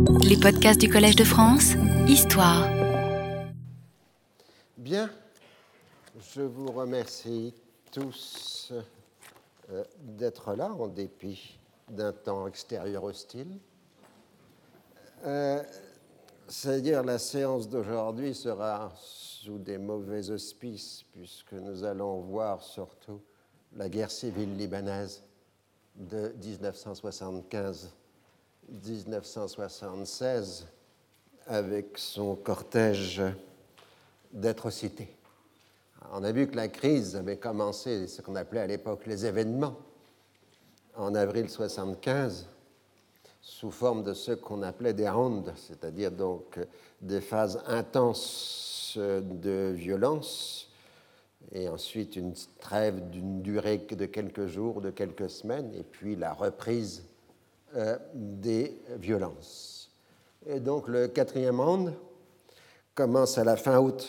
Les podcasts du Collège de France, Histoire. Bien, je vous remercie tous d'être là en dépit d'un temps extérieur hostile. C'est-à-dire la séance d'aujourd'hui sera sous des mauvais auspices puisque nous allons voir surtout la guerre civile libanaise de 1975-1976 avec son cortège d'atrocités. On a vu que la crise avait commencé, ce qu'on appelait à l'époque les événements, en avril 1975, sous forme de ce qu'on appelait des rondes, c'est-à-dire donc des phases intenses de violence, et ensuite une trêve d'une durée de quelques jours, de quelques semaines, et puis la reprise des violences. Et donc le quatrième ronde commence à la fin août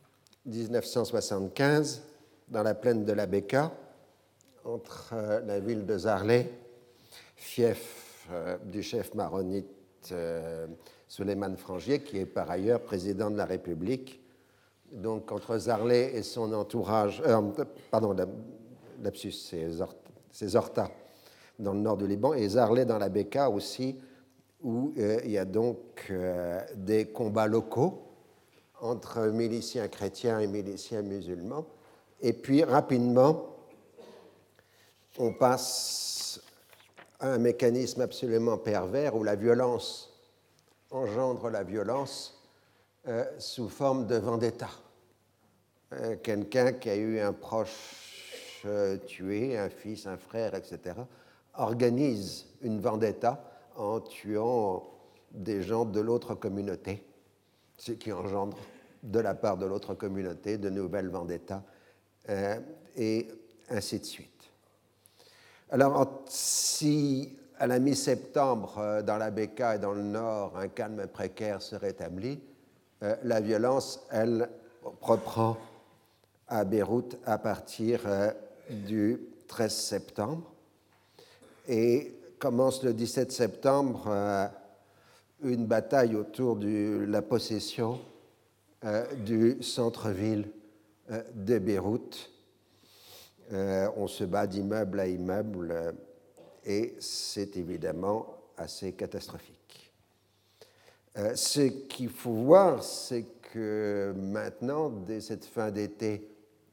1975 dans la plaine de la Bekaa, entre la ville de Zarlé, fief du chef maronite Souleymane Frangier, qui est par ailleurs président de la République. Donc entre Zarlé et son entourage, lapsus, c'est Zorta dans le nord du Liban, et Zarlé dans la Bekaa aussi, où il y a donc des combats locaux entre miliciens chrétiens et miliciens musulmans. Et puis rapidement, on passe à un mécanisme absolument pervers où la violence engendre la violence sous forme de vendetta. Quelqu'un qui a eu un proche tué, un fils, un frère, etc., organise une vendetta en tuant des gens de l'autre communauté, ce qui engendre de la part de l'autre communauté de nouvelles vendettas, et ainsi de suite. Alors, si à la mi-septembre, dans la Bekaa et dans le nord, un calme précaire se rétablit, la violence, elle, reprend à Beyrouth à partir du 13 septembre et commence le 17 septembre une bataille autour de la possession du centre-ville de Beyrouth. On se bat d'immeuble à immeuble et c'est évidemment assez catastrophique. Ce qu'il faut voir, c'est que maintenant, dès cette fin d'été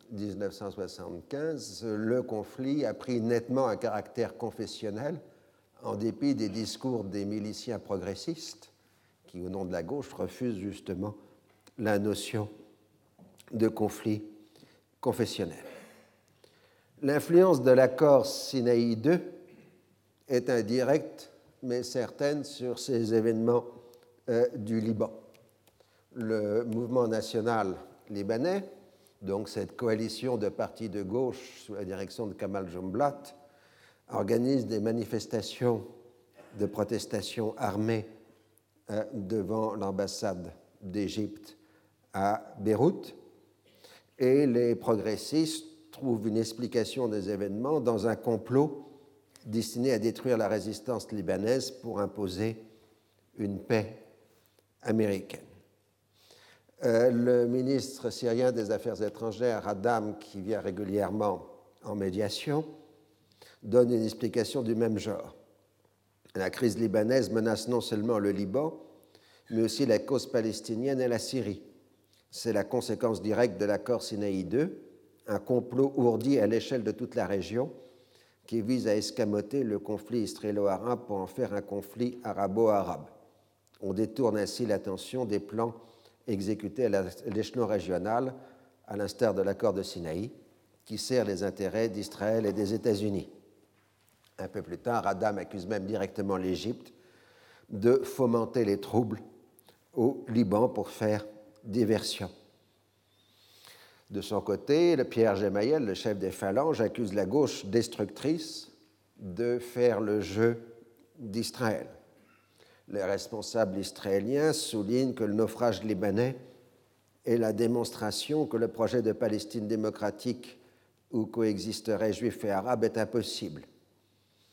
1975, le conflit a pris nettement un caractère confessionnel en dépit des discours des miliciens progressistes qui, au nom de la gauche, refusent justement la notion de conflit confessionnel. L'influence de l'accord Sinaï II est indirecte, mais certaine, sur ces événements du Liban. Le mouvement national libanais, donc cette coalition de partis de gauche sous la direction de Kamal Jumblat, organise des manifestations de protestation armée devant l'ambassade d'Égypte à Beyrouth, et les progressistes trouvent une explication des événements dans un complot destiné à détruire la résistance libanaise pour imposer une paix américaine. Le ministre syrien des Affaires étrangères, Adam, qui vient régulièrement en médiation, donne une explication du même genre. La crise libanaise menace non seulement le Liban, mais aussi la cause palestinienne et la Syrie. C'est la conséquence directe de l'accord Sinaï II, un complot ourdi à l'échelle de toute la région qui vise à escamoter le conflit israélo-arabe pour en faire un conflit arabo-arabe. On détourne ainsi l'attention des plans exécutés à l'échelon régional, à l'instar de l'accord de Sinaï, qui sert les intérêts d'Israël et des États-Unis. Un peu plus tard, Adam accuse même directement l'Égypte de fomenter les troubles au Liban pour faire diversion. De son côté, Pierre Gemayel, le chef des phalanges, accuse la gauche destructrice de faire le jeu d'Israël. Les responsables israéliens soulignent que le naufrage libanais est la démonstration que le projet de Palestine démocratique où coexisteraient juifs et arabes est impossible.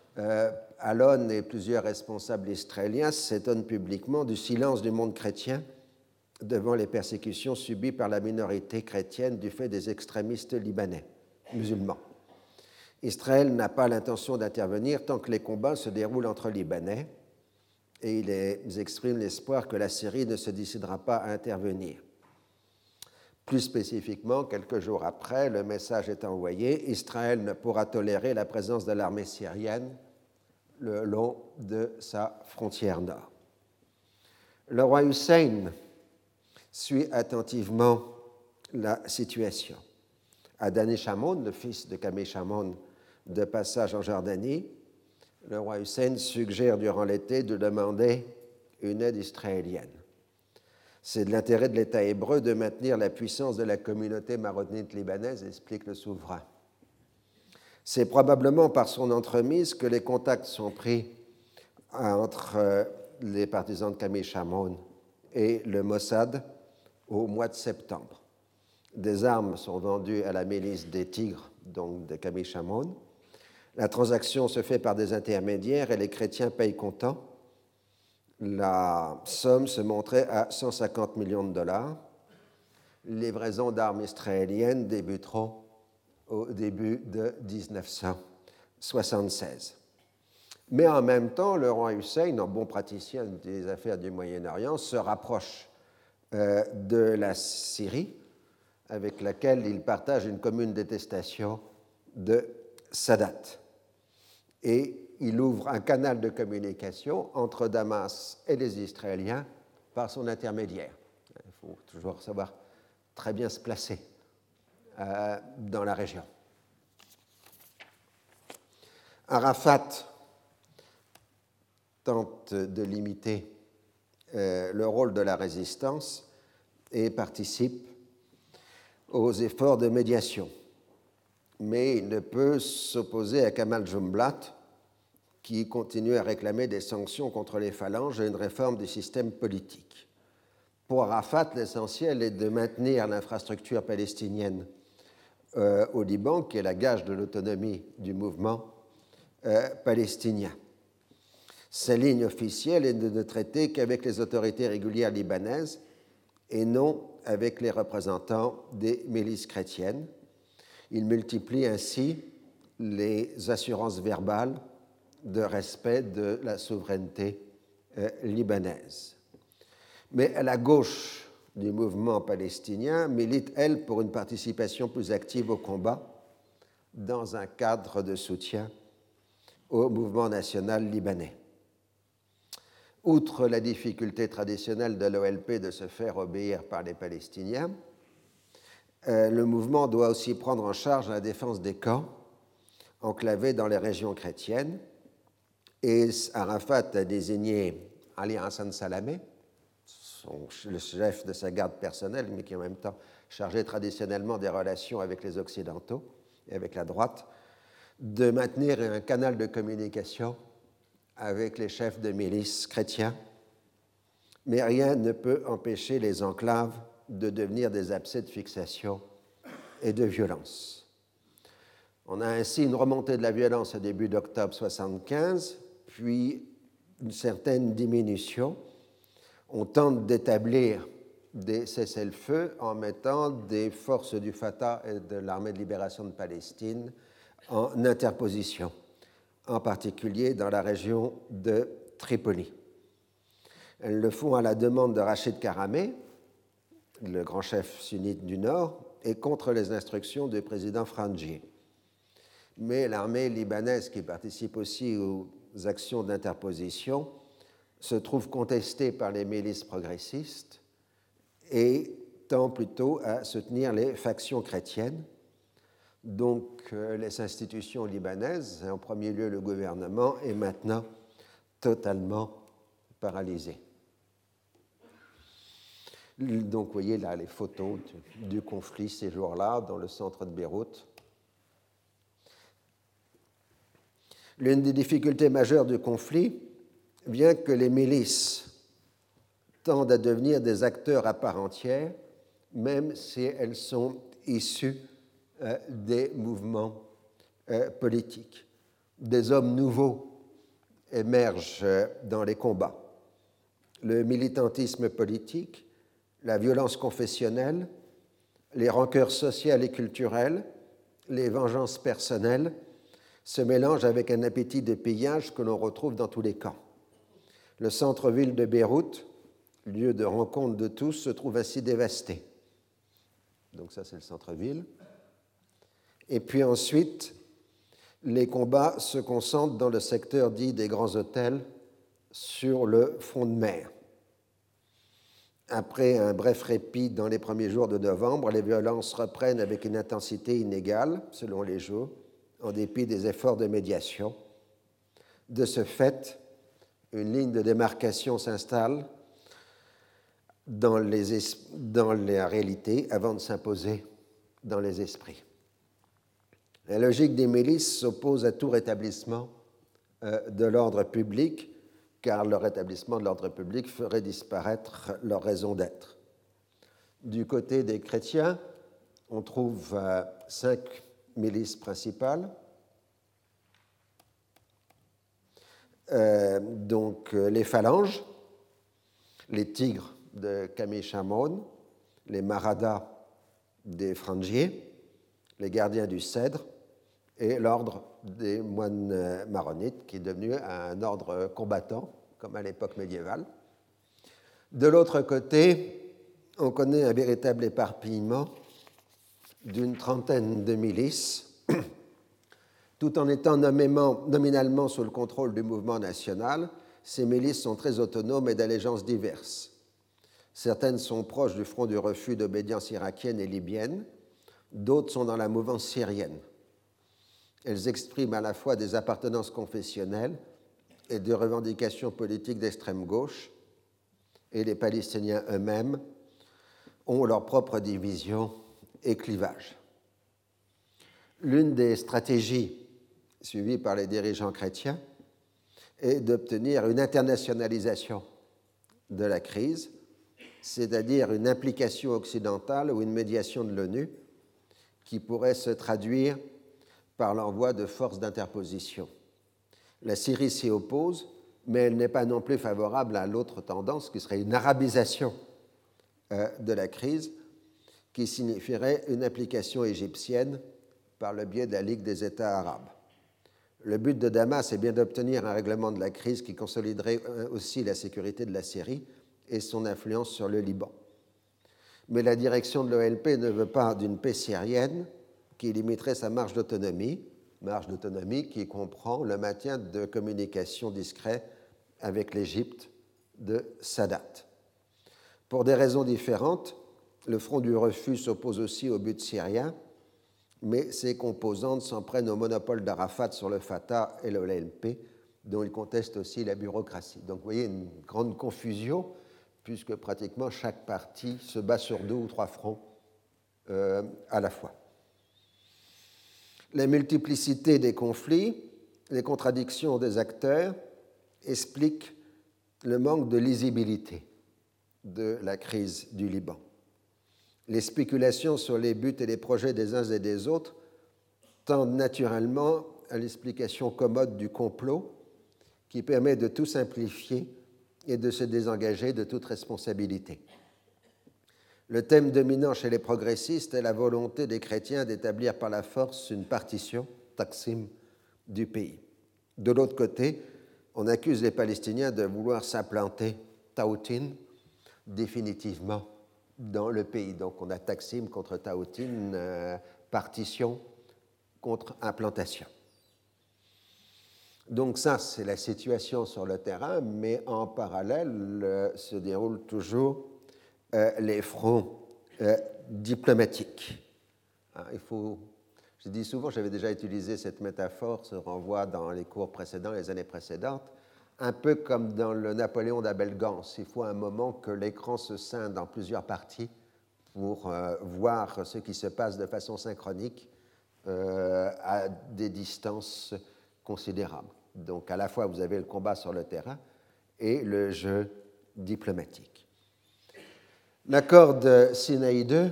Alon et plusieurs responsables israéliens s'étonnent publiquement du silence du monde chrétien devant les persécutions subies par la minorité chrétienne du fait des extrémistes libanais, musulmans. Israël n'a pas l'intention d'intervenir tant que les combats se déroulent entre Libanais, et ils expriment l'espoir que la Syrie ne se décidera pas à intervenir. Plus spécifiquement, quelques jours après, le message est envoyé, Israël ne pourra tolérer la présence de l'armée syrienne le long de sa frontière nord. Le roi Hussein suit attentivement la situation. Adani Shamon, le fils de Kamé Shamon, de passage en Jordanie, le roi Hussein suggère durant l'été de demander une aide israélienne. C'est de l'intérêt de l'État hébreu de maintenir la puissance de la communauté maronite libanaise, explique le souverain. C'est probablement par son entremise que les contacts sont pris entre les partisans de Kamé Shamon et le Mossad au mois de septembre. Des armes sont vendues à la milice des Tigres, donc de Kamé Shamon. La transaction se fait par des intermédiaires et les chrétiens payent comptant. La somme se montrait à 150 millions de dollars. Les livraisons d'armes israéliennes débuteront au début de 1976. Mais en même temps, le roi Hussein, en bon praticien des affaires du Moyen-Orient, se rapproche de la Syrie, avec laquelle il partage une commune détestation de Sadat. Et il ouvre un canal de communication entre Damas et les Israéliens par son intermédiaire. Il faut toujours savoir très bien se placer dans la région. Arafat tente de limiter le rôle de la résistance et participe aux efforts de médiation. Mais il ne peut s'opposer à Kamal Jumblat, qui continue à réclamer des sanctions contre les phalanges et une réforme du système politique. Pour Arafat, l'essentiel est de maintenir l'infrastructure palestinienne au Liban, qui est la gage de l'autonomie du mouvement palestinien. Sa ligne officielle est de ne traiter qu'avec les autorités régulières libanaises et non avec les représentants des milices chrétiennes. Il multiplie ainsi les assurances verbales de respect de la souveraineté libanaise. Mais la gauche du mouvement palestinien milite, elle, pour une participation plus active au combat dans un cadre de soutien au mouvement national libanais. Outre la difficulté traditionnelle de l'OLP de se faire obéir par les Palestiniens, le mouvement doit aussi prendre en charge la défense des camps enclavés dans les régions chrétiennes, et Arafat a désigné Ali Hassan Salamé, le chef de sa garde personnelle, mais qui est en même temps chargé traditionnellement des relations avec les Occidentaux et avec la droite, de maintenir un canal de communication avec les chefs de milices chrétiens, mais rien ne peut empêcher les enclaves de devenir des abcès de fixation et de violence. On a ainsi une remontée de la violence au début d'octobre 1975, puis une certaine diminution. On tente d'établir des cessez-le-feu en mettant des forces du Fatah et de l'Armée de libération de Palestine en interposition, en particulier dans la région de Tripoli. Elles le font à la demande de Rachid Karameh, le grand chef sunnite du Nord, et contre les instructions du président Frangieh. Mais l'armée libanaise, qui participe aussi aux actions d'interposition, se trouve contestée par les milices progressistes et tend plutôt à soutenir les factions chrétiennes. Donc les institutions libanaises, en premier lieu le gouvernement, est maintenant totalement paralysé. Donc vous voyez là les photos du conflit ces jours-là dans le centre de Beyrouth. L'une des difficultés majeures du conflit vient que les milices tendent à devenir des acteurs à part entière, même si elles sont issues des mouvements politiques. des hommes nouveaux émergent dans les combats. Le militantisme politique, la violence confessionnelle, les rancœurs sociales et culturelles, les vengeances personnelles se mélangent avec un appétit de pillage que l'on retrouve dans tous les camps. Le centre-ville de Beyrouth, lieu de rencontre de tous, se trouve ainsi dévasté. Donc ça, c'est le centre-ville. Et puis ensuite, les combats se concentrent dans le secteur dit des grands hôtels sur le front de mer. Après un bref répit dans les premiers jours de novembre, les violences reprennent avec une intensité inégale, selon les jours, en dépit des efforts de médiation. De ce fait, une ligne de démarcation s'installe dans la réalité avant de s'imposer dans les esprits. La logique des milices s'oppose à tout rétablissement de l'ordre public, car le rétablissement de l'ordre public ferait disparaître leur raison d'être. Du côté des chrétiens, on trouve 5 milices principales. Les phalanges, les tigres de Camille Chamon, les maradas des Frangiers, les gardiens du Cèdre et l'ordre des moines maronites, qui est devenu un ordre combattant, comme à l'époque médiévale. De l'autre côté, on connaît un véritable éparpillement d'une trentaine de milices, tout en étant nominalement sous le contrôle du mouvement national. Ces milices sont très autonomes et d'allégeances diverses. Certaines sont proches du front du refus d'obédience irakienne et libyenne, d'autres sont dans la mouvance syrienne. Elles expriment à la fois des appartenances confessionnelles et des revendications politiques d'extrême gauche, et les Palestiniens eux-mêmes ont leurs propres divisions et clivages. L'une des stratégies suivies par les dirigeants chrétiens est d'obtenir une internationalisation de la crise, c'est-à-dire une implication occidentale ou une médiation de l'ONU qui pourrait se traduire par l'envoi de forces d'interposition. La Syrie s'y oppose, mais elle n'est pas non plus favorable à l'autre tendance qui serait une arabisation de la crise, qui signifierait une application égyptienne par le biais de la Ligue des États arabes. Le but de Damas est bien d'obtenir un règlement de la crise qui consoliderait aussi la sécurité de la Syrie et son influence sur le Liban. Mais la direction de l'OLP ne veut pas d'une paix syrienne qui limiterait sa marge d'autonomie qui comprend le maintien de communications discrètes avec l'Égypte de Sadat. Pour des raisons différentes, le Front du refus s'oppose aussi au but syrien, mais ses composantes s'en prennent au monopole d'Arafat sur le Fatah et l'OLP, dont il conteste aussi la bureaucratie. Donc vous voyez une grande confusion, puisque pratiquement chaque parti se bat sur 2 ou 3 fronts à la fois. La multiplicité des conflits, les contradictions des acteurs expliquent le manque de lisibilité de la crise du Liban. Les spéculations sur les buts et les projets des uns et des autres tendent naturellement à l'explication commode du complot qui permet de tout simplifier et de se désengager de toute responsabilité. Le thème dominant chez les progressistes est la volonté des chrétiens d'établir par la force une partition, Taksim, du pays. De l'autre côté, on accuse les Palestiniens de vouloir s'implanter, Taoutin, définitivement dans le pays. Donc on a Taksim contre Taoutin, partition contre implantation. Donc ça, c'est la situation sur le terrain, mais en parallèle se déroulent toujours les fronts diplomatiques. Je dis souvent, j'avais déjà utilisé cette métaphore, ce renvoi dans les cours précédents, les années précédentes, un peu comme dans le Napoléon d'Abel-Gance. Il faut un moment que l'écran se scinde en plusieurs parties pour voir ce qui se passe de façon synchronique à des distances considérables. Donc à la fois, vous avez le combat sur le terrain et le jeu diplomatique. L'accord de Sinaï II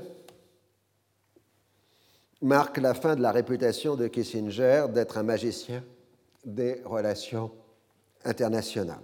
marque la fin de la réputation de Kissinger d'être un magicien des relations internationales.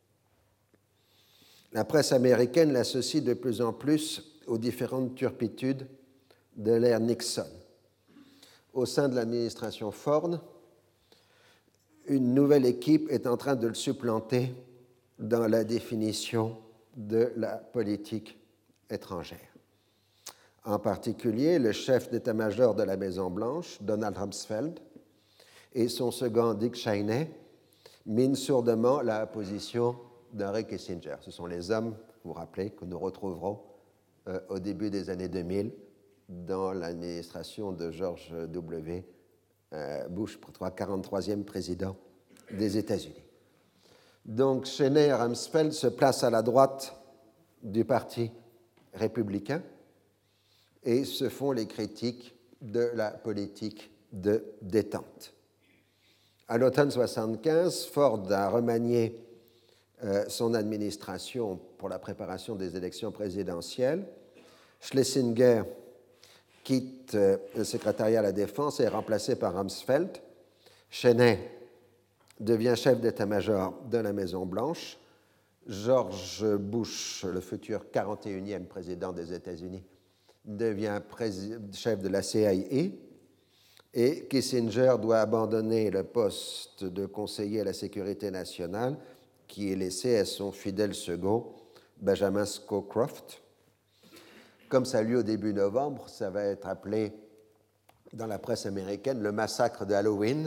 La presse américaine l'associe de plus en plus aux différentes turpitudes de l'ère Nixon. Au sein de l'administration Ford, une nouvelle équipe est en train de le supplanter dans la définition de la politique étrangère. En particulier, le chef d'état-major de la Maison-Blanche, Donald Rumsfeld, et son second, Dick Cheney, minent sourdement la position d'Henry Kissinger. Ce sont les hommes, vous vous rappelez, que nous retrouverons au début des années 2000 dans l'administration de George W. Bush, 43e président des États-Unis. Donc Cheney et Rumsfeld se placent à la droite du Parti républicain et se font les critiques de la politique de détente. À l'automne 1975, Ford a remanié son administration pour la préparation des élections présidentielles. Schlesinger quitte le secrétariat à la Défense et est remplacé par Rumsfeld. Cheney devient chef d'état-major de la Maison-Blanche. George Bush, le futur 41e président des États-Unis, devient chef de la CIA et Kissinger doit abandonner le poste de conseiller à la sécurité nationale qui est laissé à son fidèle second, Benjamin Scowcroft. Comme ça a lieu au début novembre, ça va être appelé dans la presse américaine le massacre de Halloween,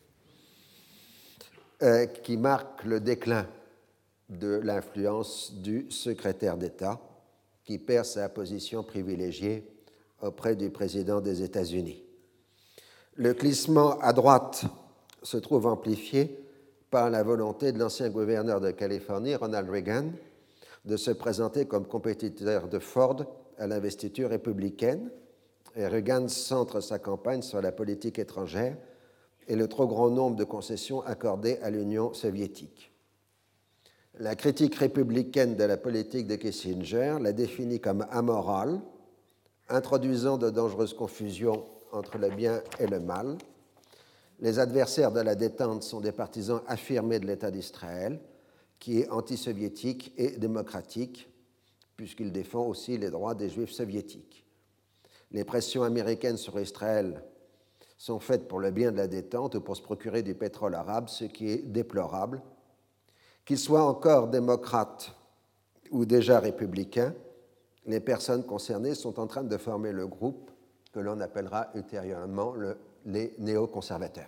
qui marque le déclin de l'influence du secrétaire d'État, qui perd sa position privilégiée auprès du président des États-Unis. Le glissement à droite se trouve amplifié par la volonté de l'ancien gouverneur de Californie, Ronald Reagan, de se présenter comme compétiteur de Ford à l'investiture républicaine. Et Reagan centre sa campagne sur la politique étrangère et le trop grand nombre de concessions accordées à l'Union soviétique. La critique républicaine de la politique de Kissinger la définit comme amorale, introduisant de dangereuses confusions entre le bien et le mal. Les adversaires de la détente sont des partisans affirmés de l'État d'Israël, qui est anti-soviétique et démocratique, puisqu'il défend aussi les droits des Juifs soviétiques. Les pressions américaines sur Israël sont faites pour le bien de la détente ou pour se procurer du pétrole arabe, ce qui est déplorable. Qu'ils soient encore démocrates ou déjà républicains, les personnes concernées sont en train de former le groupe que l'on appellera ultérieurement les néoconservateurs.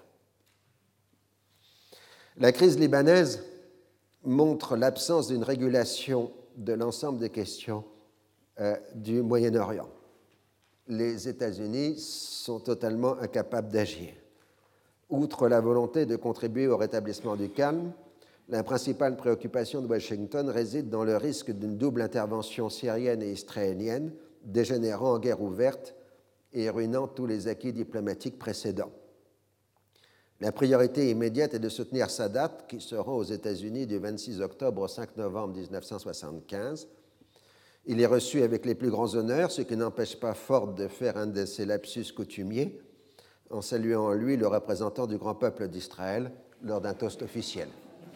La crise libanaise montre l'absence d'une régulation de l'ensemble des questions du Moyen-Orient. Les États-Unis sont totalement incapables d'agir. Outre la volonté de contribuer au rétablissement du calme, la principale préoccupation de Washington réside dans le risque d'une double intervention syrienne et israélienne, dégénérant en guerre ouverte et ruinant tous les acquis diplomatiques précédents. La priorité immédiate est de soutenir Sadat, qui se rend aux États-Unis du 26 octobre au 5 novembre 1975. Il est reçu avec les plus grands honneurs, ce qui n'empêche pas Ford de faire un de ses lapsus coutumiers, en saluant en lui le représentant du grand peuple d'Israël lors d'un toast officiel.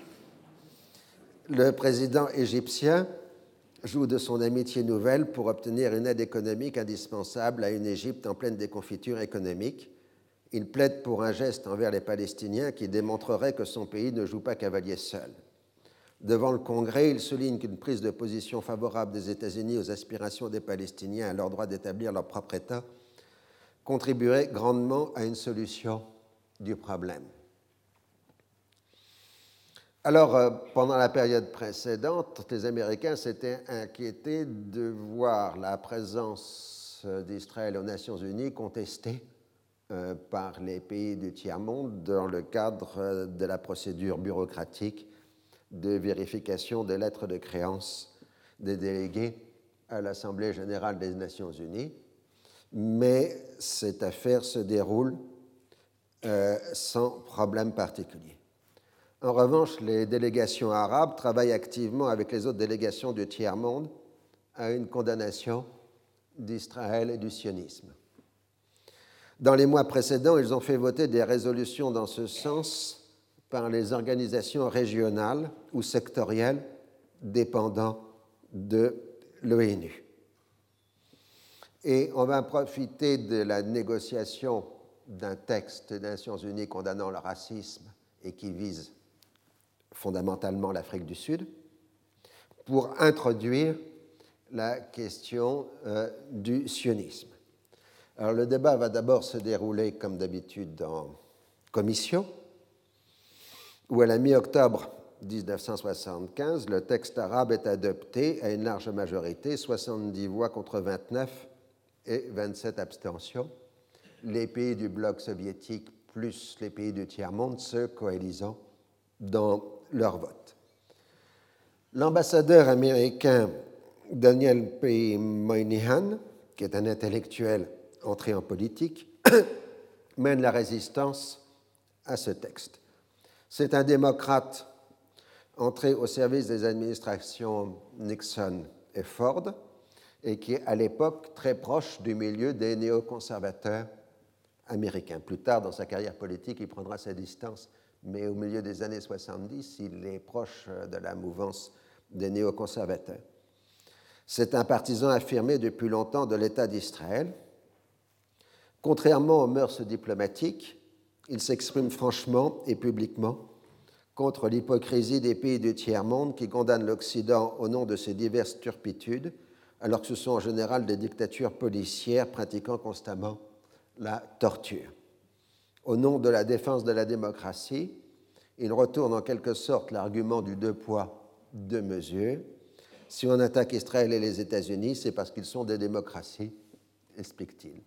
Le président égyptien joue de son amitié nouvelle pour obtenir une aide économique indispensable à une Égypte en pleine déconfiture économique. Il plaide pour un geste envers les Palestiniens qui démontrerait que son pays ne joue pas cavalier seul. Devant le Congrès, il souligne qu'une prise de position favorable des États-Unis aux aspirations des Palestiniens à leur droit d'établir leur propre État contribuerait grandement à une solution du problème. Alors, pendant la période précédente, les Américains s'étaient inquiétés de voir la présence d'Israël aux Nations Unies contestée par les pays du tiers-monde dans le cadre de la procédure bureaucratique de vérification des lettres de créance des délégués à l'Assemblée générale des Nations unies. Mais cette affaire se déroule sans problème particulier. En revanche, les délégations arabes travaillent activement avec les autres délégations du tiers-monde à une condamnation d'Israël et du sionisme. Dans les mois précédents, ils ont fait voter des résolutions dans ce sens par les organisations régionales ou sectorielles dépendant de l'ONU. Et on va profiter de la négociation d'un texte des Nations Unies condamnant le racisme et qui vise fondamentalement l'Afrique du Sud pour introduire la question du sionisme. Alors le débat va d'abord se dérouler comme d'habitude en commission, où à la mi-octobre 1975, le texte arabe est adopté à une large majorité, 70 voix contre 29 et 27 abstentions. Les pays du bloc soviétique plus les pays du tiers-monde se coalisant dans leur vote. L'ambassadeur américain Daniel P. Moynihan, qui est un intellectuel entré en politique, mène la résistance à ce texte. C'est un démocrate entré au service des administrations Nixon et Ford et qui est à l'époque très proche du milieu des néoconservateurs américains. Plus tard dans sa carrière politique, il prendra sa distance, mais au milieu des années 70, il est proche de la mouvance des néoconservateurs. C'est un partisan affirmé depuis longtemps de l'État d'Israël. Contrairement aux mœurs diplomatiques, il s'exprime franchement et publiquement contre l'hypocrisie des pays du tiers-monde qui condamnent l'Occident au nom de ses diverses turpitudes, alors que ce sont en général des dictatures policières pratiquant constamment la torture. Au nom de la défense de la démocratie, il retourne en quelque sorte l'argument du deux poids, deux mesures. Si on attaque Israël et les États-Unis, c'est parce qu'ils sont des démocraties, explique-t-il.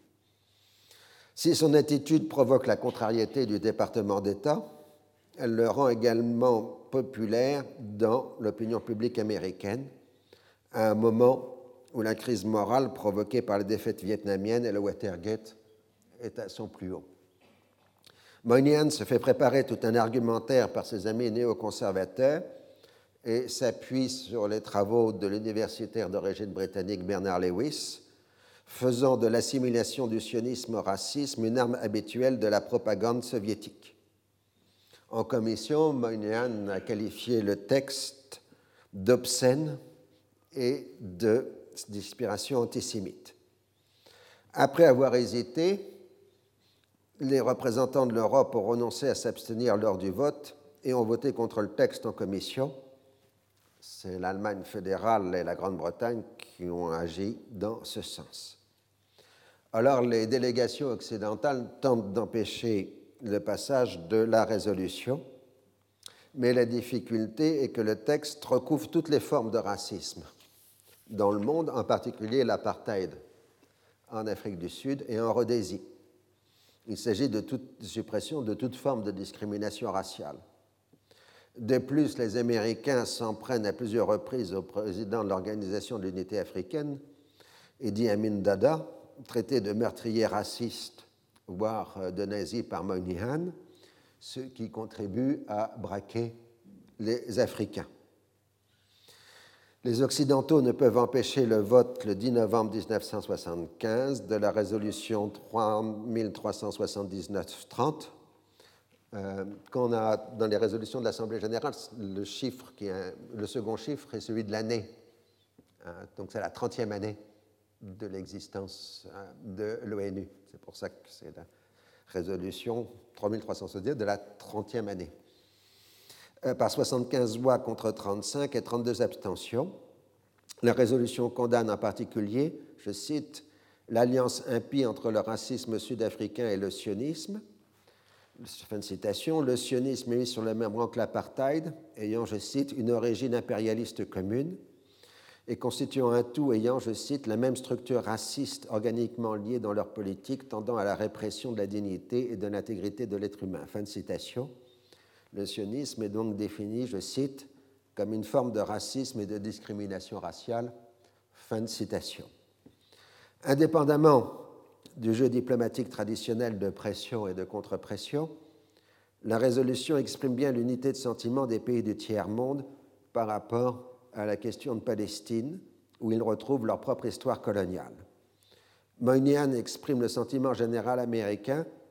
Si son attitude provoque la contrariété du département d'État, elle le rend également populaire dans l'opinion publique américaine, à un moment où la crise morale provoquée par les défaites vietnamiennes et le Watergate est à son plus haut. Moynihan se fait préparer tout un argumentaire par ses amis néoconservateurs et s'appuie sur les travaux de l'universitaire d'origine britannique Bernard Lewis, faisant de l'assimilation du sionisme au racisme une arme habituelle de la propagande soviétique. En commission, Moynihan a qualifié le texte d'obscène et d'inspiration antisémite. Après avoir hésité, les représentants de l'Europe ont renoncé à s'abstenir lors du vote et ont voté contre le texte en commission. C'est l'Allemagne fédérale et la Grande-Bretagne qui ont agi dans ce sens. Alors, les délégations occidentales tentent d'empêcher le passage de la résolution, mais la difficulté est que le texte recouvre toutes les formes de racisme dans le monde, en particulier l'apartheid en Afrique du Sud et en Rhodésie. Il s'agit de toute suppression de toute forme de discrimination raciale. De plus, les Américains s'en prennent à plusieurs reprises au président de l'Organisation de l'Unité africaine, Idi Amin Dada, traité de meurtrier raciste, voire de nazi par Moynihan, ce qui contribue à braquer les Africains. Les Occidentaux ne peuvent empêcher le vote le 10 novembre 1975 de la résolution 3379-30, qu'on a dans les résolutions de l'Assemblée générale, le second chiffre est celui de l'année. Donc c'est la 30e année de l'existence de l'ONU. C'est pour ça que c'est la résolution 3370 de la 30e année. Par 75 voix contre 35 et 32 abstentions. La résolution condamne en particulier, je cite, l'alliance impie entre le racisme sud-africain et le sionisme. Fin de citation, le sionisme est mis sur le même rang que l'apartheid, ayant, je cite, une origine impérialiste commune et constituant un tout ayant, je cite, la même structure raciste organiquement liée dans leur politique tendant à la répression de la dignité et de l'intégrité de l'être humain. Fin de citation. Le sionisme est donc défini, je cite, comme une forme de racisme et de discrimination raciale. Fin de citation. Indépendamment du jeu diplomatique traditionnel de pression et de contre-pression, la résolution exprime bien l'unité de sentiment des pays du tiers-monde par rapport à la question de Palestine, où ils retrouvent leur propre histoire coloniale. Moynihan exprime le sentiment général américain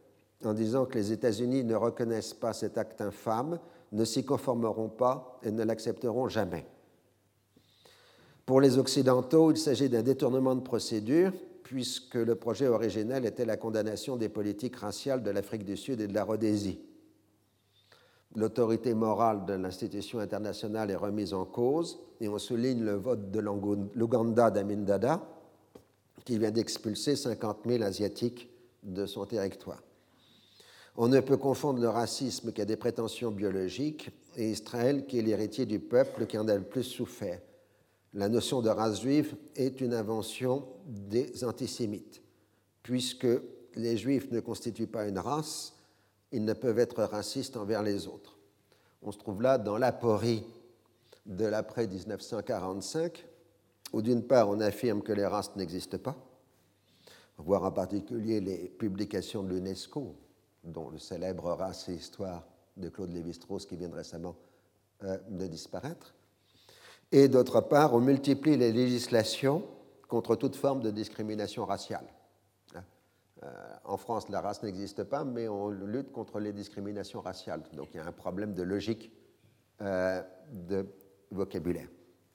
en disant que les États-Unis ne reconnaissent pas cet acte infâme, ne s'y conformeront pas et ne l'accepteront jamais. Pour les Occidentaux, il s'agit d'un détournement de procédure, puisque le projet originel était la condamnation des politiques raciales de l'Afrique du Sud et de la Rhodésie. L'autorité morale de l'institution internationale est remise en cause, et on souligne le vote de l'Ouganda d'Amin Dada, qui vient d'expulser 50 000 Asiatiques de son territoire. On ne peut confondre le racisme qui a des prétentions biologiques et Israël qui est l'héritier du peuple qui en a le plus souffert. La notion de race juive est une invention des antisémites. Puisque les Juifs ne constituent pas une race, ils ne peuvent être racistes envers les autres. On se trouve là dans l'aporie de l'après-1945, où d'une part on affirme que les races n'existent pas, voire en particulier les publications de l'UNESCO, dont le célèbre Race et Histoire de Claude Lévi-Strauss qui vient récemment de disparaître. Et d'autre part, on multiplie les législations contre toute forme de discrimination raciale. En France, la race n'existe pas, mais on lutte contre les discriminations raciales. Donc il y a un problème de logique de vocabulaire.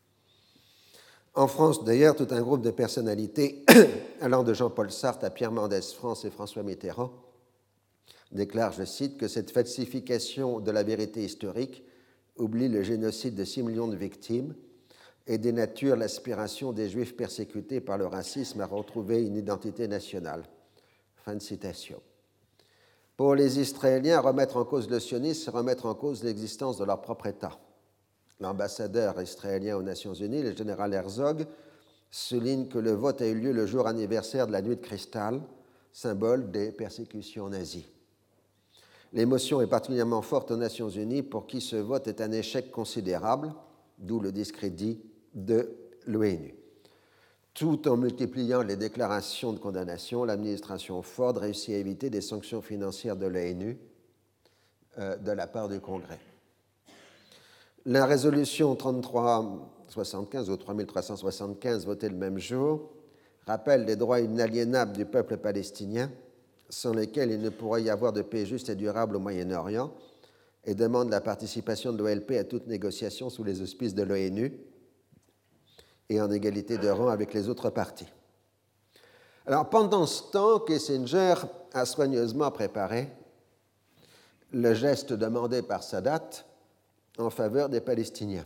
En France, d'ailleurs, tout un groupe de personnalités, allant de Jean-Paul Sartre à Pierre Mendès France et François Mitterrand, déclare, je cite, que cette falsification de la vérité historique oublie le génocide de 6 millions de victimes et dénature l'aspiration des Juifs persécutés par le racisme à retrouver une identité nationale. Fin de citation. Pour les Israéliens, remettre en cause le sionisme, c'est remettre en cause l'existence de leur propre État. L'ambassadeur israélien aux Nations Unies, le général Herzog, souligne que le vote a eu lieu le jour anniversaire de la Nuit de Cristal, symbole des persécutions nazies. L'émotion est particulièrement forte aux Nations Unies pour qui ce vote est un échec considérable, d'où le discrédit de l'ONU. Tout en multipliant les déclarations de condamnation, l'administration Ford réussit à éviter des sanctions financières de l'ONU de la part du Congrès. La résolution 3375 ou 3375, votée le même jour, rappelle les droits inaliénables du peuple palestinien, sans lesquels il ne pourrait y avoir de paix juste et durable au Moyen-Orient, et demande la participation de l'OLP à toute négociation sous les auspices de l'ONU et en égalité de rang avec les autres parties. Alors, pendant ce temps, Kissinger a soigneusement préparé le geste demandé par Sadat en faveur des Palestiniens.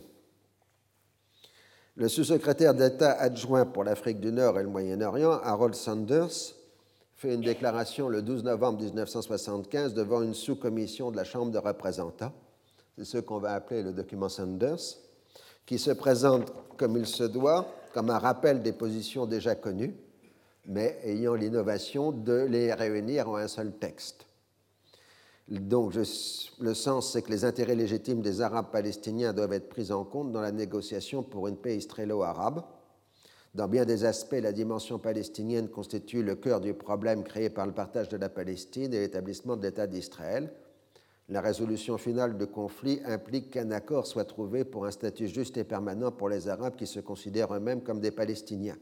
Le sous-secrétaire d'État adjoint pour l'Afrique du Nord et le Moyen-Orient, Harold Sanders, fait une déclaration le 12 novembre 1975 devant une sous-commission de la Chambre des représentants, c'est ce qu'on va appeler le document Sanders, qui se présente comme il se doit, comme un rappel des positions déjà connues, mais ayant l'innovation de les réunir en un seul texte. Donc, le sens, c'est que les intérêts légitimes des Arabes palestiniens doivent être pris en compte dans la négociation pour une paix israélo-arabe. Dans bien des aspects, la dimension palestinienne constitue le cœur du problème créé par le partage de la Palestine et l'établissement de l'État d'Israël. La résolution finale du conflit implique qu'un accord soit trouvé pour un statut juste et permanent pour les Arabes qui se considèrent eux-mêmes comme des Palestiniens.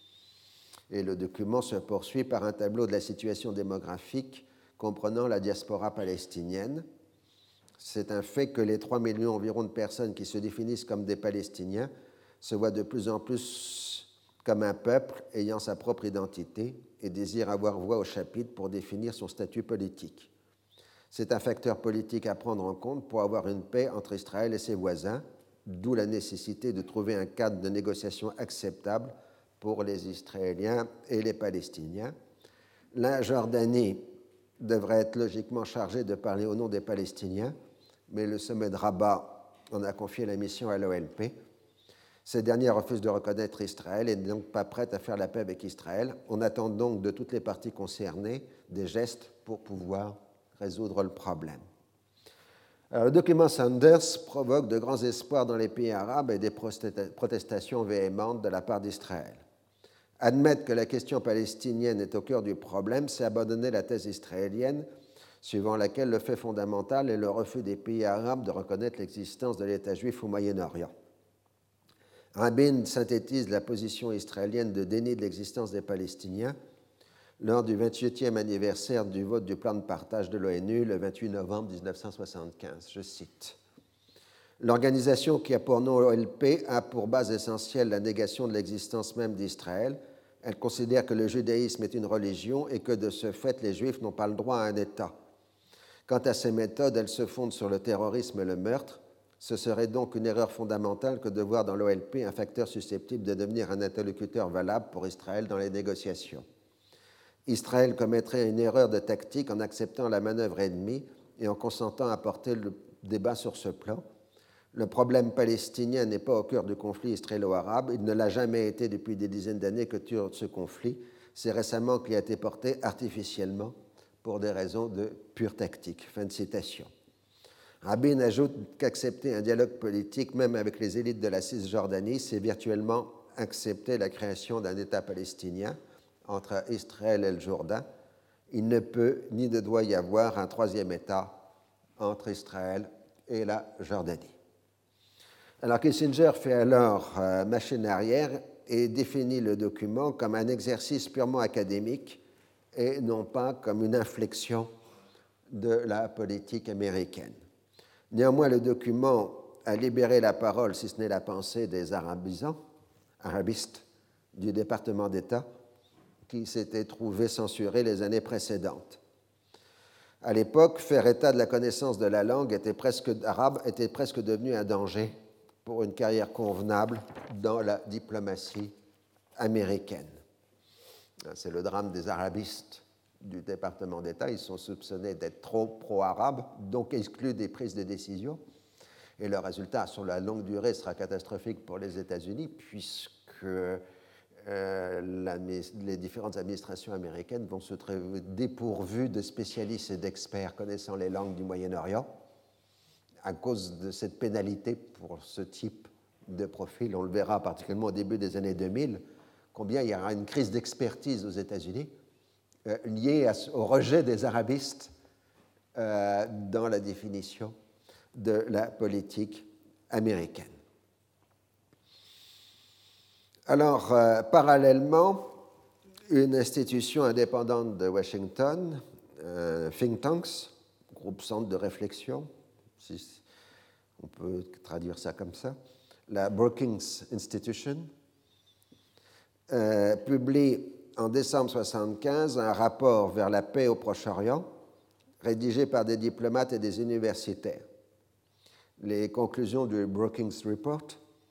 Et le document se poursuit par un tableau de la situation démographique comprenant la diaspora palestinienne. C'est un fait que les 3 millions environ de personnes qui se définissent comme des Palestiniens se voient de plus en plus comme un peuple ayant sa propre identité et désirent avoir voix au chapitre pour définir son statut politique. C'est un facteur politique à prendre en compte pour avoir une paix entre Israël et ses voisins, d'où la nécessité de trouver un cadre de négociation acceptable pour les Israéliens et les Palestiniens. La Jordanie devrait être logiquement chargée de parler au nom des Palestiniens, mais le sommet de Rabat en a confié la mission à l'OLP. Ces dernières refusent de reconnaître Israël et n'est donc pas prête à faire la paix avec Israël. On attend donc de toutes les parties concernées des gestes pour pouvoir résoudre le problème. Alors, le document Sanders provoque de grands espoirs dans les pays arabes et des protestations véhémentes de la part d'Israël. Admettre que la question palestinienne est au cœur du problème, c'est abandonner la thèse israélienne suivant laquelle le fait fondamental est le refus des pays arabes de reconnaître l'existence de l'État juif au Moyen-Orient. Rabin synthétise la position israélienne de déni de l'existence des Palestiniens lors du 28e anniversaire du vote du plan de partage de l'ONU le 28 novembre 1975. Je cite. L'organisation qui a pour nom l'OLP a pour base essentielle la négation de l'existence même d'Israël. Elle considère que le judaïsme est une religion et que de ce fait, les Juifs n'ont pas le droit à un État. Quant à ces méthodes, elles se fondent sur le terrorisme et le meurtre. Ce serait donc une erreur fondamentale que de voir dans l'OLP un facteur susceptible de devenir un interlocuteur valable pour Israël dans les négociations. Israël commettrait une erreur de tactique en acceptant la manœuvre ennemie et en consentant à porter le débat sur ce plan. Le problème palestinien n'est pas au cœur du conflit israélo-arabe. Il ne l'a jamais été depuis des dizaines d'années que dure ce conflit. C'est récemment qu'il a été porté artificiellement pour des raisons de pure tactique. Fin de citation. Rabin ajoute qu'accepter un dialogue politique, même avec les élites de la Cisjordanie, c'est virtuellement accepter la création d'un État palestinien entre Israël et le Jourdain. Il ne peut ni ne doit y avoir un troisième État entre Israël et la Jordanie. Alors Kissinger fait alors machine arrière et définit le document comme un exercice purement académique et non pas comme une inflexion de la politique américaine. Néanmoins, le document a libéré la parole, si ce n'est la pensée, des arabistes du département d'État qui s'étaient trouvés censurés les années précédentes. À l'époque, faire état de la connaissance de la langue arabe était presque devenu un danger pour une carrière convenable dans la diplomatie américaine. C'est le drame des arabistes du département d'État. Ils sont soupçonnés d'être trop pro-arabes, donc exclus des prises de décision. Et le résultat, sur la longue durée, sera catastrophique pour les États-Unis, puisque les différentes administrations américaines vont se trouver dépourvues de spécialistes et d'experts connaissant les langues du Moyen-Orient à cause de cette pénalité pour ce type de profil. On le verra particulièrement au début des années 2000, combien il y aura une crise d'expertise aux États-Unis liée au rejet des arabistes dans la définition de la politique américaine. Alors, parallèlement, une institution indépendante de Washington, think tanks, groupe centre de réflexion, si on peut traduire ça comme ça, la Brookings Institution, publie en décembre 1975 un rapport vers la paix au Proche-Orient, rédigé par des diplomates et des universitaires. Les conclusions du Brookings Report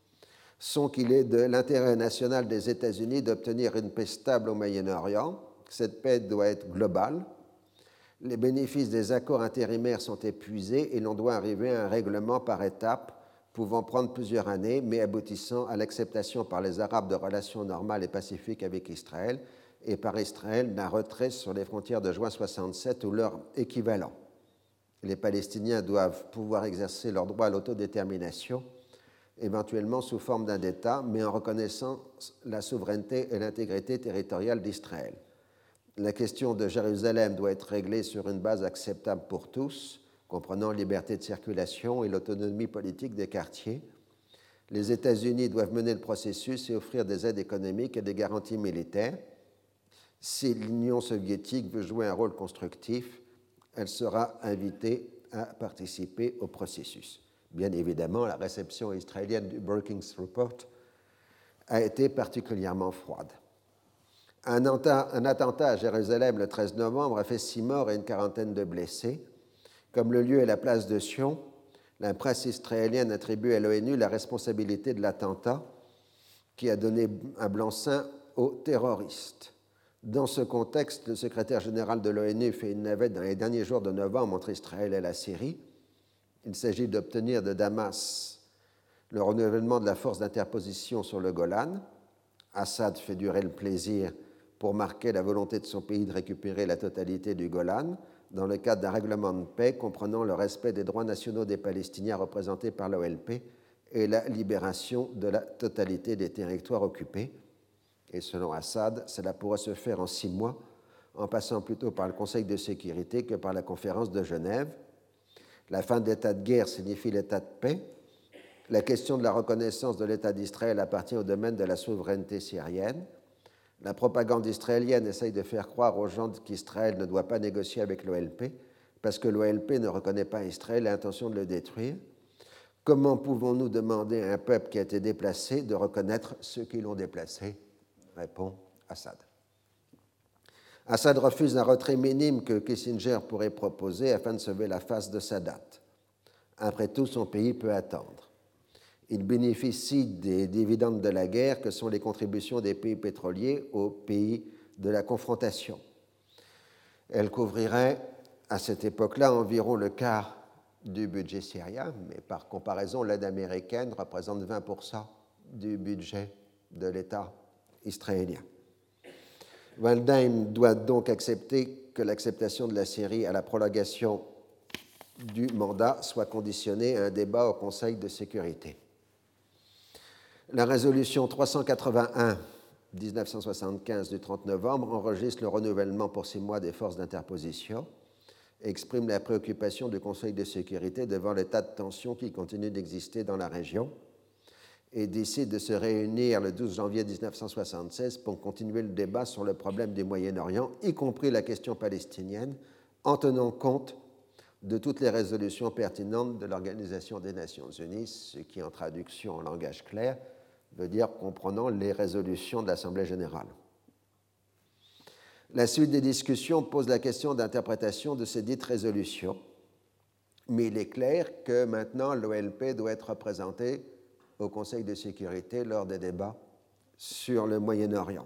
sont qu'il est de l'intérêt national des États-Unis d'obtenir une paix stable au Moyen-Orient. Cette paix doit être globale. Les bénéfices des accords intérimaires sont épuisés et l'on doit arriver à un règlement par étapes pouvant prendre plusieurs années, mais aboutissant à l'acceptation par les Arabes de relations normales et pacifiques avec Israël et par Israël d'un retrait sur les frontières de juin 1967 ou leur équivalent. Les Palestiniens doivent pouvoir exercer leur droit à l'autodétermination, éventuellement sous forme d'un État, mais en reconnaissant la souveraineté et l'intégrité territoriale d'Israël. La question de Jérusalem doit être réglée sur une base acceptable pour tous, comprenant liberté de circulation et l'autonomie politique des quartiers. Les États-Unis doivent mener le processus et offrir des aides économiques et des garanties militaires. Si l'Union soviétique veut jouer un rôle constructif, elle sera invitée à participer au processus. Bien évidemment, la réception israélienne du Brookings Report a été particulièrement froide. Un attentat à Jérusalem le 13 novembre a fait 6 morts et une quarantaine de blessés. Comme le lieu est la place de Sion, la presse israélienne attribue à l'ONU la responsabilité de l'attentat qui a donné un blanc-seing aux terroristes. Dans ce contexte, le secrétaire général de l'ONU fait une navette dans les derniers jours de novembre entre Israël et la Syrie. Il s'agit d'obtenir de Damas le renouvellement de la force d'interposition sur le Golan. Assad fait durer le plaisir pour marquer la volonté de son pays de récupérer la totalité du Golan dans le cadre d'un règlement de paix comprenant le respect des droits nationaux des Palestiniens représentés par l'OLP et la libération de la totalité des territoires occupés. Et selon Assad, cela pourrait se faire en 6 mois, en passant plutôt par le Conseil de sécurité que par la conférence de Genève. La fin de l'état de guerre signifie l'état de paix. La question de la reconnaissance de l'État d'Israël appartient au domaine de la souveraineté syrienne. La propagande israélienne essaye de faire croire aux gens qu'Israël ne doit pas négocier avec l'OLP parce que l'OLP ne reconnaît pas Israël et a l'intention de le détruire. Comment pouvons-nous demander à un peuple qui a été déplacé de reconnaître ceux qui l'ont déplacé? Répond Assad. Assad refuse un retrait minime que Kissinger pourrait proposer afin de sauver la face de Sadat. Après tout, son pays peut attendre. Il bénéficie des dividendes de la guerre que sont les contributions des pays pétroliers aux pays de la confrontation. Elle couvrirait à cette époque-là environ le quart du budget syrien, mais par comparaison, l'aide américaine représente 20% du budget de l'État israélien. Waldheim doit donc accepter que l'acceptation de la Syrie à la prolongation du mandat soit conditionnée à un débat au Conseil de sécurité. La résolution 381-1975 du 30 novembre enregistre le renouvellement pour 6 mois des forces d'interposition et exprime la préoccupation du Conseil de sécurité devant l'état de tension qui continue d'exister dans la région et décide de se réunir le 12 janvier 1976 pour continuer le débat sur le problème du Moyen-Orient, y compris la question palestinienne, en tenant compte de toutes les résolutions pertinentes de l'Organisation des Nations Unies, ce qui, en traduction en langage clair, veut dire comprenant les résolutions de l'Assemblée générale. La suite des discussions pose la question d'interprétation de ces dites résolutions, mais il est clair que maintenant l'OLP doit être représentée au Conseil de sécurité lors des débats sur le Moyen-Orient.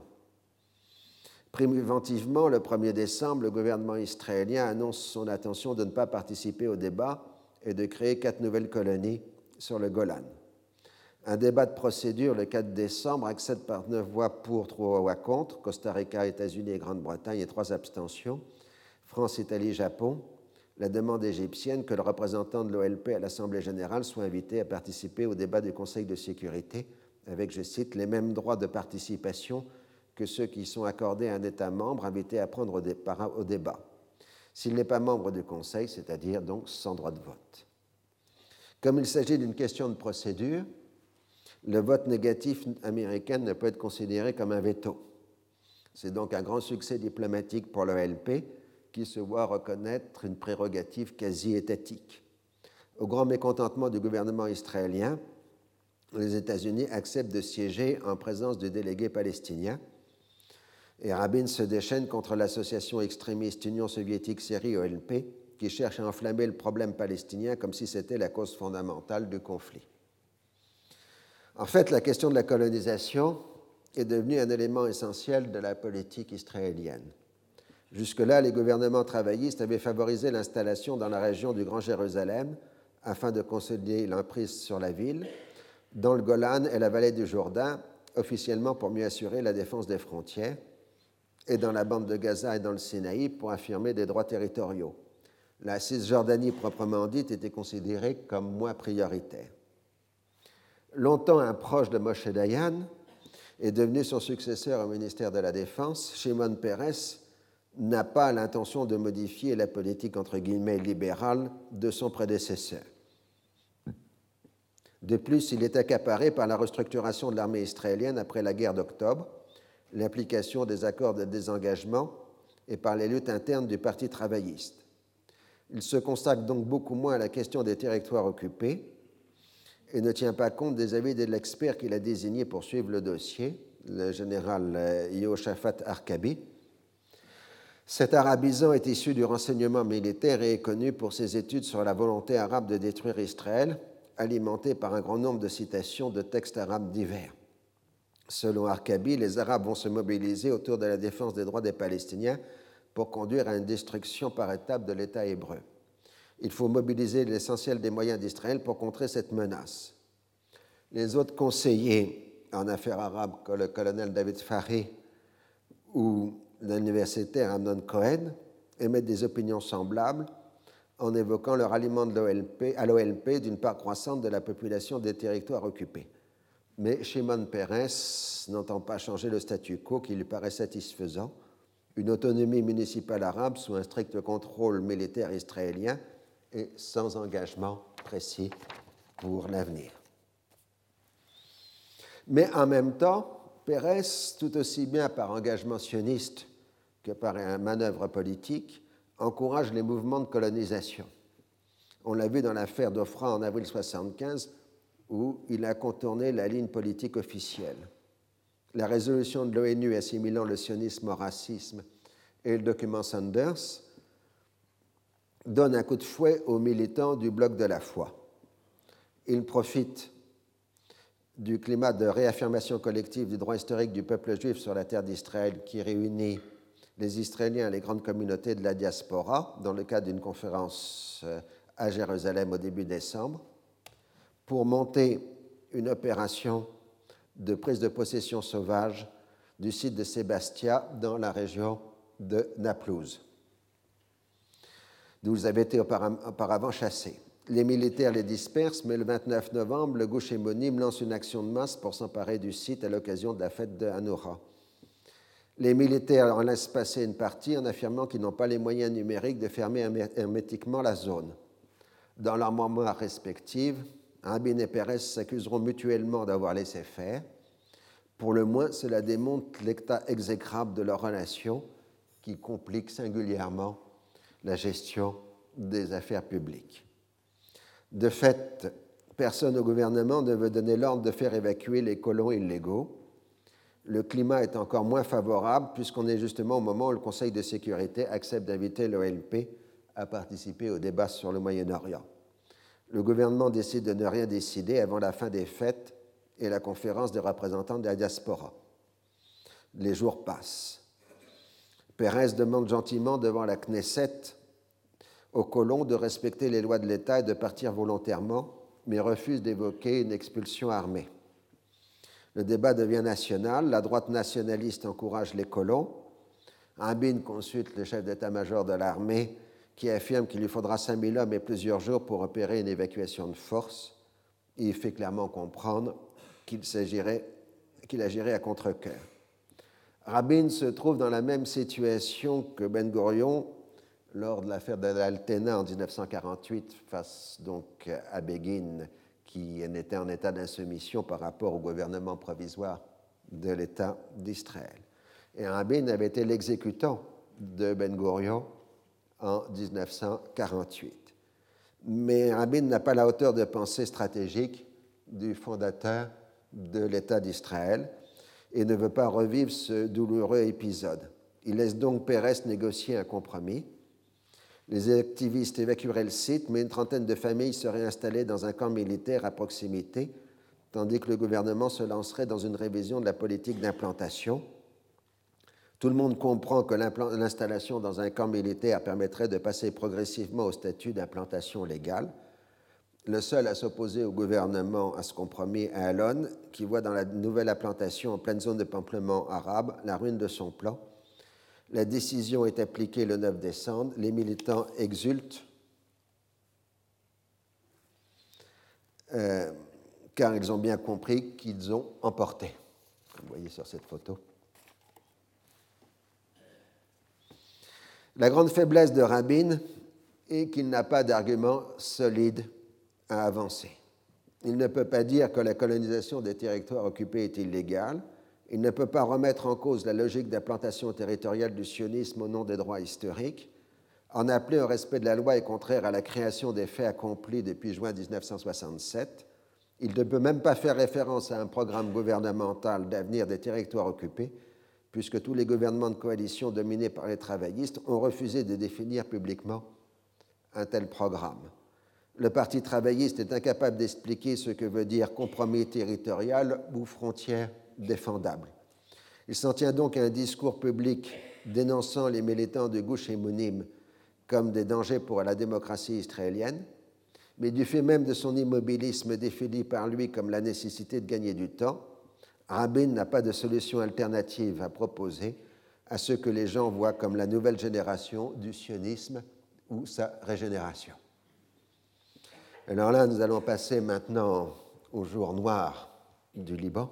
Préventivement, le 1er décembre, le gouvernement israélien annonce son intention de ne pas participer au débat et de créer 4 nouvelles colonies sur le Golan. Un débat de procédure le 4 décembre accède par 9 voix pour, 3 voix contre, Costa Rica, États-Unis et Grande-Bretagne et 3 abstentions, France, Italie, Japon, la demande égyptienne que le représentant de l'OLP à l'Assemblée générale soit invité à participer au débat du Conseil de sécurité avec, je cite, les mêmes droits de participation que ceux qui sont accordés à un État membre invité à prendre part au débat, s'il n'est pas membre du Conseil, c'est-à-dire donc sans droit de vote. Comme il s'agit d'une question de procédure, le vote négatif américain ne peut être considéré comme un veto. C'est donc un grand succès diplomatique pour l'OLP qui se voit reconnaître une prérogative quasi-étatique. Au grand mécontentement du gouvernement israélien, les États-Unis acceptent de siéger en présence du délégué palestinien et Rabin se déchaîne contre l'association extrémiste Union soviétique-Syrie OLP qui cherche à enflammer le problème palestinien comme si c'était la cause fondamentale du conflit. En fait, la question de la colonisation est devenue un élément essentiel de la politique israélienne. Jusque-là, les gouvernements travaillistes avaient favorisé l'installation dans la région du Grand Jérusalem afin de consolider l'emprise sur la ville, dans le Golan et la vallée du Jourdain, officiellement pour mieux assurer la défense des frontières, et dans la bande de Gaza et dans le Sinaï pour affirmer des droits territoriaux. La Cisjordanie proprement dite était considérée comme moins prioritaire. Longtemps un proche de Moshe Dayan est devenu son successeur au ministère de la Défense, Shimon Peres n'a pas l'intention de modifier la politique entre guillemets libérale de son prédécesseur. De plus, il est accaparé par la restructuration de l'armée israélienne après la guerre d'octobre, l'application des accords de désengagement et par les luttes internes du Parti travailliste. Il se consacre donc beaucoup moins à la question des territoires occupés et ne tient pas compte des avis de l'expert qu'il a désigné pour suivre le dossier, le général Yehoshaphat Arkabi. Cet arabisant est issu du renseignement militaire et est connu pour ses études sur la volonté arabe de détruire Israël, alimentée par un grand nombre de citations de textes arabes divers. Selon Arkabi, les Arabes vont se mobiliser autour de la défense des droits des Palestiniens pour conduire à une destruction par étapes de l'État hébreu. Il faut mobiliser l'essentiel des moyens d'Israël pour contrer cette menace. Les autres conseillers en affaires arabes, comme le colonel David Fahy ou l'universitaire Amnon Cohen, émettent des opinions semblables en évoquant le ralliement à l'OLP d'une part croissante de la population des territoires occupés. Mais Shimon Peres n'entend pas changer le statu quo qui lui paraît satisfaisant, une autonomie municipale arabe sous un strict contrôle militaire israélien et sans engagement précis pour l'avenir. Mais en même temps, Pérez, tout aussi bien par engagement sioniste que par une manœuvre politique, encourage les mouvements de colonisation. On l'a vu dans l'affaire d'Ofra en avril 1975, où il a contourné la ligne politique officielle. La résolution de l'ONU assimilant le sionisme au racisme et le document Sanders donnent un coup de fouet aux militants du bloc de la foi. Ils profitent du climat de réaffirmation collective du droit historique du peuple juif sur la terre d'Israël qui réunit les Israéliens et les grandes communautés de la diaspora dans le cadre d'une conférence à Jérusalem au début décembre pour monter une opération de prise de possession sauvage du site de Sébastia dans la région de Naplouse, d'où ils avaient été auparavant chassés. Les militaires les dispersent, mais le 29 novembre, le Gush Emonim lance une action de masse pour s'emparer du site à l'occasion de la fête de Hanoura. Les militaires en laissent passer une partie en affirmant qu'ils n'ont pas les moyens numériques de fermer hermétiquement la zone. Dans leurs mémoires respectives, Rabin et Pérez s'accuseront mutuellement d'avoir laissé faire. Pour le moins, cela démontre l'état exécrable de leur relation qui complique singulièrement la gestion des affaires publiques. De fait, personne au gouvernement ne veut donner l'ordre de faire évacuer les colons illégaux. Le climat est encore moins favorable puisqu'on est justement au moment où le Conseil de sécurité accepte d'inviter l'OLP à participer au débat sur le Moyen-Orient. Le gouvernement décide de ne rien décider avant la fin des fêtes et la conférence des représentants de la diaspora. Les jours passent. Pérez demande gentiment devant la Knesset aux colons de respecter les lois de l'État et de partir volontairement, mais refuse d'évoquer une expulsion armée. Le débat devient national, la droite nationaliste encourage les colons. Rabin consulte le chef d'état-major de l'armée qui affirme qu'il lui faudra 5000 hommes et plusieurs jours pour opérer une évacuation de force. Il fait clairement comprendre qu'il agirait à contre-cœur. Rabin se trouve dans la même situation que Ben-Gurion lors de l'affaire de l'Altena en 1948 face donc à Begin qui était en état d'insoumission par rapport au gouvernement provisoire de l'État d'Israël. Et Rabin avait été l'exécutant de Ben-Gurion en 1948. Mais Rabin n'a pas la hauteur de pensée stratégique du fondateur de l'État d'Israël et ne veut pas revivre ce douloureux épisode. Il laisse donc Pérez négocier un compromis. Les activistes évacueraient le site, mais une trentaine de familles seraient installées dans un camp militaire à proximité, tandis que le gouvernement se lancerait dans une révision de la politique d'implantation. Tout le monde comprend que l'installation dans un camp militaire permettrait de passer progressivement au statut d'implantation légale. Le seul à s'opposer au gouvernement à ce compromis est Alon, qui voit dans la nouvelle implantation en pleine zone de peuplement arabe la ruine de son plan. La décision est appliquée le 9 décembre. Les militants exultent car ils ont bien compris qu'ils ont emporté. Vous voyez sur cette photo. La grande faiblesse de Rabin est qu'il n'a pas d'argument solide à avancer. Il ne peut pas dire que la colonisation des territoires occupés est illégale. Il ne peut pas remettre en cause la logique d'implantation territoriale du sionisme au nom des droits historiques. En appeler au respect de la loi est contraire à la création des faits accomplis depuis juin 1967. Il ne peut même pas faire référence à un programme gouvernemental d'avenir des territoires occupés, puisque tous les gouvernements de coalition dominés par les travaillistes ont refusé de définir publiquement un tel programme. Le Parti travailliste est incapable d'expliquer ce que veut dire compromis territorial ou frontière défendable. Il s'en tient donc à un discours public dénonçant les militants de Gush Emonim comme des dangers pour la démocratie israélienne, mais du fait même de son immobilisme défini par lui comme la nécessité de gagner du temps, Rabin n'a pas de solution alternative à proposer à ce que les gens voient comme la nouvelle génération du sionisme ou sa régénération. Alors là, nous allons passer maintenant au jour noir du Liban.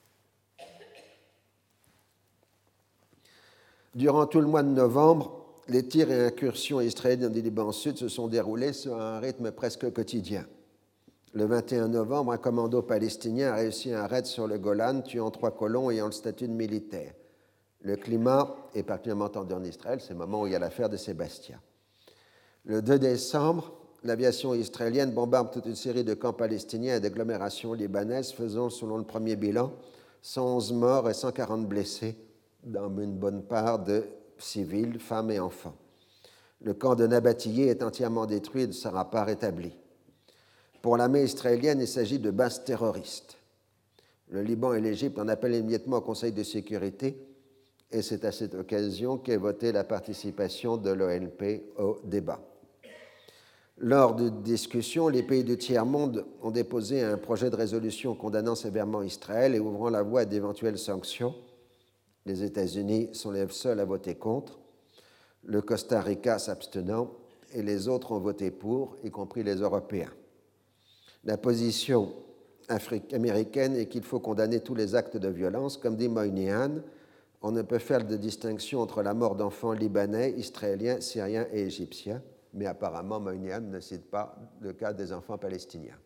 Durant tout le mois de novembre, les tirs et incursions israéliennes du Liban Sud se sont déroulés sur un rythme presque quotidien. Le 21 novembre, un commando palestinien a réussi un raid sur le Golan, tuant 3 colons ayant le statut de militaire. Le climat est particulièrement tendu en Israël, c'est le moment où il y a l'affaire de Sébastien. Le 2 décembre, l'aviation israélienne bombarde toute une série de camps palestiniens et d'agglomérations libanaises, faisant, selon le premier bilan, 111 morts et 140 blessés, dans une bonne part de civils, femmes et enfants. Le camp de Nabatillé est entièrement détruit et ne sera pas rétabli. Pour l'armée israélienne, il s'agit de bases terroristes. Le Liban et l'Égypte en appellent immédiatement au Conseil de sécurité et c'est à cette occasion qu'est votée la participation de l'OLP au débat. Lors de discussions, les pays du tiers-monde ont déposé un projet de résolution condamnant sévèrement Israël et ouvrant la voie à d'éventuelles sanctions. Les États-Unis sont les seuls à voter contre, le Costa Rica s'abstenant et les autres ont voté pour, y compris les Européens. La position américaine est qu'il faut condamner tous les actes de violence. Comme dit Moynihan, on ne peut faire de distinction entre la mort d'enfants libanais, israéliens, syriens et égyptiens, mais apparemment Moynihan ne cite pas le cas des enfants palestiniens.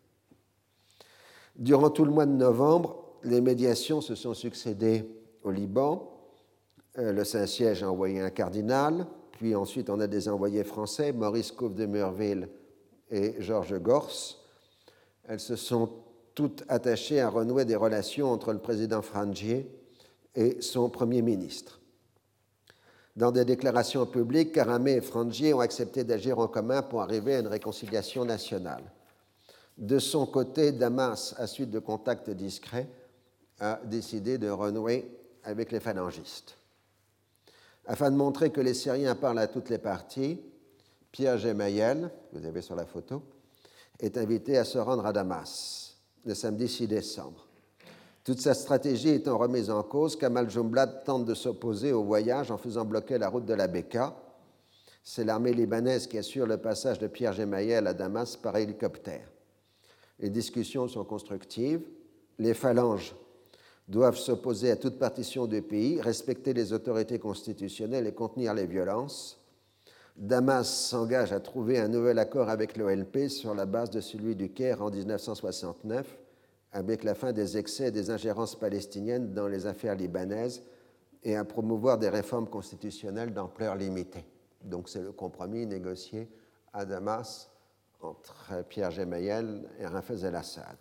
Durant tout le mois de novembre, les médiations se sont succédées au Liban. Le Saint-Siège a envoyé un cardinal, puis ensuite on a des envoyés français, Maurice Couve de Murville et Georges Gors. Elles se sont toutes attachées à renouer des relations entre le président Frangier et son Premier ministre. Dans des déclarations publiques, Karamé et Frangier ont accepté d'agir en commun pour arriver à une réconciliation nationale. De son côté, Damas, à suite de contacts discrets, a décidé de renouer avec les phalangistes. Afin de montrer que les Syriens parlent à toutes les parties, Pierre Gemayel, que vous avez sur la photo, est invité à se rendre à Damas le samedi 6 décembre. Toute sa stratégie étant remise en cause, Kamal Jumblat tente de s'opposer au voyage en faisant bloquer la route de la Beka. C'est l'armée libanaise qui assure le passage de Pierre Gemayel à Damas par hélicoptère. Les discussions sont constructives. Les phalanges doivent s'opposer à toute partition du pays, respecter les autorités constitutionnelles et contenir les violences. Damas s'engage à trouver un nouvel accord avec l'OLP sur la base de celui du Caire en 1969, avec la fin des excès et des ingérences palestiniennes dans les affaires libanaises et à promouvoir des réformes constitutionnelles d'ampleur limitée. Donc c'est le compromis négocié à Damas entre Pierre Gemayel et Hafez el-Assad.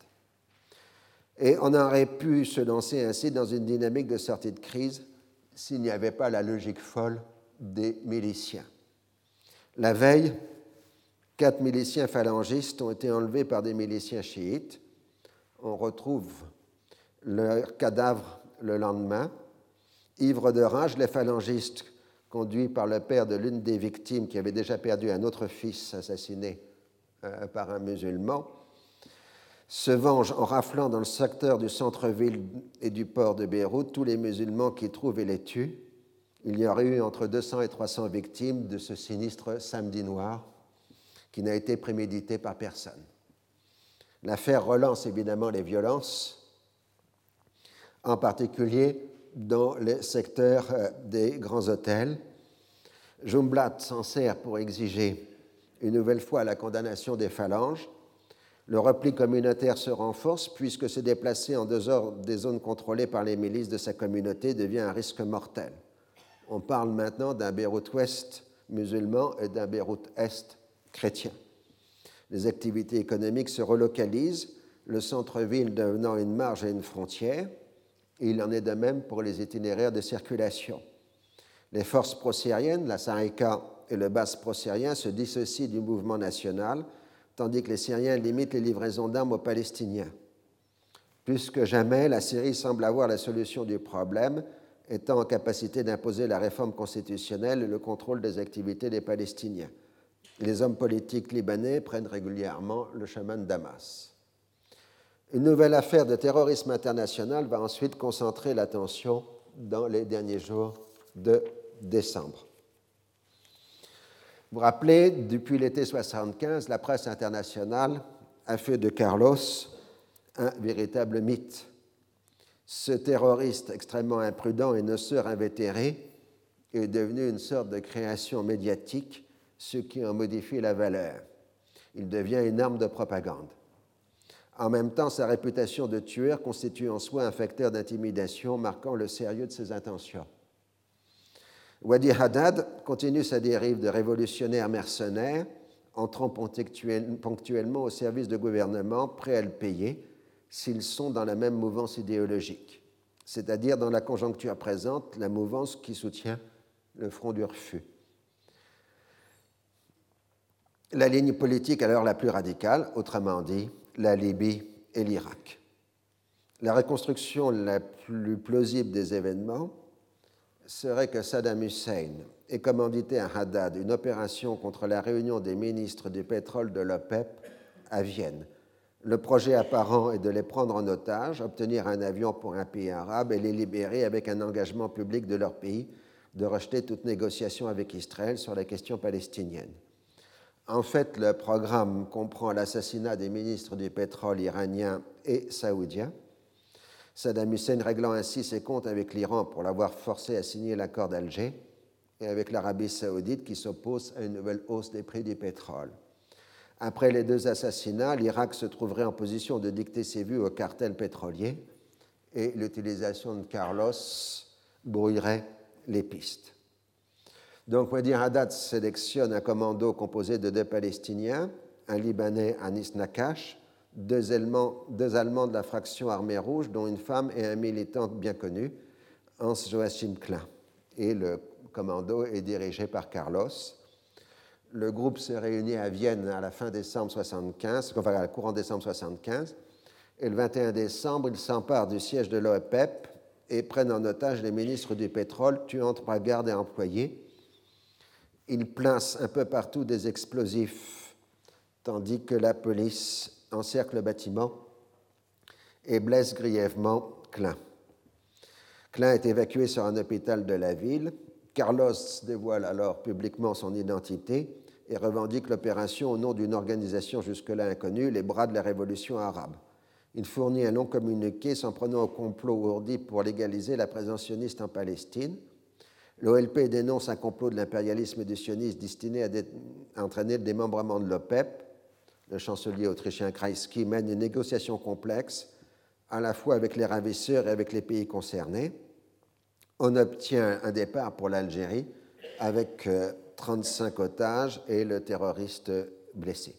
Et on aurait pu se lancer ainsi dans une dynamique de sortie de crise s'il n'y avait pas la logique folle des miliciens. La veille, 4 miliciens phalangistes ont été enlevés par des miliciens chiites. On retrouve leur cadavre le lendemain. Ivres de rage, les phalangistes, conduits par le père de l'une des victimes qui avait déjà perdu un autre fils assassiné par un musulman, se vengent en raflant dans le secteur du centre-ville et du port de Beyrouth tous les musulmans qu'ils trouvent et les tuent. Il y aurait eu entre 200 et 300 victimes de ce sinistre samedi noir qui n'a été prémédité par personne. L'affaire relance évidemment les violences, en particulier dans le secteur des grands hôtels. Jumblat s'en sert pour exiger une nouvelle fois la condamnation des phalanges. Le repli communautaire se renforce puisque se déplacer en dehors des zones contrôlées par les milices de sa communauté devient un risque mortel. On parle maintenant d'un Beyrouth-Ouest musulman et d'un Beyrouth-Est chrétien. Les activités économiques se relocalisent, le centre-ville devenant une marge et une frontière. Et il en est de même pour les itinéraires de circulation. Les forces pro-syriennes, la Sarika et le Bas pro-syrien, se dissocient du mouvement national, tandis que les Syriens limitent les livraisons d'armes aux Palestiniens. Plus que jamais, la Syrie semble avoir la solution du problème, étant en capacité d'imposer la réforme constitutionnelle et le contrôle des activités des Palestiniens. Les hommes politiques libanais prennent régulièrement le chemin de Damas. Une nouvelle affaire de terrorisme international va ensuite concentrer l'attention dans les derniers jours de décembre. Vous vous rappelez, depuis l'été 1975, la presse internationale a fait de Carlos un véritable mythe. Ce terroriste extrêmement imprudent et noceur invétéré est devenu une sorte de création médiatique, ce qui en modifie la valeur. Il devient une arme de propagande. En même temps, sa réputation de tueur constitue en soi un facteur d'intimidation marquant le sérieux de ses intentions. Wadi Haddad continue sa dérive de révolutionnaire mercenaire, entrant ponctuellement au service de gouvernements prêts à le payer s'ils sont dans la même mouvance idéologique, c'est-à-dire dans la conjoncture présente, la mouvance qui soutient le Front du refus. La ligne politique alors la plus radicale, autrement dit, la Libye et l'Irak. La reconstruction la plus plausible des événements serait que Saddam Hussein ait commandité à Haddad une opération contre la réunion des ministres du pétrole de l'OPEP à Vienne. Le projet apparent est de les prendre en otage, obtenir un avion pour un pays arabe et les libérer avec un engagement public de leur pays de rejeter toute négociation avec Israël sur la question palestinienne. En fait, le programme comprend l'assassinat des ministres du pétrole iranien et saoudien, Saddam Hussein réglant ainsi ses comptes avec l'Iran pour l'avoir forcé à signer l'accord d'Alger et avec l'Arabie saoudite qui s'oppose à une nouvelle hausse des prix du pétrole. Après les deux assassinats, l'Irak se trouverait en position de dicter ses vues au cartel pétrolier et l'utilisation de Carlos brouillerait les pistes. Donc, Wadi Haddad sélectionne un commando composé de 2 Palestiniens, un Libanais, Anis Nakash, 2 Allemands de la fraction Armée Rouge, dont une femme et un militant bien connu, Hans Joachim Klein. Et le commando est dirigé par Carlos. Le groupe se réunit à Vienne à la fin décembre 75, enfin à courant décembre 75, et le 21 décembre, ils s'emparent du siège de l'OPEP et prennent en otage les ministres du pétrole, tuant 3 gardes et employés. Ils placent un peu partout des explosifs, tandis que la police encercle le bâtiment et blesse grièvement Klein. Klein est évacué sur un hôpital de la ville. Carlos dévoile alors publiquement son identité et revendique l'opération au nom d'une organisation jusque-là inconnue, les Bras de la Révolution arabe. Il fournit un long communiqué s'en prenant au complot ourdi pour légaliser la présence sioniste en Palestine. L'OLP dénonce un complot de l'impérialisme et du sionisme destiné à entraîner le démembrement de l'OPEP. Le chancelier autrichien Kreisky mène une négociation complexe, à la fois avec les ravisseurs et avec les pays concernés. On obtient un départ pour l'Algérie avec 35 otages et le terroriste blessé.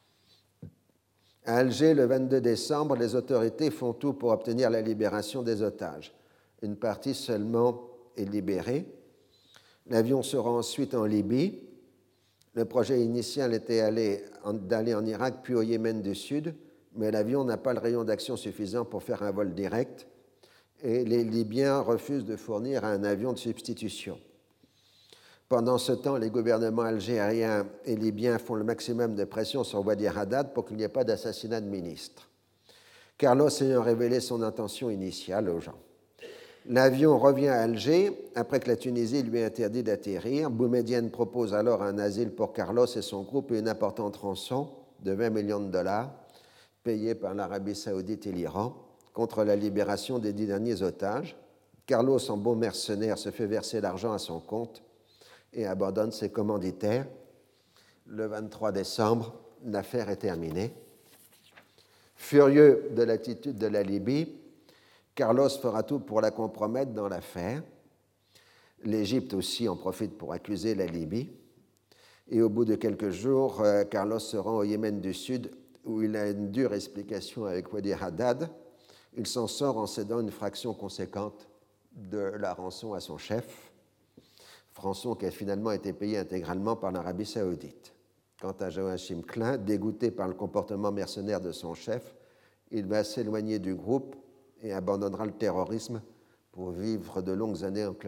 À Alger, le 22 décembre, les autorités font tout pour obtenir la libération des otages. Une partie seulement est libérée. L'avion sera ensuite en Libye. Le projet initial était d'aller en Irak puis au Yémen du Sud, mais l'avion n'a pas le rayon d'action suffisant pour faire un vol direct et les Libyens refusent de fournir un avion de substitution. Pendant ce temps, les gouvernements algériens et libyens font le maximum de pression sur Wadi Haddad pour qu'il n'y ait pas d'assassinat de ministre. Carlos ayant révélé son intention initiale aux gens. L'avion revient à Alger après que la Tunisie lui a interdit d'atterrir. Boumedienne propose alors un asile pour Carlos et son groupe et une importante rançon de 20 millions de dollars payée par l'Arabie saoudite et l'Iran contre la libération des 10 derniers otages. Carlos, en bon mercenaire, se fait verser l'argent à son compte et abandonne ses commanditaires. Le 23 décembre, l'affaire est terminée. Furieux de l'attitude de la Libye, Carlos fera tout pour la compromettre dans l'affaire. L'Égypte aussi en profite pour accuser la Libye. Et au bout de quelques jours, Carlos se rend au Yémen du Sud où il a une dure explication avec Wadi Haddad. Il s'en sort en cédant une fraction conséquente de la rançon à son chef, rançon qui a finalement été payée intégralement par l'Arabie saoudite. Quant à Joachim Klein, dégoûté par le comportement mercenaire de son chef, il va s'éloigner du groupe et abandonnera le terrorisme pour vivre de longues années en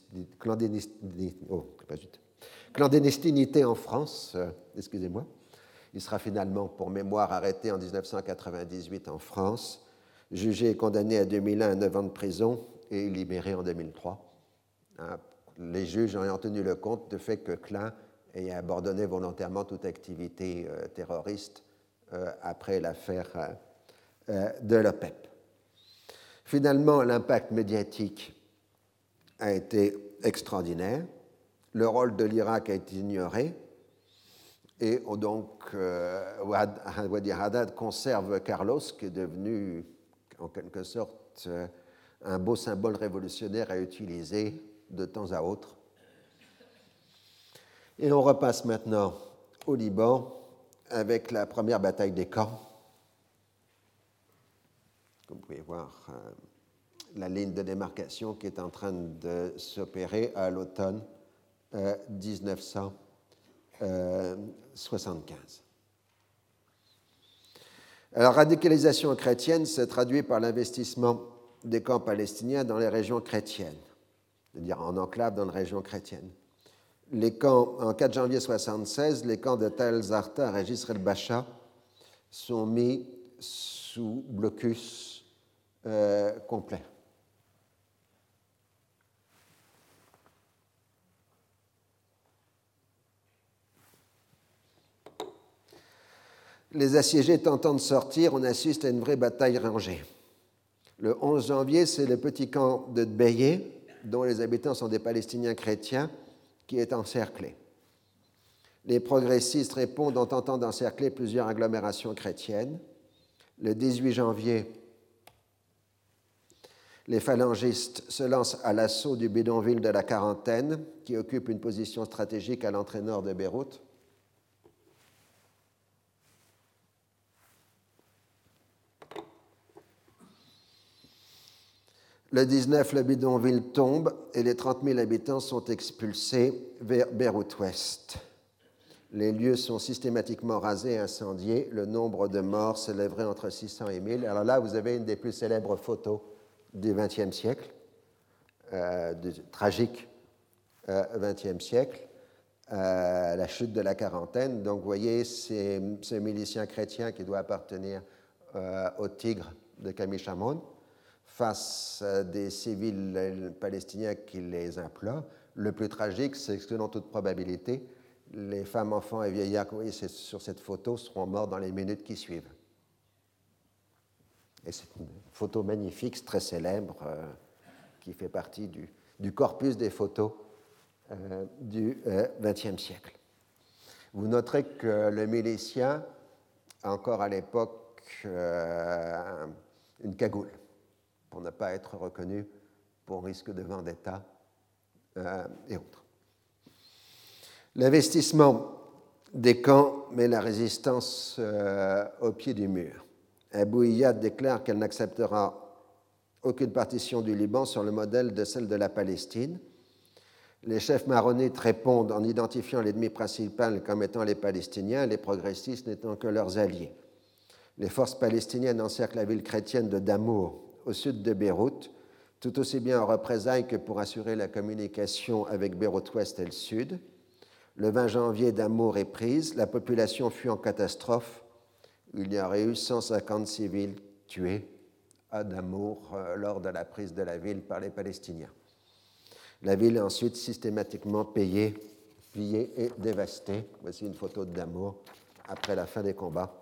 clandestinité en France. Excusez-moi. Il sera finalement, pour mémoire, arrêté en 1998 en France, jugé et condamné à 2001 à 9 ans de prison et libéré en 2003. Les juges ayant tenu le compte du fait que Klein ait abandonné volontairement toute activité terroriste après l'affaire de l'OPEP. Finalement, l'impact médiatique a été extraordinaire. Le rôle de l'Irak a été ignoré Et donc, Wadi Haddad conserve Carlos, qui est devenu, en quelque sorte, un beau symbole révolutionnaire à utiliser de temps à autre. Et on repasse maintenant au Liban avec la première bataille des camps. Comme vous pouvez voir, la ligne de démarcation qui est en train de s'opérer à l'automne 1975. La radicalisation chrétienne se traduit par l'investissement des camps palestiniens dans les régions chrétiennes, c'est-à-dire en enclave dans les régions chrétiennes. Les camps, en 4 janvier 1976, les camps de Tel Zartar et Jisr el-Bacha sont mis sous blocus complet. Les assiégés tentant de sortir, on assiste à une vraie bataille rangée. Le 11 janvier, c'est le petit camp de Tbeyé, dont les habitants sont des Palestiniens chrétiens, qui est encerclé. Les progressistes répondent en tentant d'encercler plusieurs agglomérations chrétiennes. Le 18 janvier, les phalangistes se lancent à l'assaut du bidonville de la Quarantaine, qui occupe une position stratégique à l'entrée nord de Beyrouth. Le 19, le bidonville tombe et les 30 000 habitants sont expulsés vers Beyrouth-Ouest. Les lieux sont systématiquement rasés et incendiés. Le nombre de morts s'élèverait entre 600 et 1000. Alors là, vous avez une des plus célèbres photos du XXe siècle, du tragique XXe siècle, la chute de la Quarantaine. Donc, vous voyez, c'est ce milicien chrétien qui doit appartenir au Tigre de Camille Chamon, face à des civils palestiniens qui les implorent. Le plus tragique, c'est que, selon toute probabilité, les femmes, enfants et vieillards que vous voyez sur cette photo seront morts dans les minutes qui suivent. Et c'est une photo magnifique, très célèbre, qui fait partie du corpus des photos du XXe siècle. Vous noterez que le milicien a encore à l'époque une cagoule, pour ne pas être reconnu pour risque de vendetta et autres. L'investissement des camps met la résistance au pied du mur. Abou Iyad déclare qu'elle n'acceptera aucune partition du Liban sur le modèle de celle de la Palestine. Les chefs maronites répondent en identifiant l'ennemi principal comme étant les Palestiniens, les progressistes n'étant que leurs alliés. Les forces palestiniennes encerclent la ville chrétienne de Damour, au sud de Beyrouth, tout aussi bien en représailles que pour assurer la communication avec Beyrouth-Ouest et le sud. Le 20 janvier, Damour est prise, la population fuit en catastrophe. Il y aurait eu 150 civils tués à Damour lors de la prise de la ville par les Palestiniens. La ville est ensuite systématiquement pillée et dévastée. Voici une photo de Damour après la fin des combats.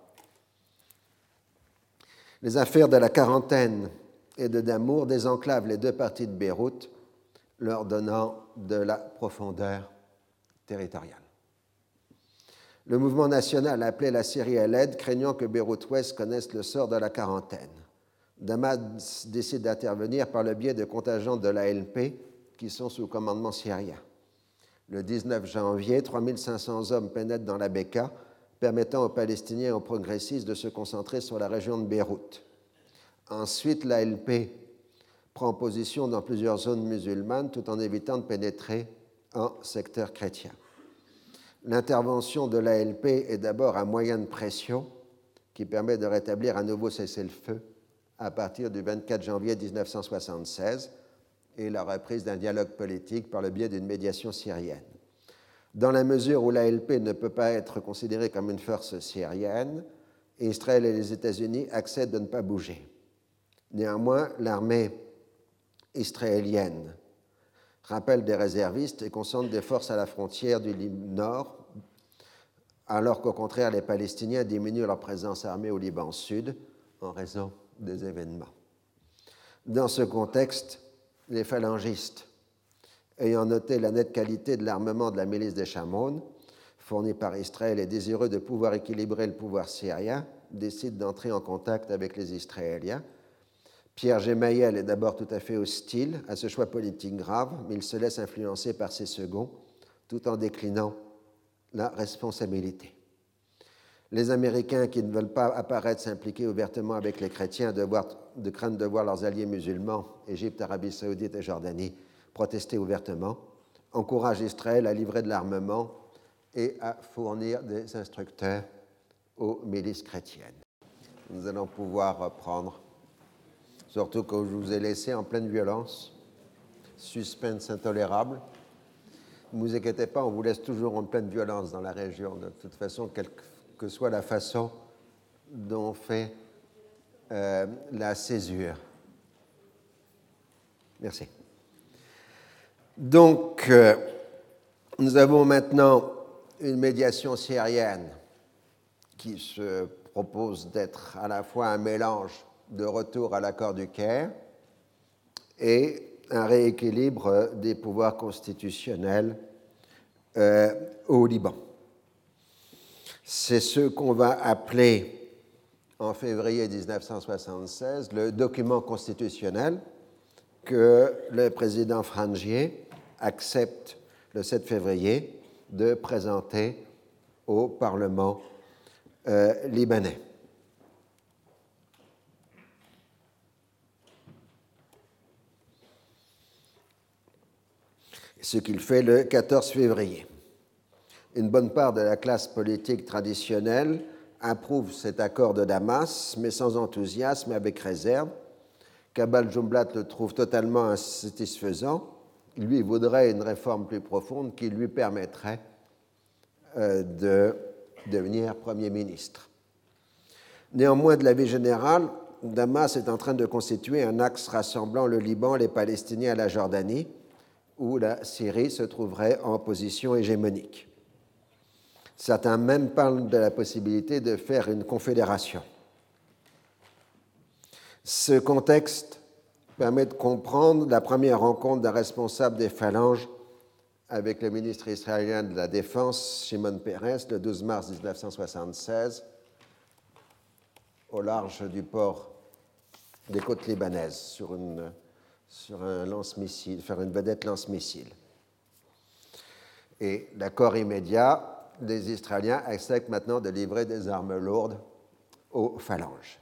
Les affaires de la Quarantaine et de Damour désenclavent les deux parties de Beyrouth, leur donnant de la profondeur territoriale. Le mouvement national appelé la Syrie à l'aide, craignant que Beyrouth-Ouest connaisse le sort de la Quarantaine. Damas décide d'intervenir par le biais de contingents de l'ALP qui sont sous commandement syrien. Le 19 janvier, 3500 hommes pénètrent dans la Beka, permettant aux Palestiniens et aux progressistes de se concentrer sur la région de Beyrouth. Ensuite, l'ALP prend position dans plusieurs zones musulmanes tout en évitant de pénétrer en secteur chrétien. L'intervention de l'ALP est d'abord à moyenne pression qui permet de rétablir un nouveau cessez-le-feu à partir du 24 janvier 1976 et la reprise d'un dialogue politique par le biais d'une médiation syrienne. Dans la mesure où l'ALP ne peut pas être considérée comme une force syrienne, Israël et les États-Unis acceptent de ne pas bouger. Néanmoins, l'armée israélienne rappelle des réservistes et concentre des forces à la frontière du Liban Nord, alors qu'au contraire, les Palestiniens diminuent leur présence armée au Liban Sud en raison des événements. Dans ce contexte, les phalangistes, ayant noté la nette qualité de l'armement de la milice des Chamon, fourni par Israël et désireux de pouvoir équilibrer le pouvoir syrien, décide d'entrer en contact avec les Israéliens. Pierre Gemayel est d'abord tout à fait hostile à ce choix politique grave, mais il se laisse influencer par ses seconds, tout en déclinant la responsabilité. Les Américains qui ne veulent pas apparaître s'impliquer ouvertement avec les chrétiens de crainte de voir leurs alliés musulmans, Égypte, Arabie saoudite et Jordanie, protester ouvertement, encouragent Israël à livrer de l'armement et à fournir des instructeurs aux milices chrétiennes. Nous allons pouvoir reprendre, surtout que je vous ai laissé en pleine violence, suspense intolérable. Ne vous inquiétez pas, on vous laisse toujours en pleine violence dans la région, de toute façon, quelle que soit la façon dont on fait la césure. Merci. Donc, nous avons maintenant une médiation syrienne qui se propose d'être à la fois un mélange de retour à l'accord du Caire et un rééquilibre des pouvoirs constitutionnels au Liban. C'est ce qu'on va appeler en février 1976 le document constitutionnel que le président Frangier accepte le 7 février de présenter au Parlement libanais. Ce qu'il fait le 14 février. Une bonne part de la classe politique traditionnelle approuve cet accord de Damas, mais sans enthousiasme et avec réserve. Kamal Jumblat le trouve totalement insatisfaisant. Lui voudrait une réforme plus profonde qui lui permettrait de devenir Premier ministre. Néanmoins, de la vie générale, Damas est en train de constituer un axe rassemblant le Liban, les Palestiniens et la Jordanie, où la Syrie se trouverait en position hégémonique. Certains même parlent de la possibilité de faire une confédération. Ce contexte permet de comprendre la première rencontre d'un responsable des phalanges avec le ministre israélien de la Défense, Shimon Peres, le 12 mars 1976, au large du port des côtes libanaises, sur un lance-missile, faire une vedette lance-missile. Et l'accord immédiat, les Israéliens acceptent maintenant de livrer des armes lourdes aux phalanges.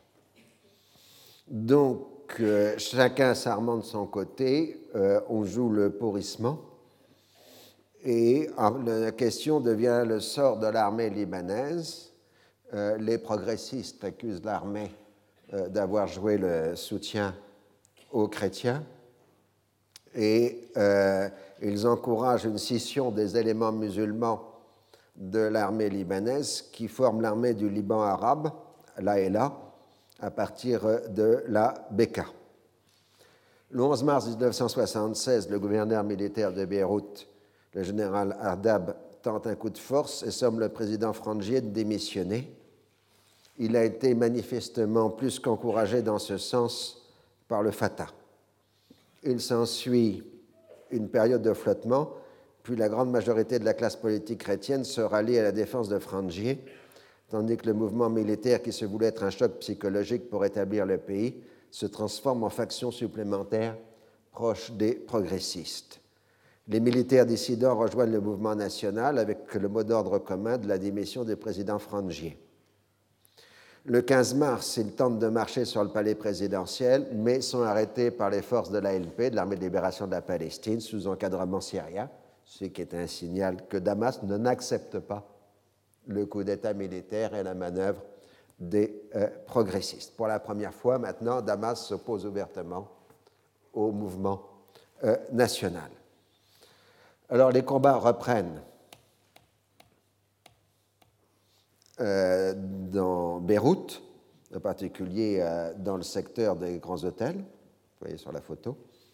Donc, chacun s'armant de son côté, on joue le pourrissement. Et la question devient le sort de l'armée libanaise. Les progressistes accusent l'armée d'avoir joué le soutien aux chrétiens et ils encouragent une scission des éléments musulmans de l'armée libanaise qui forme l'armée du Liban arabe, l'AELA, à partir de la Beka. Le 11 mars 1976, le gouverneur militaire de Beyrouth, le général Ardab, tente un coup de force et somme le président Frangier de démissionner. Il a été manifestement plus qu'encouragé dans ce sens par le Fatah. Il s'ensuit une période de flottement, puis la grande majorité de la classe politique chrétienne se rallie à la défense de Frangier, tandis que le mouvement militaire qui se voulait être un choc psychologique pour établir le pays se transforme en faction supplémentaire proche des progressistes. Les militaires dissidents rejoignent le mouvement national avec le mot d'ordre commun de la démission du président Frangier. Le 15 mars, ils tentent de marcher sur le palais présidentiel, mais sont arrêtés par les forces de l'ALP, de l'Armée de libération de la Palestine, sous encadrement syrien, ce qui est un signal que Damas n'accepte pas le coup d'État militaire et la manœuvre des progressistes. Pour la première fois, maintenant, Damas s'oppose ouvertement au mouvement national. Alors, les combats reprennent dans Beyrouth, en particulier dans le secteur des grands hôtels, vous voyez sur la photo.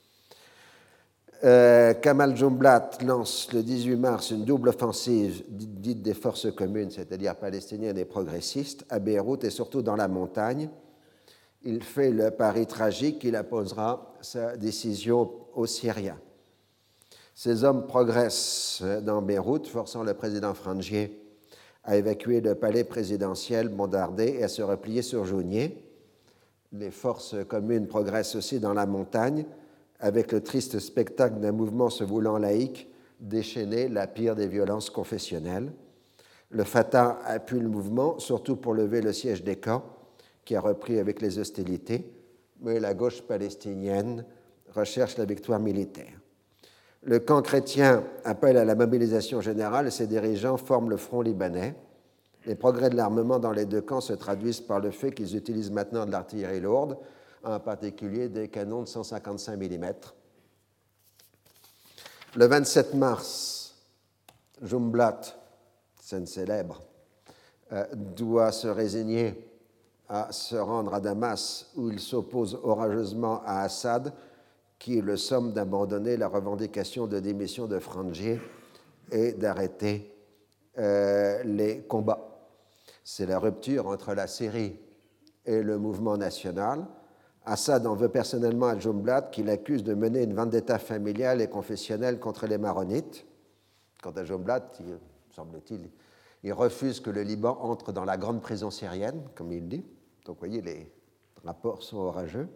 Kamal Jumblat lance le 18 mars une double offensive dite des forces communes, c'est-à-dire palestiniennes et progressistes, à Beyrouth et surtout dans la montagne. Il fait le pari tragique qu'il imposera sa décision aux Syriens. Ces hommes progressent dans Beyrouth, forçant le président Frangier à évacuer le palais présidentiel bombardé et à se replier sur Jounier. Les forces communes progressent aussi dans la montagne, avec le triste spectacle d'un mouvement se voulant laïque déchaîner la pire des violences confessionnelles. Le Fatah appuie le mouvement, surtout pour lever le siège des camps, qui a repris avec les hostilités, mais la gauche palestinienne recherche la victoire militaire. Le camp chrétien appelle à la mobilisation générale et ses dirigeants forment le front libanais. Les progrès de l'armement dans les deux camps se traduisent par le fait qu'ils utilisent maintenant de l'artillerie lourde, en particulier des canons de 155 mm. Le 27 mars, Jumblatt, scène célèbre, doit se résigner à se rendre à Damas, où il s'oppose orageusement à Assad, qui le somme d'abandonner la revendication de démission de Frangier et d'arrêter les combats. C'est la rupture entre la Syrie et le mouvement national. Assad en veut personnellement à Jumblatt, qui l'accuse de mener une vendetta familiale et confessionnelle contre les maronites. Quant à Jumblatt, semble-t-il, il refuse que le Liban entre dans la grande prison syrienne, comme il dit. Donc, vous voyez, les rapports sont orageux.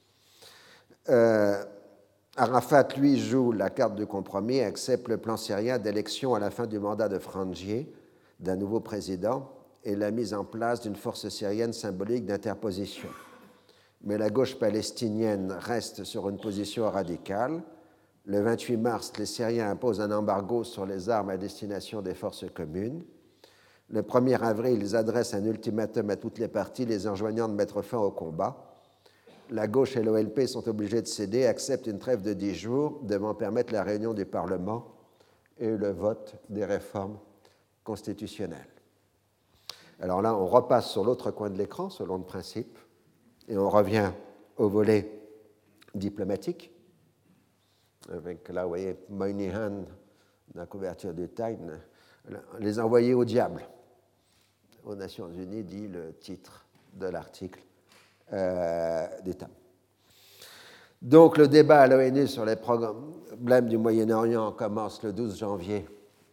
Arafat, lui, joue la carte du compromis et accepte le plan syrien d'élection à la fin du mandat de Frangier, d'un nouveau président, et la mise en place d'une force syrienne symbolique d'interposition. Mais la gauche palestinienne reste sur une position radicale. Le 28 mars, les Syriens imposent un embargo sur les armes à destination des forces communes. Le 1er avril, ils adressent un ultimatum à toutes les parties, les enjoignant de mettre fin au combat. La gauche et l'OLP sont obligés de céder et acceptent une trêve de 10 jours devant permettre la réunion du Parlement et le vote des réformes constitutionnelles. Alors là, on repasse sur l'autre coin de l'écran, selon le principe, et on revient au volet diplomatique, avec là, vous voyez, Moynihan, la couverture du Time, les envoyer au diable aux Nations Unies, dit le titre de l'article du Time. Donc le débat à l'ONU sur les problèmes du Moyen-Orient commence le 12 janvier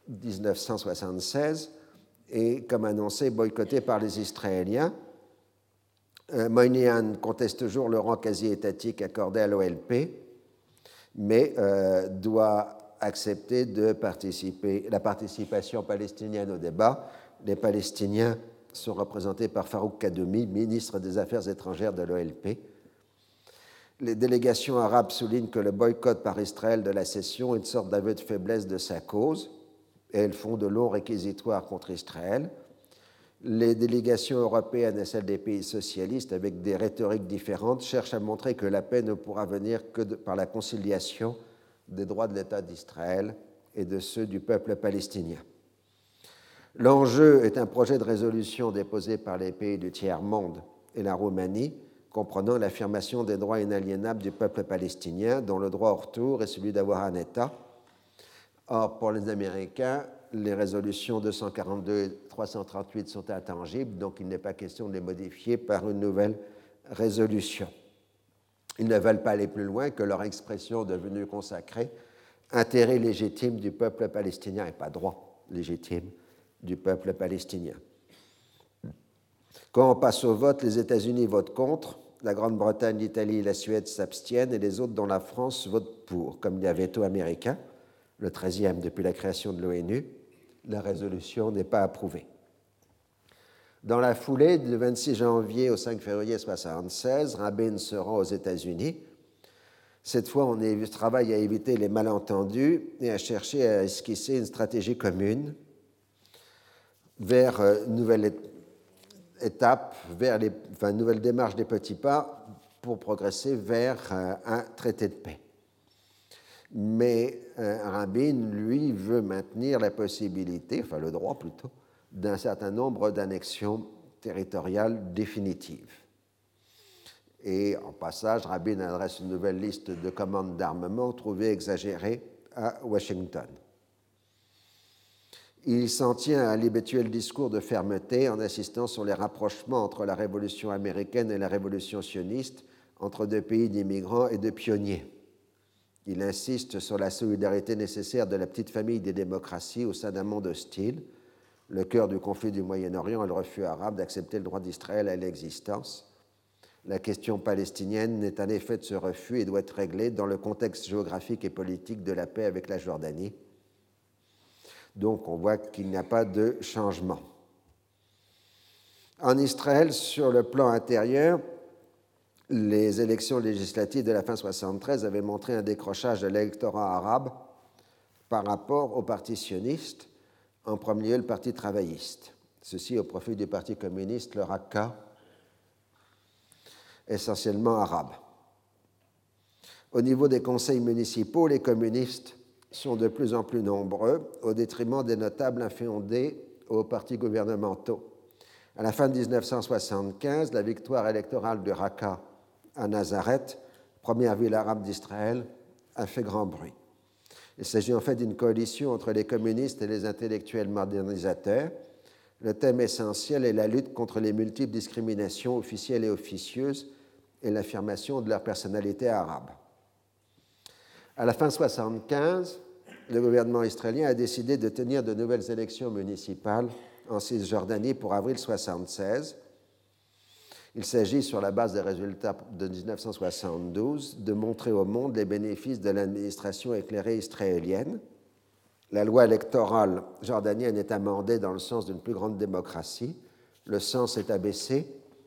1976 et, comme annoncé, boycotté par les Israéliens. Moynihan conteste toujours le rang quasi-étatique accordé à l'OLP, mais doit accepter la participation palestinienne au débat. Les Palestiniens sont représentés par Farouk Kaddoumi, ministre des Affaires étrangères de l'OLP. Les délégations arabes soulignent que le boycott par Israël de la session est une sorte d'aveu de faiblesse de sa cause, et elles font de longs réquisitoires contre Israël. Les délégations européennes et celles des pays socialistes, avec des rhétoriques différentes, cherchent à montrer que la paix ne pourra venir que par la conciliation des droits de l'État d'Israël et de ceux du peuple palestinien. L'enjeu est un projet de résolution déposé par les pays du tiers-monde et la Roumanie, comprenant l'affirmation des droits inaliénables du peuple palestinien, dont le droit au retour est celui d'avoir un État. Or, pour les Américains, les résolutions 242 et 338 sont intangibles, donc il n'est pas question de les modifier par une nouvelle résolution. Ils ne veulent pas aller plus loin que leur expression devenue consacrée, intérêt légitime du peuple palestinien, et pas droit légitime du peuple palestinien. Quand on passe au vote, les États-Unis votent contre, la Grande-Bretagne, l'Italie et la Suède s'abstiennent, et les autres, dont la France, votent pour. Comme il y a veto américain, le 13e depuis la création de l'ONU, la résolution n'est pas approuvée. Dans la foulée, du 26 janvier au 5 février 1976, Rabin se rend aux États-Unis. Cette fois, on travaille à éviter les malentendus et à chercher à esquisser une stratégie commune vers une nouvelle étape, vers une nouvelle démarche des petits pas pour progresser vers un traité de paix. Mais Rabin, lui, veut maintenir la possibilité, enfin le droit plutôt, d'un certain nombre d'annexions territoriales définitives. Et en passage, Rabin adresse une nouvelle liste de commandes d'armement trouvées exagérées à Washington. Il s'en tient à l'habituel discours de fermeté en insistant sur les rapprochements entre la révolution américaine et la révolution sioniste, entre deux pays d'immigrants et de pionniers. Il insiste sur la solidarité nécessaire de la petite famille des démocraties au sein d'un monde hostile. le cœur du conflit du Moyen-Orient est le refus arabe d'accepter le droit d'Israël à l'existence. La question palestinienne n'est en effet de ce refus et doit être réglée dans le contexte géographique et politique de la paix avec la Jordanie. Donc on voit qu'il n'y a pas de changement. En Israël, sur le plan intérieur, les élections législatives de la fin 1973 avaient montré un décrochage de l'électorat arabe par rapport au parti sioniste, en premier lieu le parti travailliste. Ceci au profit du parti communiste, le Raqqa, essentiellement arabe. Au niveau des conseils municipaux, les communistes sont de plus en plus nombreux, au détriment des notables inféodés aux partis gouvernementaux. À la fin de 1975, la victoire électorale de Raqqa à Nazareth, première ville arabe d'Israël, a fait grand bruit. Il s'agit en fait d'une coalition entre les communistes et les intellectuels modernisateurs. Le thème essentiel est la lutte contre les multiples discriminations officielles et officieuses et l'affirmation de leur personnalité arabe. À la fin 1975, le gouvernement israélien a décidé de tenir de nouvelles élections municipales en Cisjordanie pour avril 1976. Il s'agit, sur la base des résultats de 1972, de montrer au monde les bénéfices de l'administration éclairée israélienne. La loi électorale jordanienne est amendée dans le sens d'une plus grande démocratie. Le cens est abaissé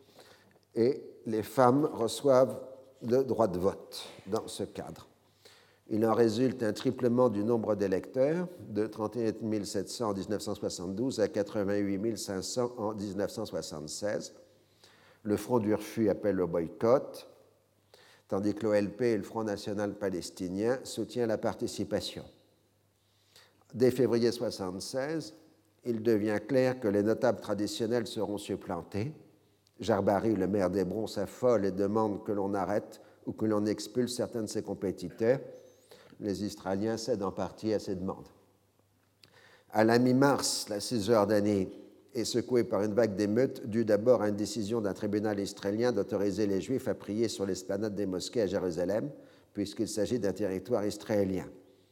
et les femmes reçoivent le droit de vote dans ce cadre. Il en résulte un triplement du nombre d'électeurs, de 31 700 en 1972 à 88 500 en 1976. Le Front du refus appelle au boycott, tandis que l'OLP et le Front national palestinien soutiennent la participation. Dès février 1976, il devient clair que les notables traditionnels seront supplantés. Jarbari, le maire d'Hébron, s'affole et demande que l'on arrête ou que l'on expulse certains de ses compétiteurs. Les Israéliens cèdent en partie à ces demandes. À la mi-mars, la Cisjordanie est secouée par une vague d'émeutes due d'abord à une décision d'un tribunal israélien d'autoriser les Juifs à prier sur l'esplanade des mosquées à Jérusalem, puisqu'il s'agit d'un territoire israélien.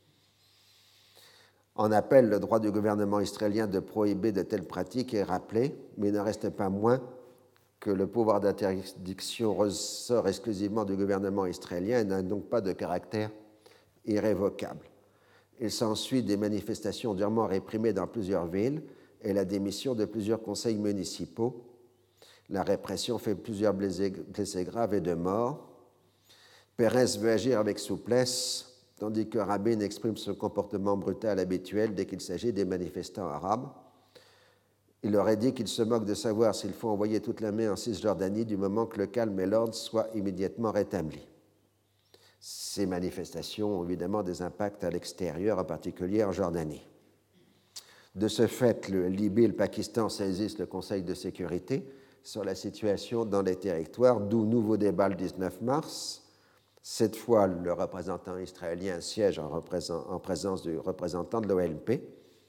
En appel, le droit du gouvernement israélien de prohiber de telles pratiques est rappelé, mais il ne reste pas moins que le pouvoir d'interdiction ressort exclusivement du gouvernement israélien et n'a donc pas de caractère irrévocable. Il s'ensuit des manifestations durement réprimées dans plusieurs villes et la démission de plusieurs conseils municipaux. La répression fait plusieurs blessés graves et de morts. Pérez veut agir avec souplesse, tandis que Rabin exprime son comportement brutal habituel dès qu'il s'agit des manifestants arabes. Il aurait dit qu'il se moque de savoir s'il faut envoyer toute l'armée en Cisjordanie du moment que le calme et l'ordre soient immédiatement rétablis. Ces manifestations ont évidemment des impacts à l'extérieur, en particulier en Jordanie. De ce fait, le Libye et le Pakistan saisissent le Conseil de sécurité sur la situation dans les territoires, d'où nouveau débat le 19 mars. Cette fois, le représentant israélien siège en présence du représentant de l'OLP.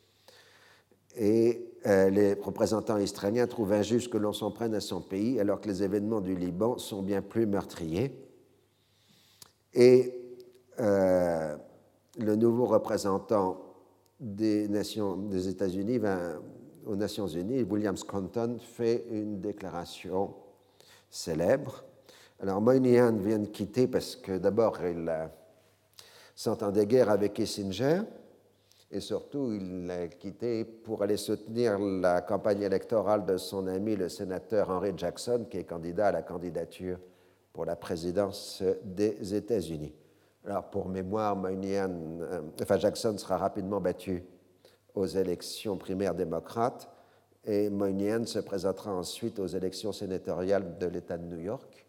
Et les représentants israéliens trouvent injuste que l'on s'en prenne à son pays alors que les événements du Liban sont bien plus meurtriers. Et le nouveau représentant des États-Unis aux Nations Unies, William Scranton, fait une déclaration célèbre. Alors Moynihan vient de quitter parce que d'abord il s'entendait guère avec Kissinger et surtout il a quitté pour aller soutenir la campagne électorale de son ami le sénateur Henry Jackson qui est candidat à la candidature pour la présidence des États-Unis. Alors, pour mémoire, Jackson sera rapidement battu aux élections primaires démocrates et Moynihan se présentera ensuite aux élections sénatoriales de l'État de New York.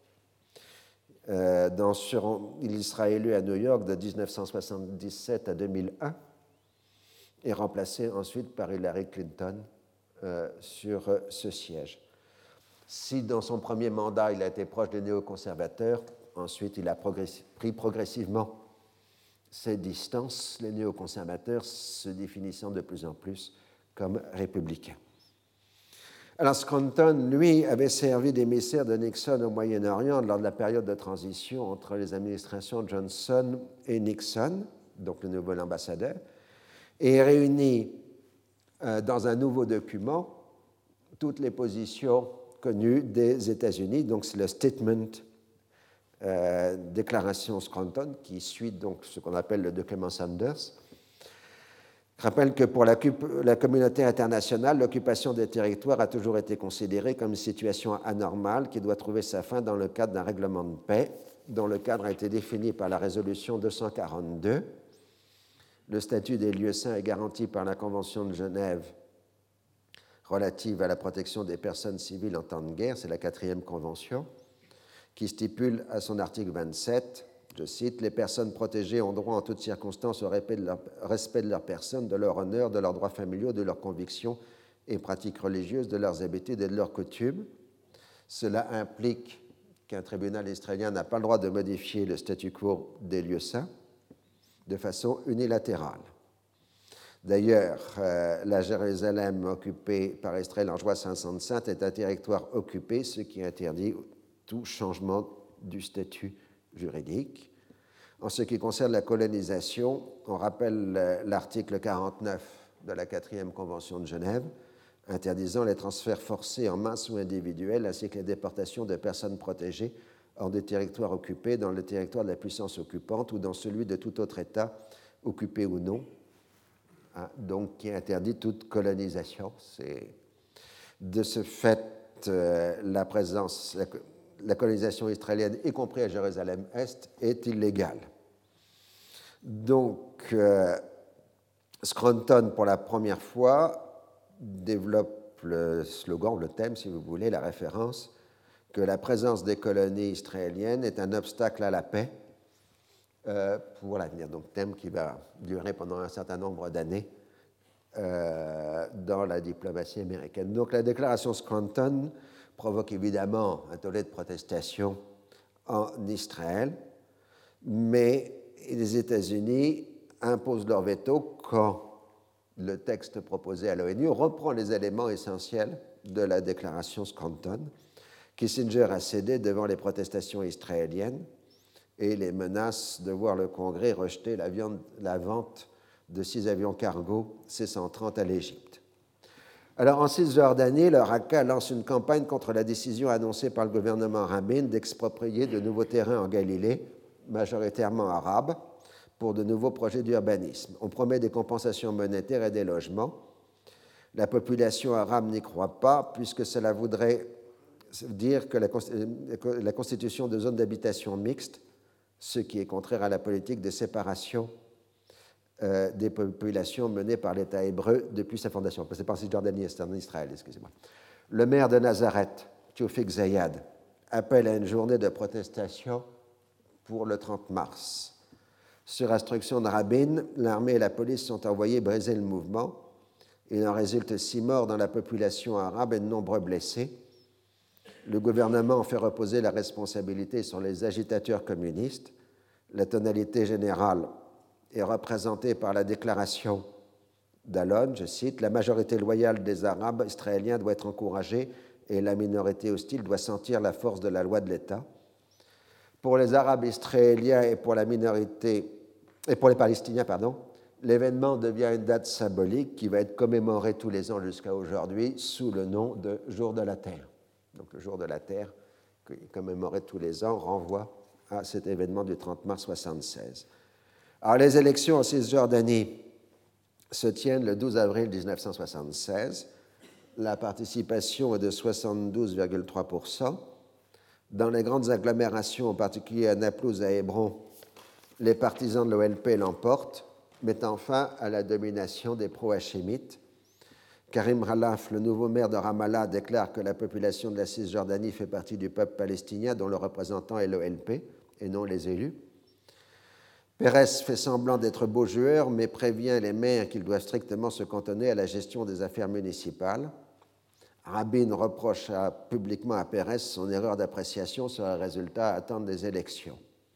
Il sera élu à New York de 1977 à 2001 et remplacé ensuite par Hillary Clinton sur ce siège. Si dans son premier mandat, il a été proche des néoconservateurs, ensuite il a pris progressivement ses distances, les néoconservateurs se définissant de plus en plus comme républicains. Alors Scranton, lui, avait servi d'émissaire de Nixon au Moyen-Orient lors de la période de transition entre les administrations Johnson et Nixon, donc le nouvel ambassadeur, et réunit dans un nouveau document toutes les positions connues des États-Unis. Donc c'est le Statement, déclaration Scranton, qui suit donc ce qu'on appelle le document Sanders. Je rappelle que pour la communauté internationale, l'occupation des territoires a toujours été considérée comme une situation anormale qui doit trouver sa fin dans le cadre d'un règlement de paix, dont le cadre a été défini par la résolution 242. Le statut des lieux saints est garanti par la Convention de Genève relative à la protection des personnes civiles en temps de guerre, c'est la 4e convention, qui stipule à son article 27, je cite, « Les personnes protégées ont droit en toutes circonstances au respect de leur personne, de leur honneur, de leurs droits familiaux, de leurs convictions et pratiques religieuses, de leurs habitudes et de leurs coutumes. Cela implique qu'un tribunal israélien n'a pas le droit de modifier le statu quo des lieux saints de façon unilatérale. » D'ailleurs, la Jérusalem occupée par Israël en juin 567 est un territoire occupé, ce qui interdit tout changement du statut juridique. En ce qui concerne la colonisation, on rappelle l'article 49 de la 4e Convention de Genève, interdisant les transferts forcés en masse ou individuels, ainsi que les déportations de personnes protégées hors des territoires occupés, dans le territoire de la puissance occupante ou dans celui de tout autre État, occupé ou non, donc qui interdit toute colonisation. C'est de ce fait la colonisation israélienne, y compris à Jérusalem-Est, est illégale. Donc, Scranton, pour la première fois, développe le slogan, le thème, si vous voulez, la référence, que la présence des colonies israéliennes est un obstacle à la paix pour l'avenir. Donc, thème qui va durer pendant un certain nombre d'années dans la diplomatie américaine. Donc, la déclaration Scranton provoque évidemment un tollé de protestation en Israël, mais les États-Unis imposent leur veto quand le texte proposé à l'ONU reprend les éléments essentiels de la déclaration Scranton. Kissinger a cédé devant les protestations israéliennes et les menaces de voir le Congrès rejeter la vente de 6 avions cargo C-130 à l'Égypte. Alors, en Cisjordanie, le Raqqa lance une campagne contre la décision annoncée par le gouvernement Rabin d'exproprier de nouveaux terrains en Galilée, majoritairement arabes, pour de nouveaux projets d'urbanisme. On promet des compensations monétaires et des logements. La population arabe n'y croit pas, puisque cela voudrait dire que la constitution de zones d'habitation mixtes, ce qui est contraire à la politique de séparation des populations menées par l'État hébreu depuis sa fondation. C'est pas en Cisjordanie, c'est en Israël, excusez-moi. Le maire de Nazareth, Tawfiq Zayad, appelle à une journée de protestation pour le 30 mars. Sur instruction de Rabin, l'armée et la police sont envoyées briser le mouvement. Il en résulte 6 morts dans la population arabe et de nombreux blessés. Le gouvernement fait reposer la responsabilité sur les agitateurs communistes. La tonalité générale est représentée par la déclaration d'Alon, je cite, « La majorité loyale des Arabes israéliens doit être encouragée et la minorité hostile doit sentir la force de la loi de l'État. » Pour les Arabes israéliens et pour les Palestiniens, l'événement devient une date symbolique qui va être commémorée tous les ans jusqu'à aujourd'hui sous le nom de Jour de la Terre. Donc le Jour de la Terre, qui est commémoré tous les ans, renvoie à cet événement du 30 mars 1976. Alors les élections en Cisjordanie se tiennent le 12 avril 1976. La participation est de 72,3%. Dans les grandes agglomérations, en particulier à Naplouse et à Hébron, les partisans de l'OLP l'emportent, mettant fin à la domination des pro-hachémites. Karim Khalaf, le nouveau maire de Ramallah, déclare que la population de la Cisjordanie fait partie du peuple palestinien dont le représentant est l'OLP et non les élus. Pérez fait semblant d'être beau joueur, mais prévient les maires qu'ils doivent strictement se cantonner à la gestion des affaires municipales. Rabin reproche publiquement à Pérez son erreur d'appréciation sur les résultats à attendre des élections.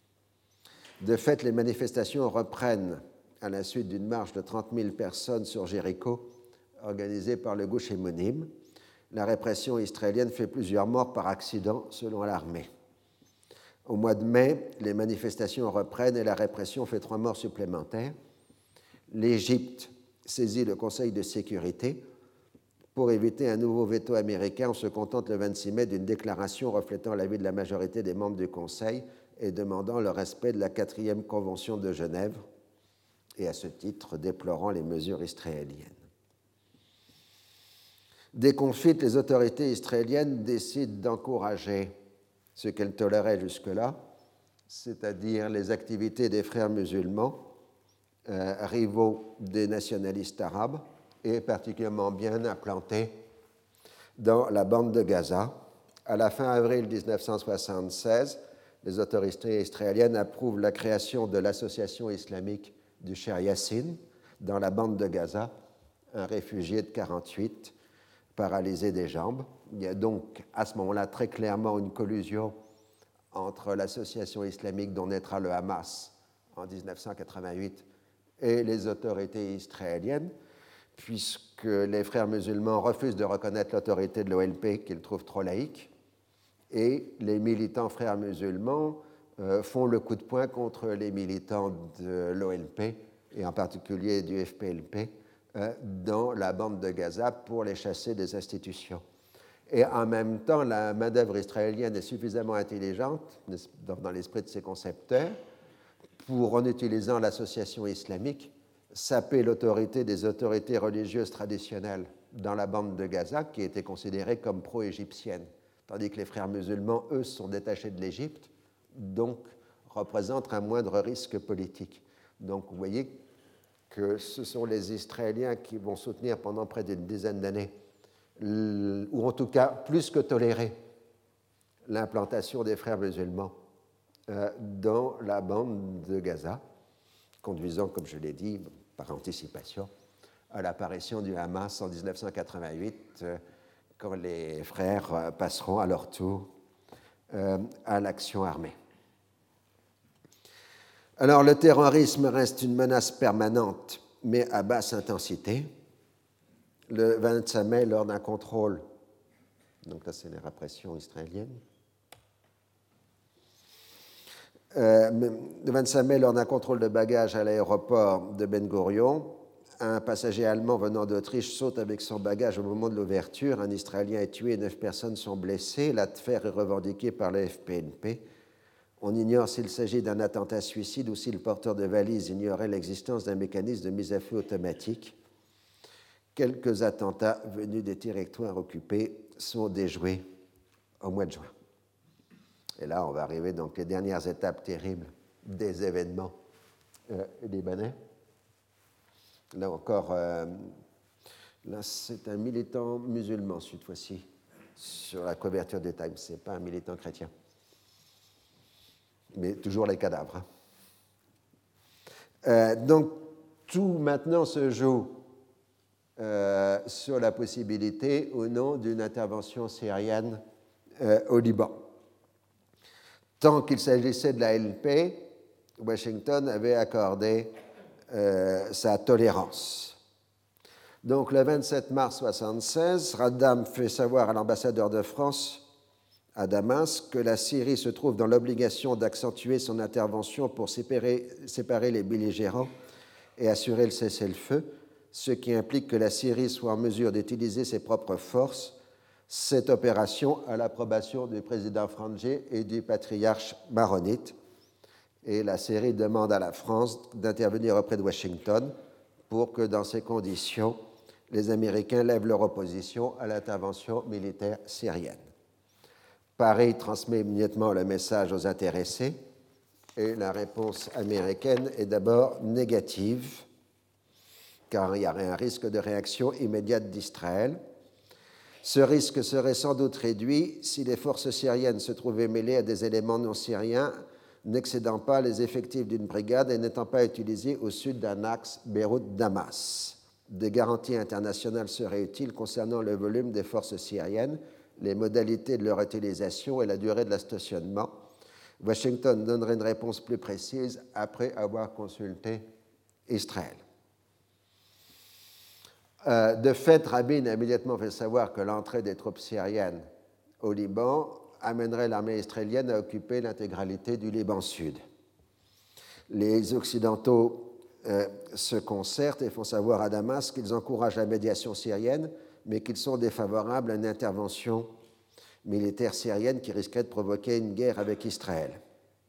De fait, les manifestations reprennent à la suite d'une marche de 30 000 personnes sur Jéricho, organisée par le Gush Emonim. La répression israélienne fait plusieurs morts par accident, selon l'armée. Au mois de mai, les manifestations reprennent et la répression fait 3 morts supplémentaires. L'Égypte saisit le Conseil de sécurité pour éviter un nouveau veto américain. On se contente le 26 mai d'une déclaration reflétant l'avis de la majorité des membres du Conseil et demandant le respect de la 4e Convention de Genève, et à ce titre déplorant les mesures israéliennes. Déconfites, les autorités israéliennes décident d'encourager ce qu'elles toléraient jusque-là, c'est-à-dire les activités des frères musulmans, rivaux des nationalistes arabes, et particulièrement bien implantés dans la bande de Gaza. À la fin avril 1976, les autorités israéliennes approuvent la création de l'association islamique du Cher Yassine dans la bande de Gaza, un réfugié de 48, paralysé des jambes. Il y a donc à ce moment-là très clairement une collusion entre l'association islamique dont naîtra le Hamas en 1988 et les autorités israéliennes, puisque les frères musulmans refusent de reconnaître l'autorité de l'OLP qu'ils trouvent trop laïque, et les militants frères musulmans font le coup de poing contre les militants de l'OLP, et en particulier du FPLP, dans la bande de Gaza pour les chasser des institutions. Et en même temps, la main-d'œuvre israélienne est suffisamment intelligente, dans l'esprit de ses concepteurs, pour, en utilisant l'association islamique, saper l'autorité des autorités religieuses traditionnelles dans la bande de Gaza, qui étaient considérées comme pro-égyptiennes, tandis que les frères musulmans, eux, sont détachés de l'Égypte, donc représentent un moindre risque politique. Donc vous voyez que ce sont les Israéliens qui vont soutenir pendant près d'une dizaine d'années, ou en tout cas plus que tolérer, l'implantation des frères musulmans dans la bande de Gaza, conduisant, comme je l'ai dit, par anticipation, à l'apparition du Hamas en 1988, quand les frères passeront à leur tour à l'action armée. Alors, le terrorisme reste une menace permanente, mais à basse intensité. Le 25 mai, lors d'un contrôle, donc là c'est les répressions israéliennes, le 25 mai, lors d'un contrôle de bagages à l'aéroport de Ben Gurion, un passager allemand venant d'Autriche saute avec son bagage au moment de l'ouverture. Un Israélien est tué et 9 personnes sont blessées. L'affaire est revendiquée par le FPNP. On ignore s'il s'agit d'un attentat suicide ou si le porteur de valise ignorait l'existence d'un mécanisme de mise à feu automatique. Quelques attentats venus des territoires occupés sont déjoués au mois de juin. Et là, on va arriver donc les dernières étapes terribles des événements libanais. Là encore, là c'est un militant musulman cette fois-ci sur la couverture des Times. Ce n'est pas un militant chrétien. Mais toujours les cadavres. Donc tout maintenant se joue sur la possibilité ou non d'une intervention syrienne au Liban. Tant qu'il s'agissait de la LP, Washington avait accordé sa tolérance. Donc le 27 mars 1976, Raddam fait savoir à l'ambassadeur de France à Damas que la Syrie se trouve dans l'obligation d'accentuer son intervention pour séparer les belligérants et assurer le cessez-le-feu, ce qui implique que la Syrie soit en mesure d'utiliser ses propres forces. Cette opération a l'approbation du président Frangé et du patriarche maronite. Et la Syrie demande à la France d'intervenir auprès de Washington pour que, dans ces conditions, les Américains lèvent leur opposition à l'intervention militaire syrienne. Paris transmet immédiatement le message aux intéressés et la réponse américaine est d'abord négative, car il y aurait un risque de réaction immédiate d'Israël. Ce risque serait sans doute réduit si les forces syriennes se trouvaient mêlées à des éléments non syriens n'excédant pas les effectifs d'une brigade et n'étant pas utilisés au sud d'un axe Beyrouth-Damas. Des garanties internationales seraient utiles concernant le volume des forces syriennes, les modalités de leur utilisation et la durée de leur stationnement. Washington donnerait une réponse plus précise après avoir consulté Israël. De fait, Rabin a immédiatement fait savoir que l'entrée des troupes syriennes au Liban amènerait l'armée israélienne à occuper l'intégralité du Liban Sud. Les Occidentaux se concertent et font savoir à Damas qu'ils encouragent la médiation syrienne, mais qu'ils sont défavorables à une intervention militaire syrienne qui risquerait de provoquer une guerre avec Israël.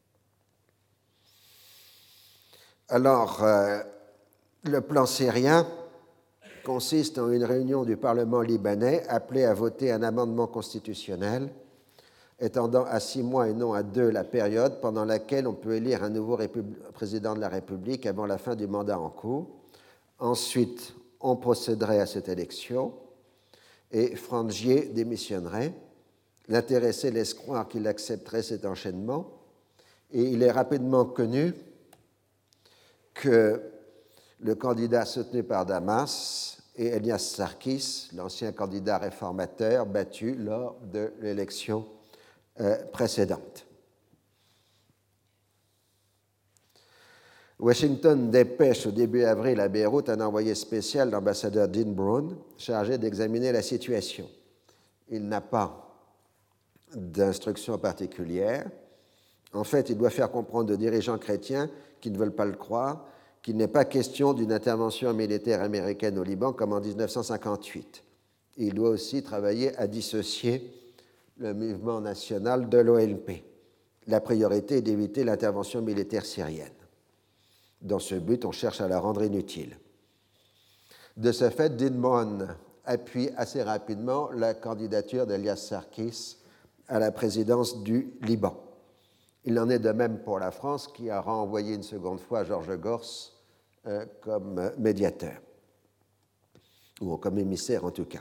Alors, le plan syrien consiste en une réunion du Parlement libanais appelée à voter un amendement constitutionnel étendant à 6 mois et non à 2 la période pendant laquelle on peut élire un nouveau président de la République avant la fin du mandat en cours. Ensuite, on procéderait à cette élection et Frangier démissionnerait. L'intéressé laisse croire qu'il accepterait cet enchaînement et il est rapidement connu que le candidat soutenu par Damas est Elias Sarkis, l'ancien candidat réformateur battu lors de l'élection précédente. Washington dépêche au début avril à Beyrouth un envoyé spécial, l'ambassadeur Dean Brown, chargé d'examiner la situation. Il n'a pas d'instructions particulières. En fait, il doit faire comprendre aux dirigeants chrétiens qui ne veulent pas le croire qu'il n'est pas question d'une intervention militaire américaine au Liban comme en 1958. Il doit aussi travailler à dissocier le mouvement national de l'OLP. La priorité est d'éviter l'intervention militaire syrienne. Dans ce but, on cherche à la rendre inutile. De ce fait, Dean Brown appuie assez rapidement la candidature d'Elias Sarkis à la présidence du Liban. Il en est de même pour la France, qui a renvoyé une seconde fois Georges Gors comme médiateur, ou comme émissaire en tout cas.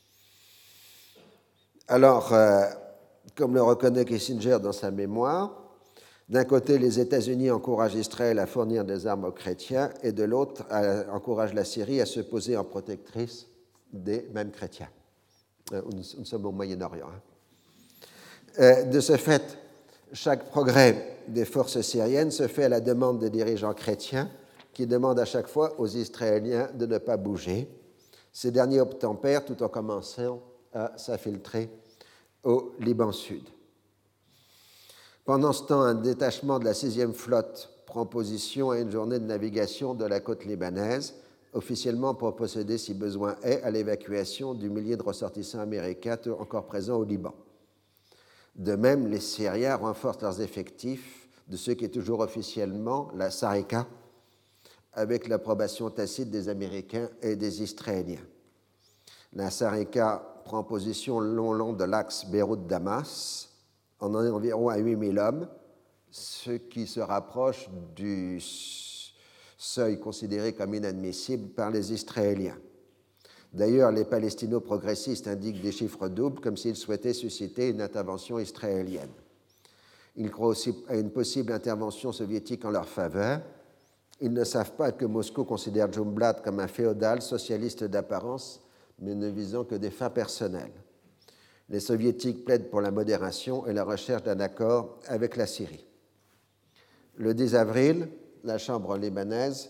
Alors, comme le reconnaît Kissinger dans sa mémoire, d'un côté, les États-Unis encouragent Israël à fournir des armes aux chrétiens et de l'autre, encouragent la Syrie à se poser en protectrice des mêmes chrétiens. Nous sommes au Moyen-Orient. De ce fait, chaque progrès des forces syriennes se fait à la demande des dirigeants chrétiens qui demandent à chaque fois aux Israéliens de ne pas bouger. Ces derniers obtempèrent tout en commençant à s'infiltrer au Liban Sud. Pendant ce temps, un détachement de la 6e flotte prend position à une journée de navigation de la côte libanaise, officiellement pour procéder, si besoin est, à l'évacuation du millier de ressortissants américains encore présents au Liban. De même, les Syriens renforcent leurs effectifs de ce qui est toujours officiellement la Sarika, avec l'approbation tacite des Américains et des Israéliens. La Sarika prend position le long de l'axe Beyrouth-Damas, en environ à 8000 hommes, ce qui se rapproche du seuil considéré comme inadmissible par les Israéliens. D'ailleurs, les palestino-progressistes indiquent des chiffres doubles comme s'ils souhaitaient susciter une intervention israélienne. Ils croient aussi à une possible intervention soviétique en leur faveur. Ils ne savent pas que Moscou considère Jumblat comme un féodal socialiste d'apparence, mais ne visant que des fins personnelles. Les soviétiques plaident pour la modération et la recherche d'un accord avec la Syrie. Le 10 avril, la Chambre libanaise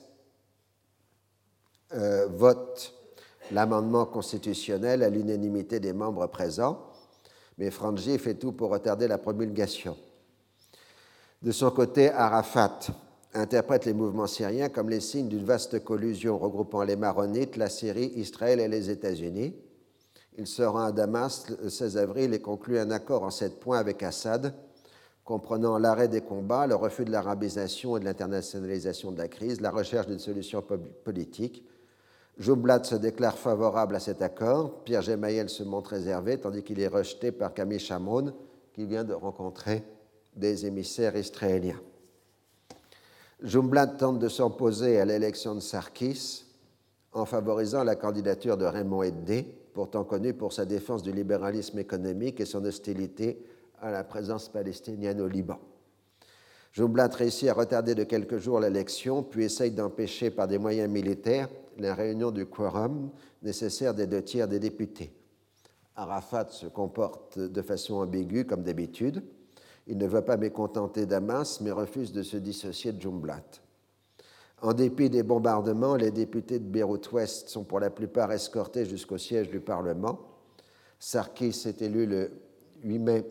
vote l'amendement constitutionnel à l'unanimité des membres présents, mais Frangier fait tout pour retarder la promulgation. De son côté, Arafat interprète les mouvements syriens comme les signes d'une vaste collusion regroupant les Maronites, la Syrie, Israël et les États-Unis. Il se rend à Damas le 16 avril et conclut un accord en 7 points avec Assad, comprenant l'arrêt des combats, le refus de l'arabisation et de l'internationalisation de la crise, la recherche d'une solution politique. Jumblat se déclare favorable à cet accord. Pierre Gemayel se montre réservé, tandis qu'il est rejeté par Camille Chamron, qui vient de rencontrer des émissaires israéliens. Jumblat tente de s'opposer à l'élection de Sarkis en favorisant la candidature de Raymond Eddé, pourtant connu pour sa défense du libéralisme économique et son hostilité à la présence palestinienne au Liban. Jumblat réussit à retarder de quelques jours l'élection, puis essaye d'empêcher par des moyens militaires la réunion du quorum nécessaire des 2/3 des députés. Arafat se comporte de façon ambiguë, comme d'habitude. Il ne veut pas mécontenter Damas, mais refuse de se dissocier de Jumblat. En dépit des bombardements, les députés de Beyrouth-Ouest sont pour la plupart escortés jusqu'au siège du Parlement. Sarkis est élu le 8 mai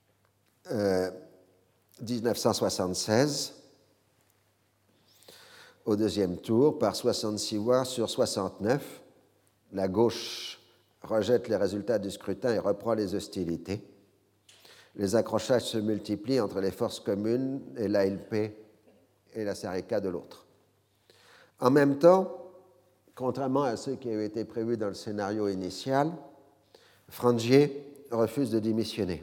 1976. au deuxième tour par 66 voix sur 69. La gauche rejette les résultats du scrutin et reprend les hostilités. Les accrochages se multiplient entre les forces communes et l'ALP et la Sarika de l'autre. En même temps, contrairement à ce qui avait été prévu dans le scénario initial, Frangier refuse de démissionner.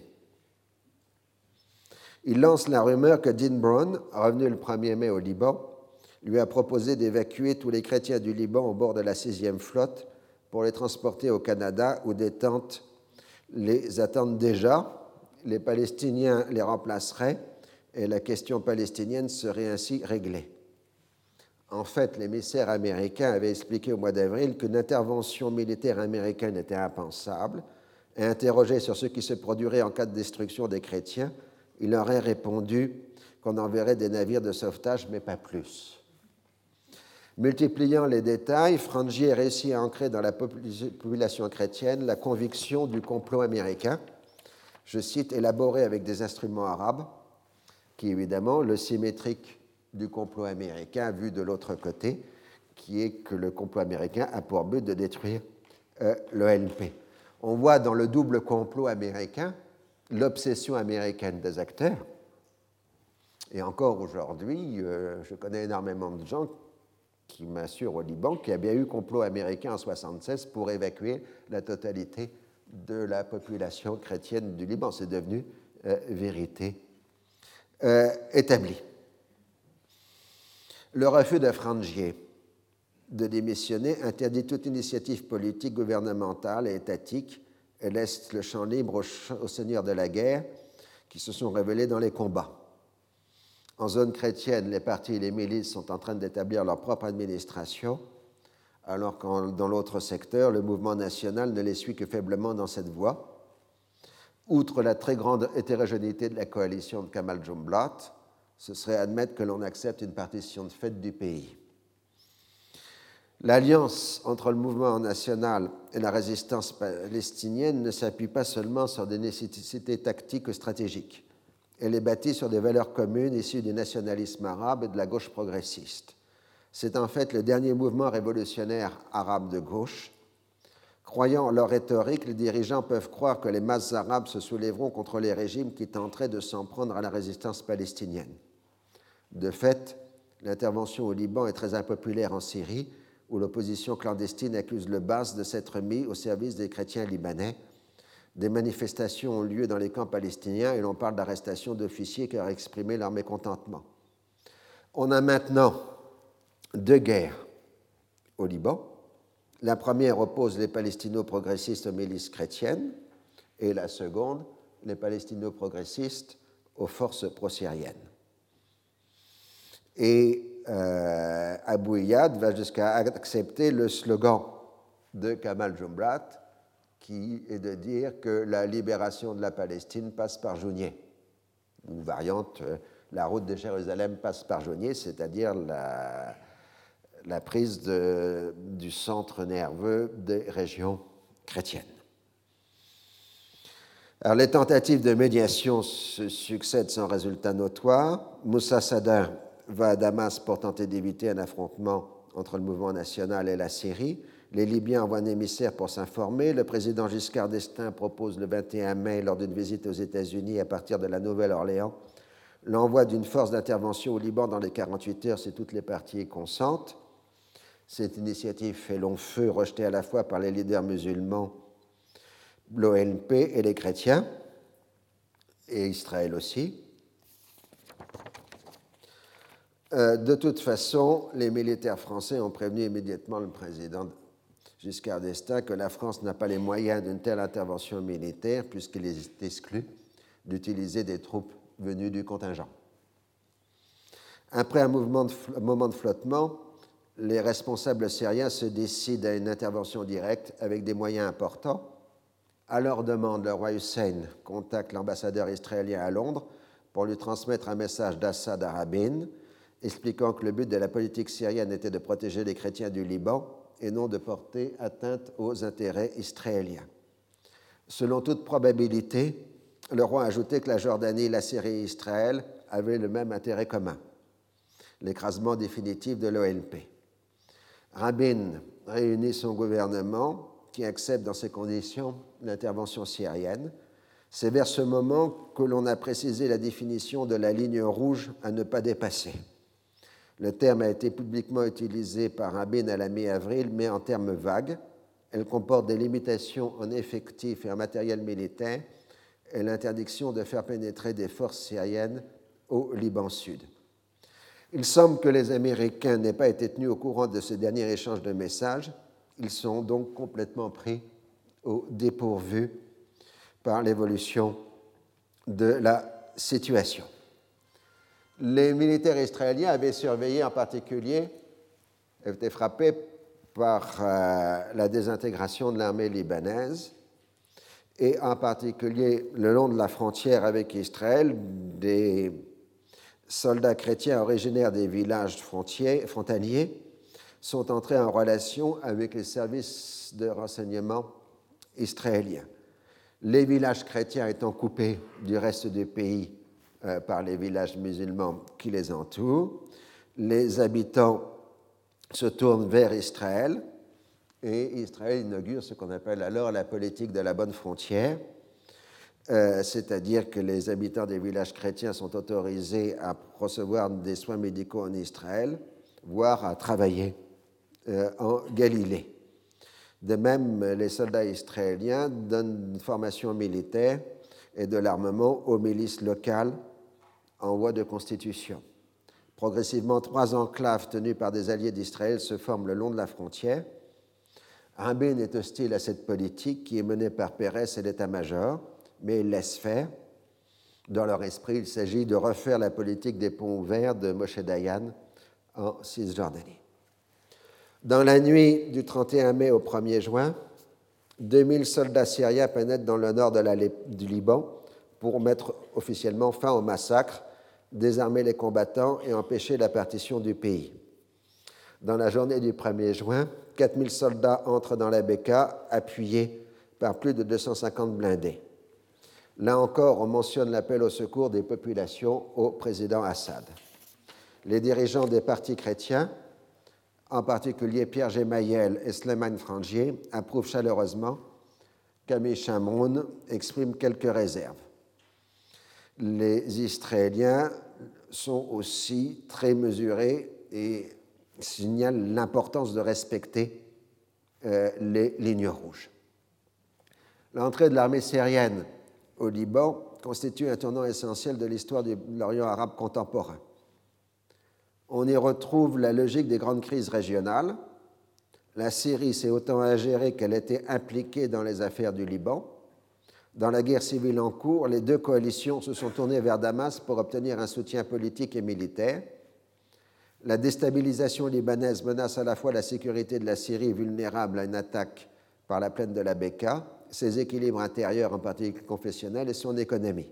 Il lance la rumeur que Dean Brown, revenu le 1er mai au Liban, lui a proposé d'évacuer tous les chrétiens du Liban au bord de la 6e flotte pour les transporter au Canada où des tentes les attendent déjà. Les Palestiniens les remplaceraient et la question palestinienne serait ainsi réglée. En fait, l'émissaire américain avait expliqué au mois d'avril qu'une intervention militaire américaine était impensable et interrogé sur ce qui se produirait en cas de destruction des chrétiens, il aurait répondu qu'on enverrait des navires de sauvetage, mais pas plus. Multipliant les détails, Frangier réussit à ancrer dans la population chrétienne la conviction du complot américain, je cite, élaboré avec des instruments arabes, qui est évidemment le symétrique du complot américain vu de l'autre côté, qui est que le complot américain a pour but de détruire l'OLP. On voit dans le double complot américain l'obsession américaine des acteurs. Et encore aujourd'hui, je connais énormément de gens qui m'assurent au Liban qu'il y a bien eu complot américain en 1976 pour évacuer la totalité de la population chrétienne du Liban. C'est devenu vérité établie. Le refus de Frangier de démissionner interdit toute initiative politique, gouvernementale et étatique et laisse le champ libre aux seigneurs de la guerre qui se sont révélés dans les combats. En zone chrétienne, les partis et les milices sont en train d'établir leur propre administration, alors que dans l'autre secteur, le mouvement national ne les suit que faiblement dans cette voie. Outre la très grande hétérogénéité de la coalition de Kamal Jumblat, ce serait admettre que l'on accepte une partition de fait du pays. L'alliance entre le mouvement national et la résistance palestinienne ne s'appuie pas seulement sur des nécessités tactiques ou stratégiques. Elle est bâtie sur des valeurs communes issues du nationalisme arabe et de la gauche progressiste. C'est en fait le dernier mouvement révolutionnaire arabe de gauche. Croyant en leur rhétorique, les dirigeants peuvent croire que les masses arabes se soulèveront contre les régimes qui tenteraient de s'en prendre à la résistance palestinienne. De fait, l'intervention au Liban est très impopulaire en Syrie, où l'opposition clandestine accuse le Baas de s'être mis au service des chrétiens libanais. Des manifestations ont lieu dans les camps palestiniens et l'on parle d'arrestation d'officiers qui auraient exprimé leur mécontentement. On a maintenant deux guerres au Liban. La première oppose les palestino-progressistes aux milices chrétiennes et la seconde, les palestino-progressistes aux forces pro-syriennes. Et Abou Iyad va jusqu'à accepter le slogan de Kamal Jumblat, qui est de dire que la libération de la Palestine passe par Jounieh, ou variante, la route de Jérusalem passe par Jounieh, c'est-à-dire la prise du centre nerveux des régions chrétiennes. Alors, les tentatives de médiation se succèdent sans résultat notoire. Moussa Sadr va à Damas pour tenter d'éviter un affrontement entre le mouvement national et la Syrie. Les Libyens envoient un émissaire pour s'informer. Le président Giscard d'Estaing propose le 21 mai, lors d'une visite aux États-Unis à partir de la Nouvelle-Orléans, l'envoi d'une force d'intervention au Liban dans les 48 heures si toutes les parties y consentent. Cette initiative fait long feu, rejetée à la fois par les leaders musulmans, l'OLP et les chrétiens, et Israël aussi. De toute façon, les militaires français ont prévenu immédiatement le président Giscard d'Estaing que la France n'a pas les moyens d'une telle intervention militaire puisqu'il est exclu d'utiliser des troupes venues du contingent. Après un moment de flottement, les responsables syriens se décident à une intervention directe avec des moyens importants. À leur demande, le roi Hussein contacte l'ambassadeur israélien à Londres pour lui transmettre un message d'Assad à Rabin, expliquant que le but de la politique syrienne était de protéger les chrétiens du Liban et non de porter atteinte aux intérêts israéliens. Selon toute probabilité, le roi a ajouté que la Jordanie, la Syrie et Israël avaient le même intérêt commun. l'écrasement définitif de l'OLP. Rabin réunit son gouvernement qui accepte dans ces conditions l'intervention syrienne. C'est vers ce moment que l'on a précisé la définition de la ligne rouge à ne pas dépasser. Le terme a été publiquement utilisé par Rabin à la mi-avril, mais en termes vagues. Elle comporte des limitations en effectifs et en matériel militaire et l'interdiction de faire pénétrer des forces syriennes au Liban Sud. Il semble que les Américains n'aient pas été tenus au courant de ce dernier échange de messages. Ils sont donc complètement pris au dépourvu par l'évolution de la situation. Les militaires israéliens avaient surveillé en particulier, étaient frappés par la désintégration de l'armée libanaise et en particulier le long de la frontière avec Israël, des soldats chrétiens originaires des villages frontaliers sont entrés en relation avec les services de renseignement israéliens. Les villages chrétiens étant coupés du reste du pays par les villages musulmans qui les entourent, les habitants se tournent vers Israël et Israël inaugure ce qu'on appelle alors la politique de la bonne frontière, c'est-à-dire que les habitants des villages chrétiens sont autorisés à recevoir des soins médicaux en Israël, voire à travailler en Galilée. De même, les soldats israéliens donnent une formation militaire et de l'armement aux milices locales en voie de constitution. Progressivement, 3 enclaves tenues par des alliés d'Israël se forment le long de la frontière. Rabin est hostile à cette politique qui est menée par Pérez et l'état-major, mais il laisse faire. Dans leur esprit, il s'agit de refaire la politique des ponts ouverts de Moshe Dayan en Cisjordanie. Dans la nuit du 31 mai au 1er juin, 2000 soldats syriens pénètrent dans le nord du Liban pour mettre officiellement fin au massacre, désarmer les combattants et empêcher la partition du pays. Dans la journée du 1er juin, 4000 soldats entrent dans la Beka, appuyés par plus de 250 blindés. Là encore, on mentionne l'appel au secours des populations au président Assad. Les dirigeants des partis chrétiens, en particulier Pierre Gemayel et Sleiman Frangier, approuvent chaleureusement qu'Ami Shamroun exprime quelques réserves. Les Israéliens sont aussi très mesurés et signalent l'importance de respecter les lignes rouges. L'entrée de l'armée syrienne au Liban constitue un tournant essentiel de l'histoire de l'Orient arabe contemporain. On y retrouve la logique des grandes crises régionales. La Syrie s'est autant ingérée qu'elle était impliquée dans les affaires du Liban. Dans la guerre civile en cours, les deux coalitions se sont tournées vers Damas pour obtenir un soutien politique et militaire. La déstabilisation libanaise menace à la fois la sécurité de la Syrie vulnérable à une attaque par la plaine de la Beka, ses équilibres intérieurs, en particulier confessionnels, et son économie.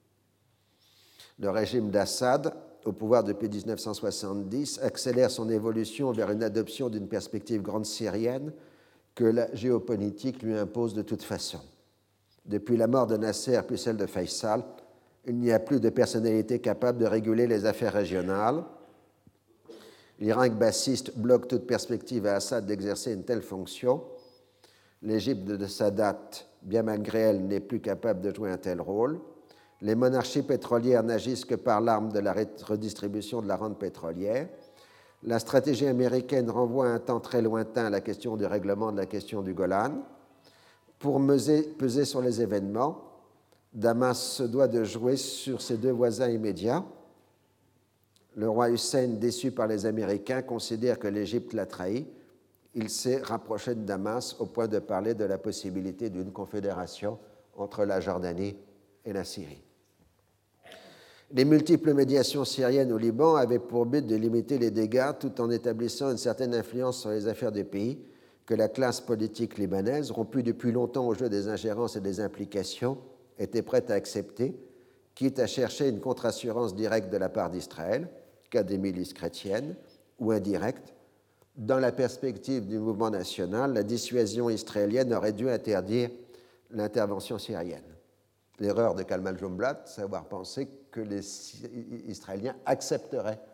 Le régime d'Assad, au pouvoir depuis 1970, accélère son évolution vers une adoption d'une perspective grande syrienne que la géopolitique lui impose de toute façon. Depuis la mort de Nasser puis celle de Faisal, il n'y a plus de personnalité capable de réguler les affaires régionales. L'Irak bassiste bloque toute perspective à Assad d'exercer une telle fonction. L'Égypte de Sadat, bien malgré elle, n'est plus capable de jouer un tel rôle. Les monarchies pétrolières n'agissent que par l'arme de la redistribution de la rente pétrolière. La stratégie américaine renvoie à un temps très lointain la question du règlement de la question du Golan. Pour peser sur les événements, Damas se doit de jouer sur ses deux voisins immédiats. Le roi Hussein, déçu par les Américains, considère que l'Égypte l'a trahi. Il s'est rapproché de Damas au point de parler de la possibilité d'une confédération entre la Jordanie et la Syrie. Les multiples médiations syriennes au Liban avaient pour but de limiter les dégâts tout en établissant une certaine influence sur les affaires du pays que la classe politique libanaise, rompue depuis longtemps au jeu des ingérences et des implications, était prête à accepter, quitte à chercher une contre-assurance directe de la part d'Israël, cas des milices chrétiennes, ou indirecte. Dans la perspective du mouvement national, la dissuasion israélienne aurait dû interdire l'intervention syrienne. L'erreur de Kalman Jumblat, c'est d'avoir pensé que les Israéliens accepteraient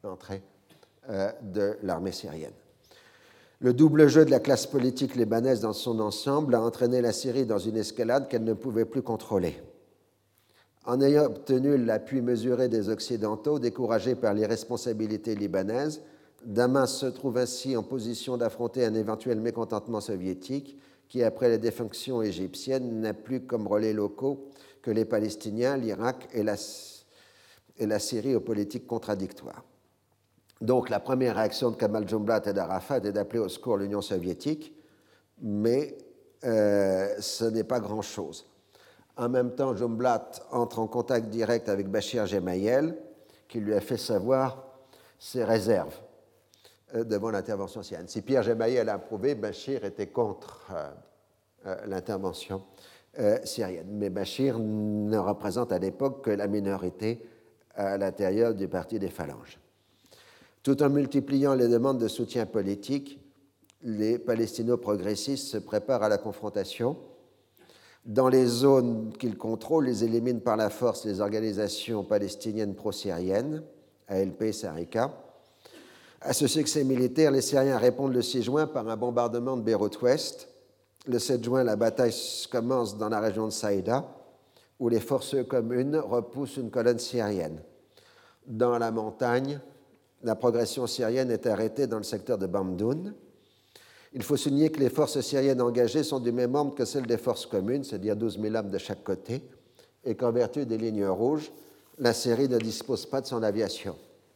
l'entrée de l'armée syrienne. Le double jeu de la classe politique libanaise dans son ensemble a entraîné la Syrie dans une escalade qu'elle ne pouvait plus contrôler. En ayant obtenu l'appui mesuré des Occidentaux, découragés par l'irresponsabilité libanaise, Damas se trouve ainsi en position d'affronter un éventuel mécontentement soviétique qui, après la défunction égyptienne, n'a plus comme relais locaux que les Palestiniens, l'Irak et la Syrie aux politiques contradictoires. Donc la première réaction de Kamal Jumblat et d'Arafat est d'appeler au secours l'Union soviétique, mais ce n'est pas grand-chose. En même temps, Jumblat entre en contact direct avec Bachir Gemayel, qui lui a fait savoir ses réserves devant l'intervention syrienne. Si Pierre Gemayel a approuvé, Bachir était contre l'intervention syrienne. Mais Bachir ne représente à l'époque que la minorité à l'intérieur du parti des phalanges. Tout en multipliant les demandes de soutien politique, les palestino-progressistes se préparent à la confrontation. Dans les zones qu'ils contrôlent, ils éliminent par la force les organisations palestiniennes pro-syriennes, ALP et Sarika. À ce succès militaire, les Syriens répondent le 6 juin par un bombardement de Beyrouth-Ouest. Le 7 juin, la bataille commence dans la région de Saïda, où les forces communes repoussent une colonne syrienne. Dans la montagne, la progression syrienne est arrêtée dans le secteur de Bamdoun. Il faut souligner que les forces syriennes engagées sont du même ordre que celles des forces communes, c'est-à-dire 12 000 hommes de chaque côté, et qu'en vertu des lignes rouges, la Syrie ne dispose pas de son aviation.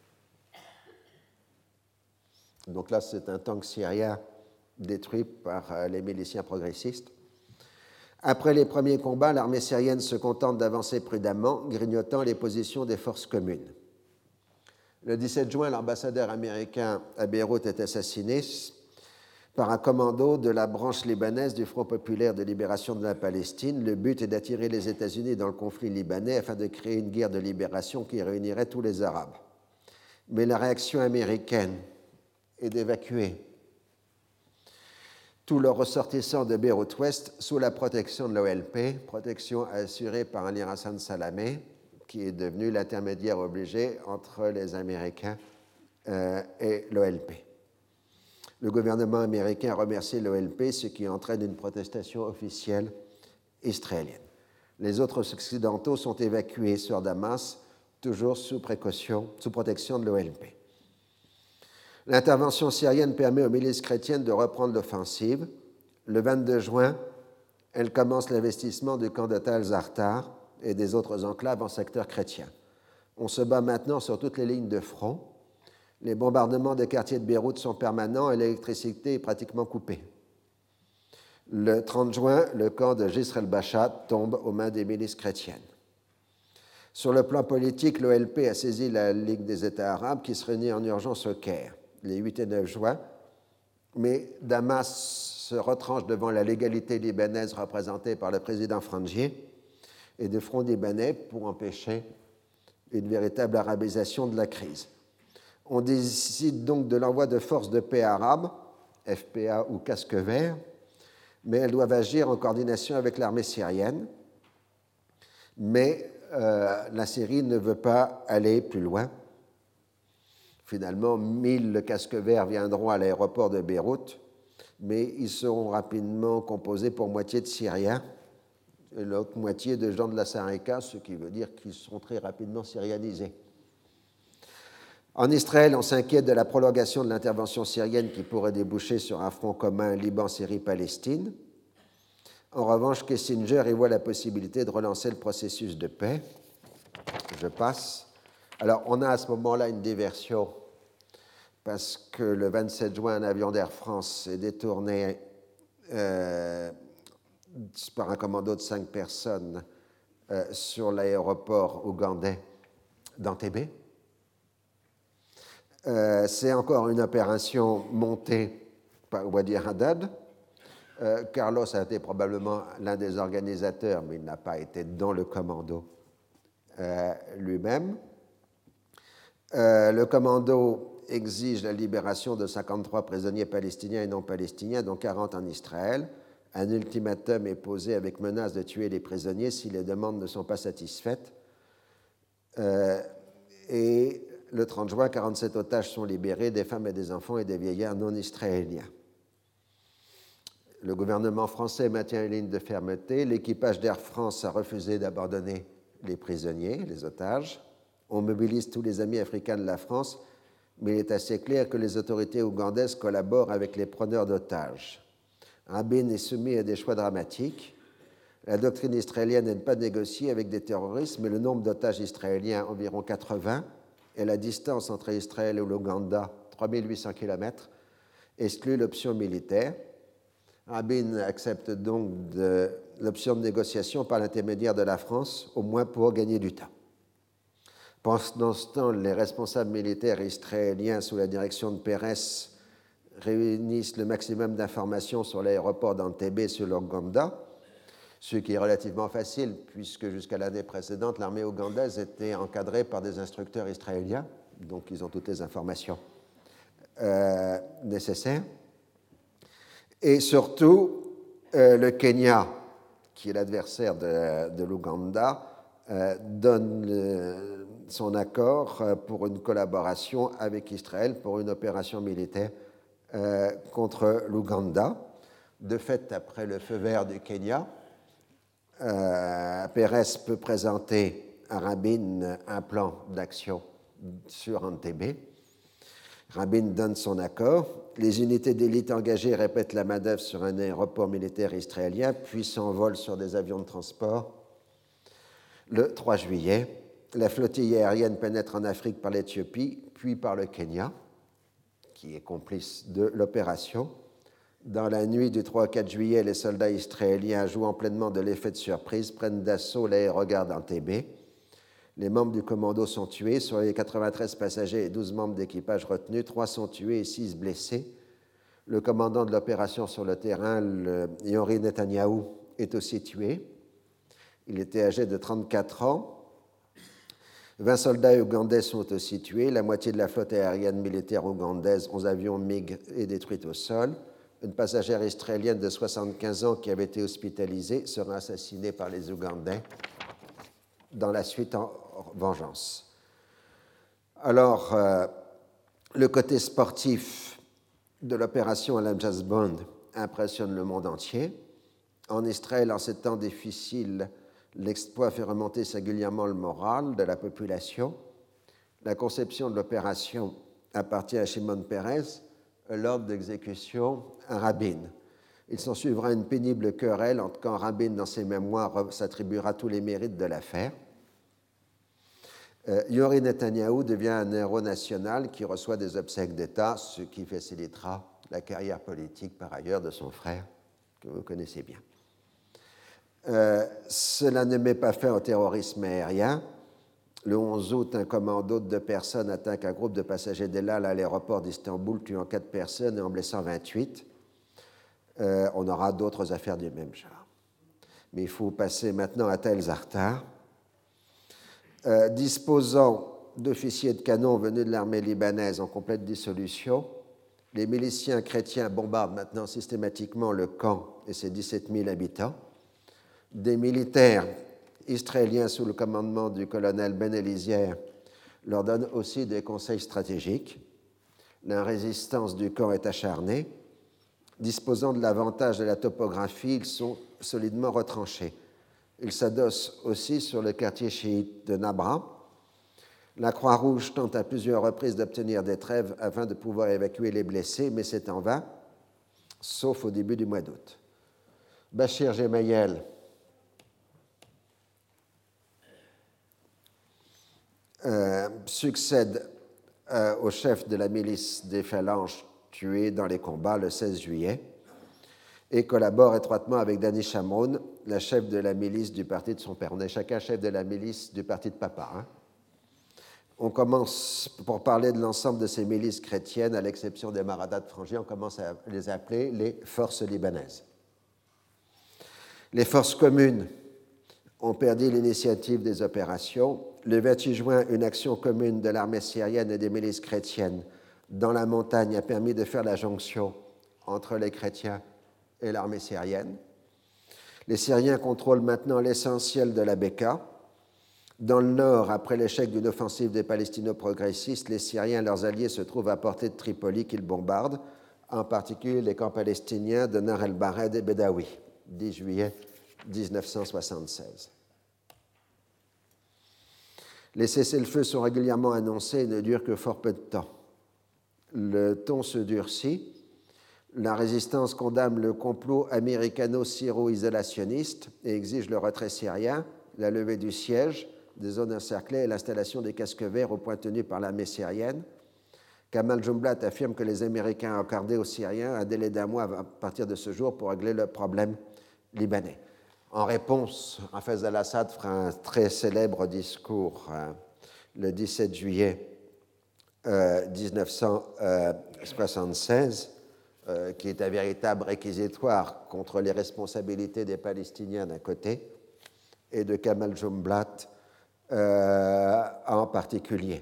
Donc là, c'est un tank syrien détruit par les miliciens progressistes. Après les premiers combats, l'armée syrienne se contente d'avancer prudemment, grignotant les positions des forces communes. Le 17 juin, l'ambassadeur américain à Beyrouth est assassiné par un commando de la branche libanaise du Front populaire de libération de la Palestine. Le but est d'attirer les États-Unis dans le conflit libanais afin de créer une guerre de libération qui réunirait tous les Arabes. Mais la réaction américaine est d'évacuer tous leurs ressortissants de Beyrouth-Ouest sous la protection de l'OLP, protection assurée par Ali Hassan Salamé, qui est devenu l'intermédiaire obligé entre les Américains et l'OLP. Le gouvernement américain remercie l'OLP, ce qui entraîne une protestation officielle israélienne. Les autres occidentaux sont évacués sur Damas, toujours sous protection de l'OLP. L'intervention syrienne permet aux milices chrétiennes de reprendre l'offensive. Le 22 juin, elle commence l'investissement du camp de Tal Zartar et des autres enclaves en secteur chrétien. On se bat maintenant sur toutes les lignes de front. Les bombardements des quartiers de Beyrouth sont permanents et l'électricité est pratiquement coupée. Le 30 juin, le camp de Jisr el-Bachat tombe aux mains des milices chrétiennes. Sur le plan politique, l'OLP a saisi la Ligue des États arabes qui se réunit en urgence au Caire les 8 et 9 juin, mais Damas se retranche devant la légalité libanaise représentée par le président Frangier et des fronts libanais pour empêcher une véritable arabisation de la crise. On décide donc de l'envoi de forces de paix arabes, FPA ou casque vert, mais elles doivent agir en coordination avec l'armée syrienne. Mais la Syrie ne veut pas aller plus loin. Finalement, 1000 casques verts viendront à l'aéroport de Beyrouth, mais ils seront rapidement composés pour moitié de Syriens et l'autre moitié de gens de la Sarika, ce qui veut dire qu'ils seront très rapidement syrianisés. En Israël, on s'inquiète de la prolongation de l'intervention syrienne qui pourrait déboucher sur un front commun Liban-Syrie-Palestine. En revanche, Kissinger y voit la possibilité de relancer le processus de paix. Je passe. Alors, on a à ce moment-là une diversion parce que le 27 juin, un avion d'Air France est détourné par un commando de 5 personnes sur l'aéroport ougandais d'Entebbe. C'est encore une opération montée par Wadi Haddad. Carlos a été probablement l'un des organisateurs, mais il n'a pas été dans le commando lui-même. Le commando exige la libération de 53 prisonniers palestiniens et non palestiniens, dont 40 en Israël. Un ultimatum est posé avec menace de tuer les prisonniers si les demandes ne sont pas satisfaites. Et le 30 juin, 47 otages sont libérés, des femmes et des enfants et des vieillards non israéliens. Le gouvernement français maintient une ligne de fermeté. L'équipage d'Air France a refusé d'abandonner les prisonniers, les otages. On mobilise tous les amis africains de la France, mais il est assez clair que les autorités ougandaises collaborent avec les preneurs d'otages. Rabin est soumis à des choix dramatiques. La doctrine israélienne n'est de ne pas négocier avec des terroristes, mais le nombre d'otages israéliens, environ 80, et la distance entre Israël et l'Ouganda, 3800 km, exclut l'option militaire. Rabin accepte donc l'option de négociation par l'intermédiaire de la France, au moins pour gagner du temps. Pendant ce temps, les responsables militaires israéliens, sous la direction de Pérez, réunissent le maximum d'informations sur l'aéroport d'Entebbe et sur l'Ouganda, ce qui est relativement facile, puisque jusqu'à l'année précédente, l'armée ougandaise était encadrée par des instructeurs israéliens, donc ils ont toutes les informations nécessaires. Et surtout, le Kenya, qui est l'adversaire de l'Ouganda, donne son accord pour une collaboration avec Israël pour une opération militaire contre l'Ouganda. De fait, après le feu vert du Kenya, Pérez peut présenter à Rabin un plan d'action sur Entebbe. Rabin donne son accord. Les unités d'élite engagées répètent la manœuvre sur un aéroport militaire israélien, puis s'envolent sur des avions de transport. Le 3 juillet, la flottille aérienne pénètre en Afrique par l'Éthiopie, puis par le Kenya, qui est complice de l'opération. Dans la nuit du 3 au 4 juillet, les soldats israéliens, jouant pleinement de l'effet de surprise, prennent d'assaut l'aérogare d'Entebbe. Les membres du commando sont tués. Sur les 93 passagers et 12 membres d'équipage retenus, 3 sont tués et 6 blessés. Le commandant de l'opération sur le terrain, Yori Netanyahu, est aussi tué. Il était âgé de 34 ans. 20 soldats ougandais sont aussi tués. La moitié de la flotte aérienne militaire ougandaise, 11 avions MiG, est détruite au sol. Une passagère israélienne de 75 ans qui avait été hospitalisée sera assassinée par les Ougandais dans la suite en vengeance. Alors, le côté sportif de l'opération Al James Bond impressionne le monde entier. En Israël, en ces temps difficiles, l'exploit fait remonter singulièrement le moral de la population. La conception de l'opération appartient à Shimon Peres, l'ordre d'exécution à Rabin. Il s'en suivra une pénible querelle entre quand Rabin, dans ses mémoires, s'attribuera tous les mérites de l'affaire. Yori Netanyahu devient un héros national qui reçoit des obsèques d'État, ce qui facilitera la carrière politique, par ailleurs, de son frère, que vous connaissez bien. Cela ne met pas fin au terrorisme aérien. Le 11 août, un commando de 2 personnes attaque un groupe de passagers d'El Al à l'aéroport d'Istanbul, tuant 4 personnes et en blessant 28. On aura d'autres affaires du même genre. Mais il faut passer maintenant à Tel Zartar. Disposant d'officiers de canon venus de l'armée libanaise en complète dissolution, les miliciens chrétiens bombardent maintenant systématiquement le camp et ses 17 000 habitants. Des militaires israéliens sous le commandement du colonel Ben Elizier leur donnent aussi des conseils stratégiques. La résistance du camp est acharnée. Disposant de l'avantage de la topographie, ils sont solidement retranchés. Ils s'adossent aussi sur le quartier chiite de Nabra. La Croix-Rouge tente à plusieurs reprises d'obtenir des trêves afin de pouvoir évacuer les blessés, mais c'est en vain, sauf au début du mois d'août. Bachir Gemayel succède au chef de la milice des phalanges tué dans les combats le 16 juillet et collabore étroitement avec Dani Shamron, la chef de la milice du parti de son père. On est chacun chef de la milice du parti de papa. Hein. On commence, pour parler de l'ensemble de ces milices chrétiennes, à l'exception des Maradas de Frangie, on commence à les appeler les forces libanaises. Les forces communes ont perdu l'initiative des opérations. Le 28 juin, une action commune de l'armée syrienne et des milices chrétiennes dans la montagne a permis de faire la jonction entre les chrétiens et l'armée syrienne. Les Syriens contrôlent maintenant l'essentiel de la Beka. Dans le nord, après l'échec d'une offensive des palestino-progressistes, les Syriens et leurs alliés se trouvent à portée de Tripoli qu'ils bombardent, en particulier les camps palestiniens de Nar el-Bared et Bedawi, 10 juillet 1976. Les cessez-le-feu sont régulièrement annoncés et ne durent que fort peu de temps. Le ton se durcit. La résistance condamne le complot américano-syro-isolationniste et exige le retrait syrien, la levée du siège, des zones encerclées et l'installation des casques verts au point tenu par l'armée syrienne. Kamal Jumblat affirme que les Américains ont accordé aux Syriens un délai d'1 mois à partir de ce jour pour régler le problème libanais. En réponse, Hafez al-Assad fera un très célèbre discours le 17 juillet 1976, qui est un véritable réquisitoire contre les responsabilités des Palestiniens d'un côté et de Kamal Jumblat en particulier.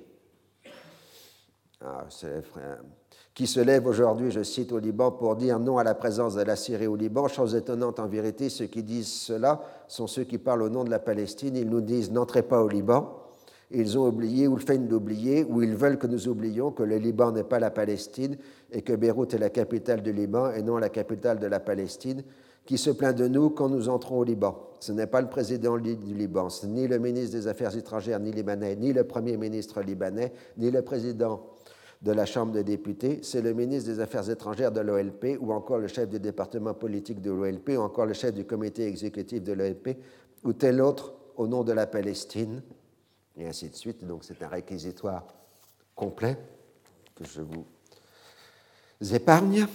Qui se lève aujourd'hui, je cite, au Liban pour dire non à la présence de la Syrie au Liban. Chose étonnante en vérité, ceux qui disent cela sont ceux qui parlent au nom de la Palestine. Ils nous disent n'entrez pas au Liban. Ils ont oublié ou feignent d'oublier ou ils veulent que nous oublions que le Liban n'est pas la Palestine et que Beyrouth est la capitale du Liban et non la capitale de la Palestine. Qui se plaint de nous quand nous entrons au Liban. Ce n'est pas le président du Liban, ce n'est ni le ministre des Affaires étrangères ni libanais, ni le premier ministre libanais, ni le président de la Chambre des députés, c'est le ministre des Affaires étrangères de l'OLP ou encore le chef du département politique de l'OLP ou encore le chef du comité exécutif de l'OLP ou tel autre au nom de la Palestine, et ainsi de suite. Donc c'est un réquisitoire complet que je vous épargne.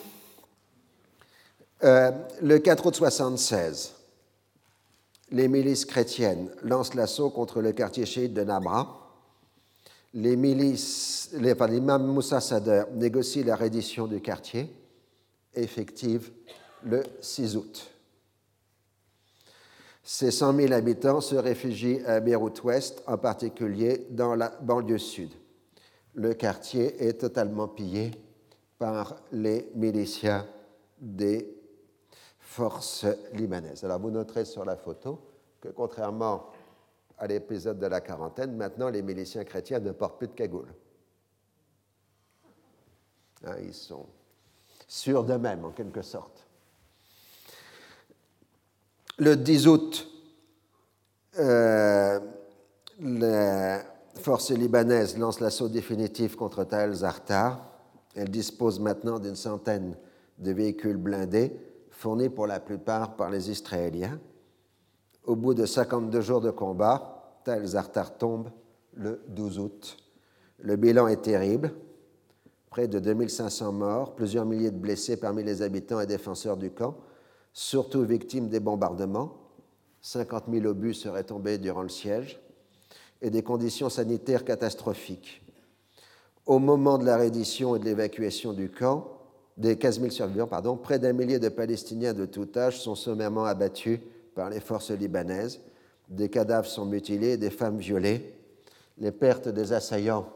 Le 4 août 1976, les milices chrétiennes lancent l'assaut contre le quartier chiite de Nabra. L'imam Moussa Sadr négocie la reddition du quartier, effective le 6 août. Ces 100 000 habitants se réfugient à Beyrouth-Ouest, en particulier dans la banlieue sud. Le quartier est totalement pillé par les miliciens des forces libanaises. Alors vous noterez sur la photo que contrairement à l'épisode de la quarantaine, maintenant les miliciens chrétiens ne portent plus de cagoule. Ils sont sûrs d'eux-mêmes en quelque sorte. Le 10 août, les forces libanaises lancent l'assaut définitif contre Tal Zartar. Elles disposent maintenant d'une centaine de véhicules blindés fournis pour la plupart par les Israéliens. Au bout de 52 jours de combat, Tal Zartar tombe le 12 août. Le bilan est terrible. Près de 2500 morts, plusieurs milliers de blessés parmi les habitants et défenseurs du camp, surtout victimes des bombardements. 50 000 obus seraient tombés durant le siège et des conditions sanitaires catastrophiques. Au moment de la reddition et de l'évacuation du camp, des 15 000 survivants, près d'1 millier de Palestiniens de tout âge sont sommairement abattus par les forces libanaises. Des cadavres sont mutilés, des femmes violées. Les pertes des assaillants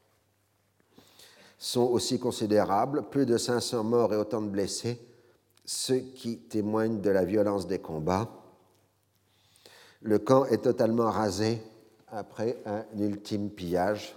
sont aussi considérables, plus de 500 morts et autant de blessés, ce qui témoigne de la violence des combats. Le camp est totalement rasé après un ultime pillage.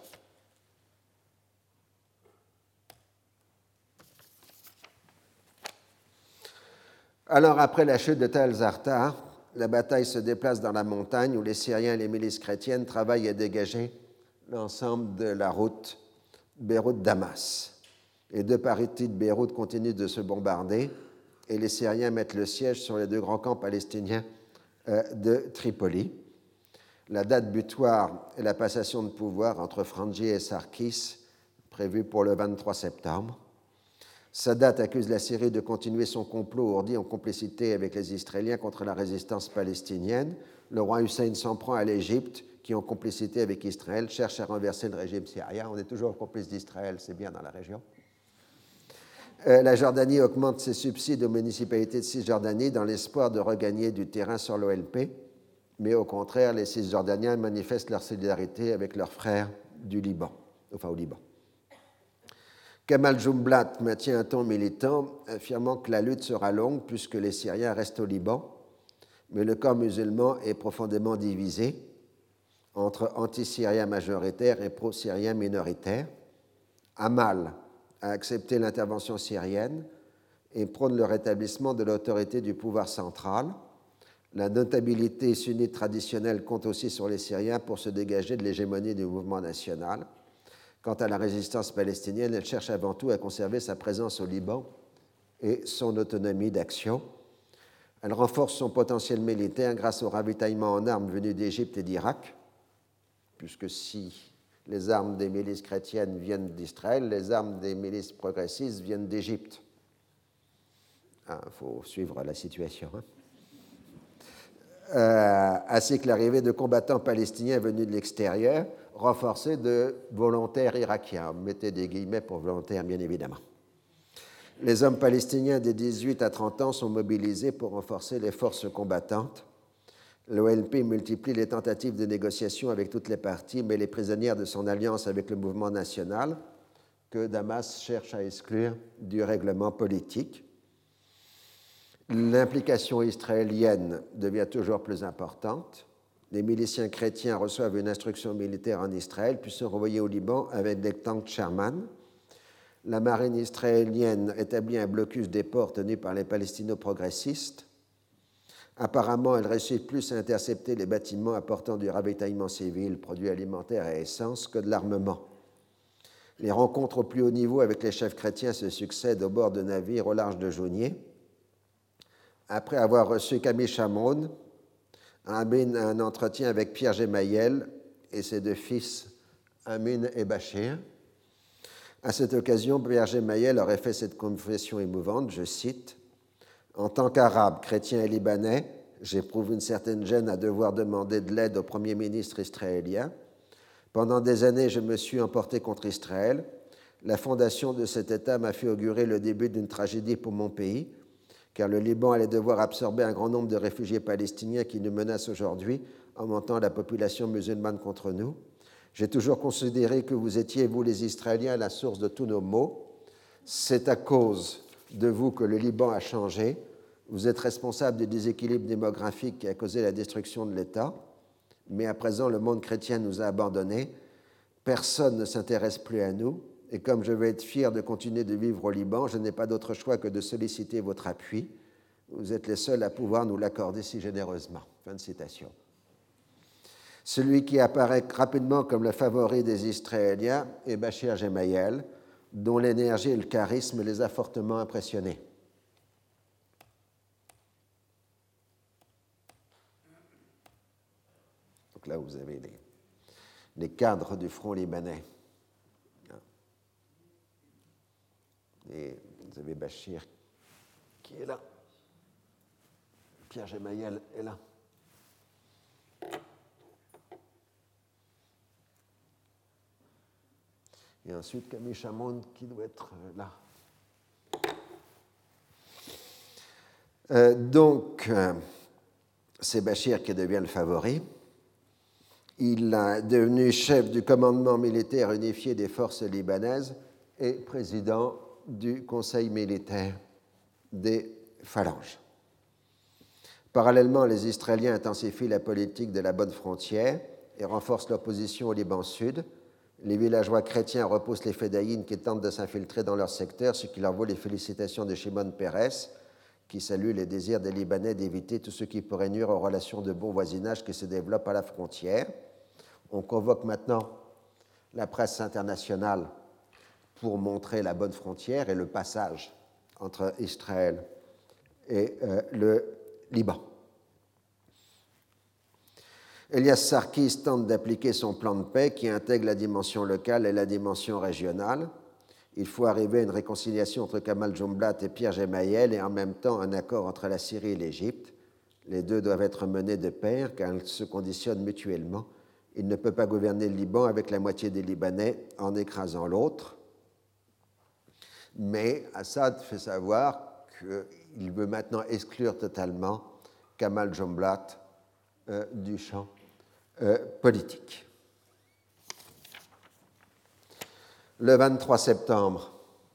Alors, après la chute de Tal Zartar, la bataille se déplace dans la montagne où les Syriens et les milices chrétiennes travaillent à dégager l'ensemble de la route Beyrouth-Damas. Les deux parties de Beyrouth continuent de se bombarder et les Syriens mettent le siège sur les deux grands camps palestiniens de Tripoli. La date butoir est la passation de pouvoir entre Frangieh et Sarkis, prévue pour le 23 septembre. Sadat accuse la Syrie de continuer son complot ourdi en complicité avec les Israéliens contre la résistance palestinienne. Le roi Hussein s'en prend à l'Égypte, qui, en complicité avec Israël, cherche à renverser le régime syrien. On est toujours complice d'Israël, c'est bien dans la région. La Jordanie augmente ses subsides aux municipalités de Cisjordanie dans l'espoir de regagner du terrain sur l'OLP, mais au contraire, les Cisjordaniens manifestent leur solidarité avec leurs frères du Liban, au Liban. Kamal Jumblat maintient un ton militant, affirmant que la lutte sera longue puisque les Syriens restent au Liban, mais le camp musulman est profondément divisé. entre anti-syriens majoritaires et pro-syriens minoritaires. Amal a accepté l'intervention syrienne et prône le rétablissement de l'autorité du pouvoir central. La notabilité sunnite traditionnelle compte aussi sur les Syriens pour se dégager de l'hégémonie du mouvement national. Quant à la résistance palestinienne, elle cherche avant tout à conserver sa présence au Liban et son autonomie d'action. Elle renforce son potentiel militaire grâce au ravitaillement en armes venues d'Égypte et d'Irak, puisque si les armes des milices chrétiennes viennent d'Israël, les armes des milices progressistes viennent d'Égypte. Il faut suivre la situation. Ainsi que l'arrivée de combattants palestiniens venus de l'extérieur, renforcés de volontaires irakiens. Mettez des guillemets pour volontaires, bien évidemment. Les hommes palestiniens des 18 à 30 ans sont mobilisés pour renforcer les forces combattantes. L'OLP multiplie les tentatives de négociation avec toutes les parties, mais les prisonnières de son alliance avec le mouvement national, que Damas cherche à exclure du règlement politique. L'implication israélienne devient toujours plus importante. Les miliciens chrétiens reçoivent une instruction militaire en Israël, puis sont renvoyés au Liban avec des tanks Sherman. La marine israélienne établit un blocus des ports tenus par les palestino-progressistes. Apparemment, elle réussit plus à intercepter les bâtiments apportant du ravitaillement civil, produits alimentaires et essence, que de l'armement. Les rencontres au plus haut niveau avec les chefs chrétiens se succèdent au bord de navires au large de Jounier. Après avoir reçu Camille Chamron, Amin a un entretien avec Pierre Gemayel et ses deux fils, Amin et Bachir. À cette occasion, Pierre Gemayel aurait fait cette confession émouvante, je cite, « En tant qu'Arabe, chrétien et libanais, j'éprouve une certaine gêne à devoir demander de l'aide au Premier ministre israélien. Pendant des années, je me suis emporté contre Israël. La fondation de cet État m'a fait augurer le début d'une tragédie pour mon pays, car le Liban allait devoir absorber un grand nombre de réfugiés palestiniens qui nous menacent aujourd'hui en montant la population musulmane contre nous. J'ai toujours considéré que vous étiez, vous les Israéliens, la source de tous nos maux. C'est à cause de vous que le Liban a changé. Vous êtes responsable du déséquilibre démographique qui a causé la destruction de l'État. Mais à présent, le monde chrétien nous a abandonnés. Personne ne s'intéresse plus à nous. Et comme je veux être fier de continuer de vivre au Liban, je n'ai pas d'autre choix que de solliciter votre appui. Vous êtes les seuls à pouvoir nous l'accorder si généreusement. » Fin de citation. Celui qui apparaît rapidement comme le favori des Israéliens est Bachir Gemayel, dont l'énergie et le charisme les a fortement impressionnés. Donc là, vous avez les cadres du front libanais. Et vous avez Bachir qui est là. Pierre Gemayel est là. Et ensuite, Camille Chamon qui doit être là. C'est Bachir qui devient le favori. Il est devenu chef du commandement militaire unifié des forces libanaises et président du conseil militaire des phalanges. Parallèlement, les Israéliens intensifient la politique de la bonne frontière et renforcent l'opposition au Liban Sud. Les villageois chrétiens repoussent les fédayines qui tentent de s'infiltrer dans leur secteur, ce qui leur vaut les félicitations de Shimon Peres, qui salue les désirs des Libanais d'éviter tout ce qui pourrait nuire aux relations de bon voisinage qui se développent à la frontière. On convoque maintenant la presse internationale pour montrer la bonne frontière et le passage entre Israël et le Liban. Elias Sarkis tente d'appliquer son plan de paix qui intègre la dimension locale et la dimension régionale. Il faut arriver à une réconciliation entre Kamal Jumblat et Pierre Gemayel et en même temps un accord entre la Syrie et l'Égypte. Les deux doivent être menés de pair car ils se conditionnent mutuellement. Il ne peut pas gouverner le Liban avec la moitié des Libanais en écrasant l'autre. Mais Assad fait savoir qu'il veut maintenant exclure totalement Kamal Jumblat du champ politique. Le 23 septembre,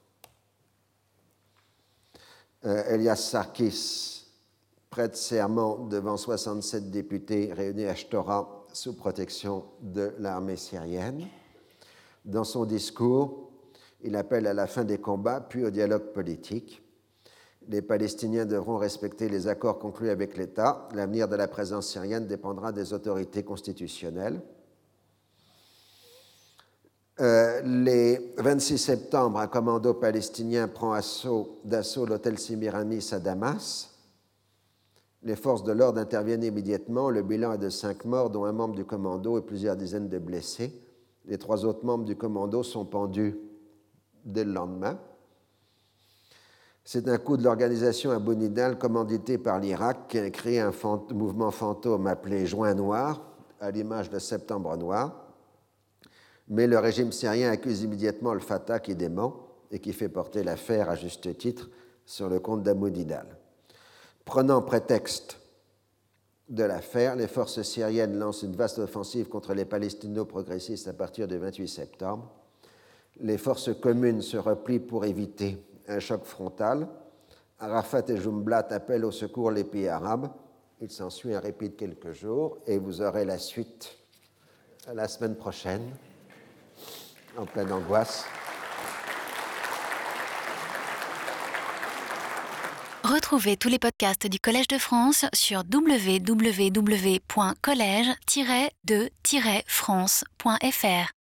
Elias Sarkis prête serment devant 67 députés réunis à Shtora sous protection de l'armée syrienne. Dans son discours, il appelle à la fin des combats, puis au dialogue politique. Les Palestiniens devront respecter les accords conclus avec l'État. L'avenir de la présence syrienne dépendra des autorités constitutionnelles. Le 26 septembre, un commando palestinien prend d'assaut l'hôtel Semiramis à Damas. Les forces de l'ordre interviennent immédiatement. Le bilan est de 5 morts, dont un membre du commando et plusieurs dizaines de blessés. Les 3 autres membres du commando sont pendus dès le lendemain. C'est un coup de l'organisation Abu Nidal, commanditée par l'Irak, qui a créé un mouvement fantôme appelé Juin Noir, à l'image de Septembre Noir. Mais le régime syrien accuse immédiatement le Fatah qui dément et qui fait porter l'affaire, à juste titre, sur le compte d'Abu Nidal. Prenant prétexte de l'affaire, les forces syriennes lancent une vaste offensive contre les palestino-progressistes à partir du 28 septembre. Les forces communes se replient pour éviter un choc frontal. Arafat et Jumblat appellent au secours les pays arabes. Il s'ensuit un répit de quelques jours et vous aurez la suite la semaine prochaine, en pleine angoisse. Retrouvez tous les podcasts du Collège de France sur www.collège-de-france.fr.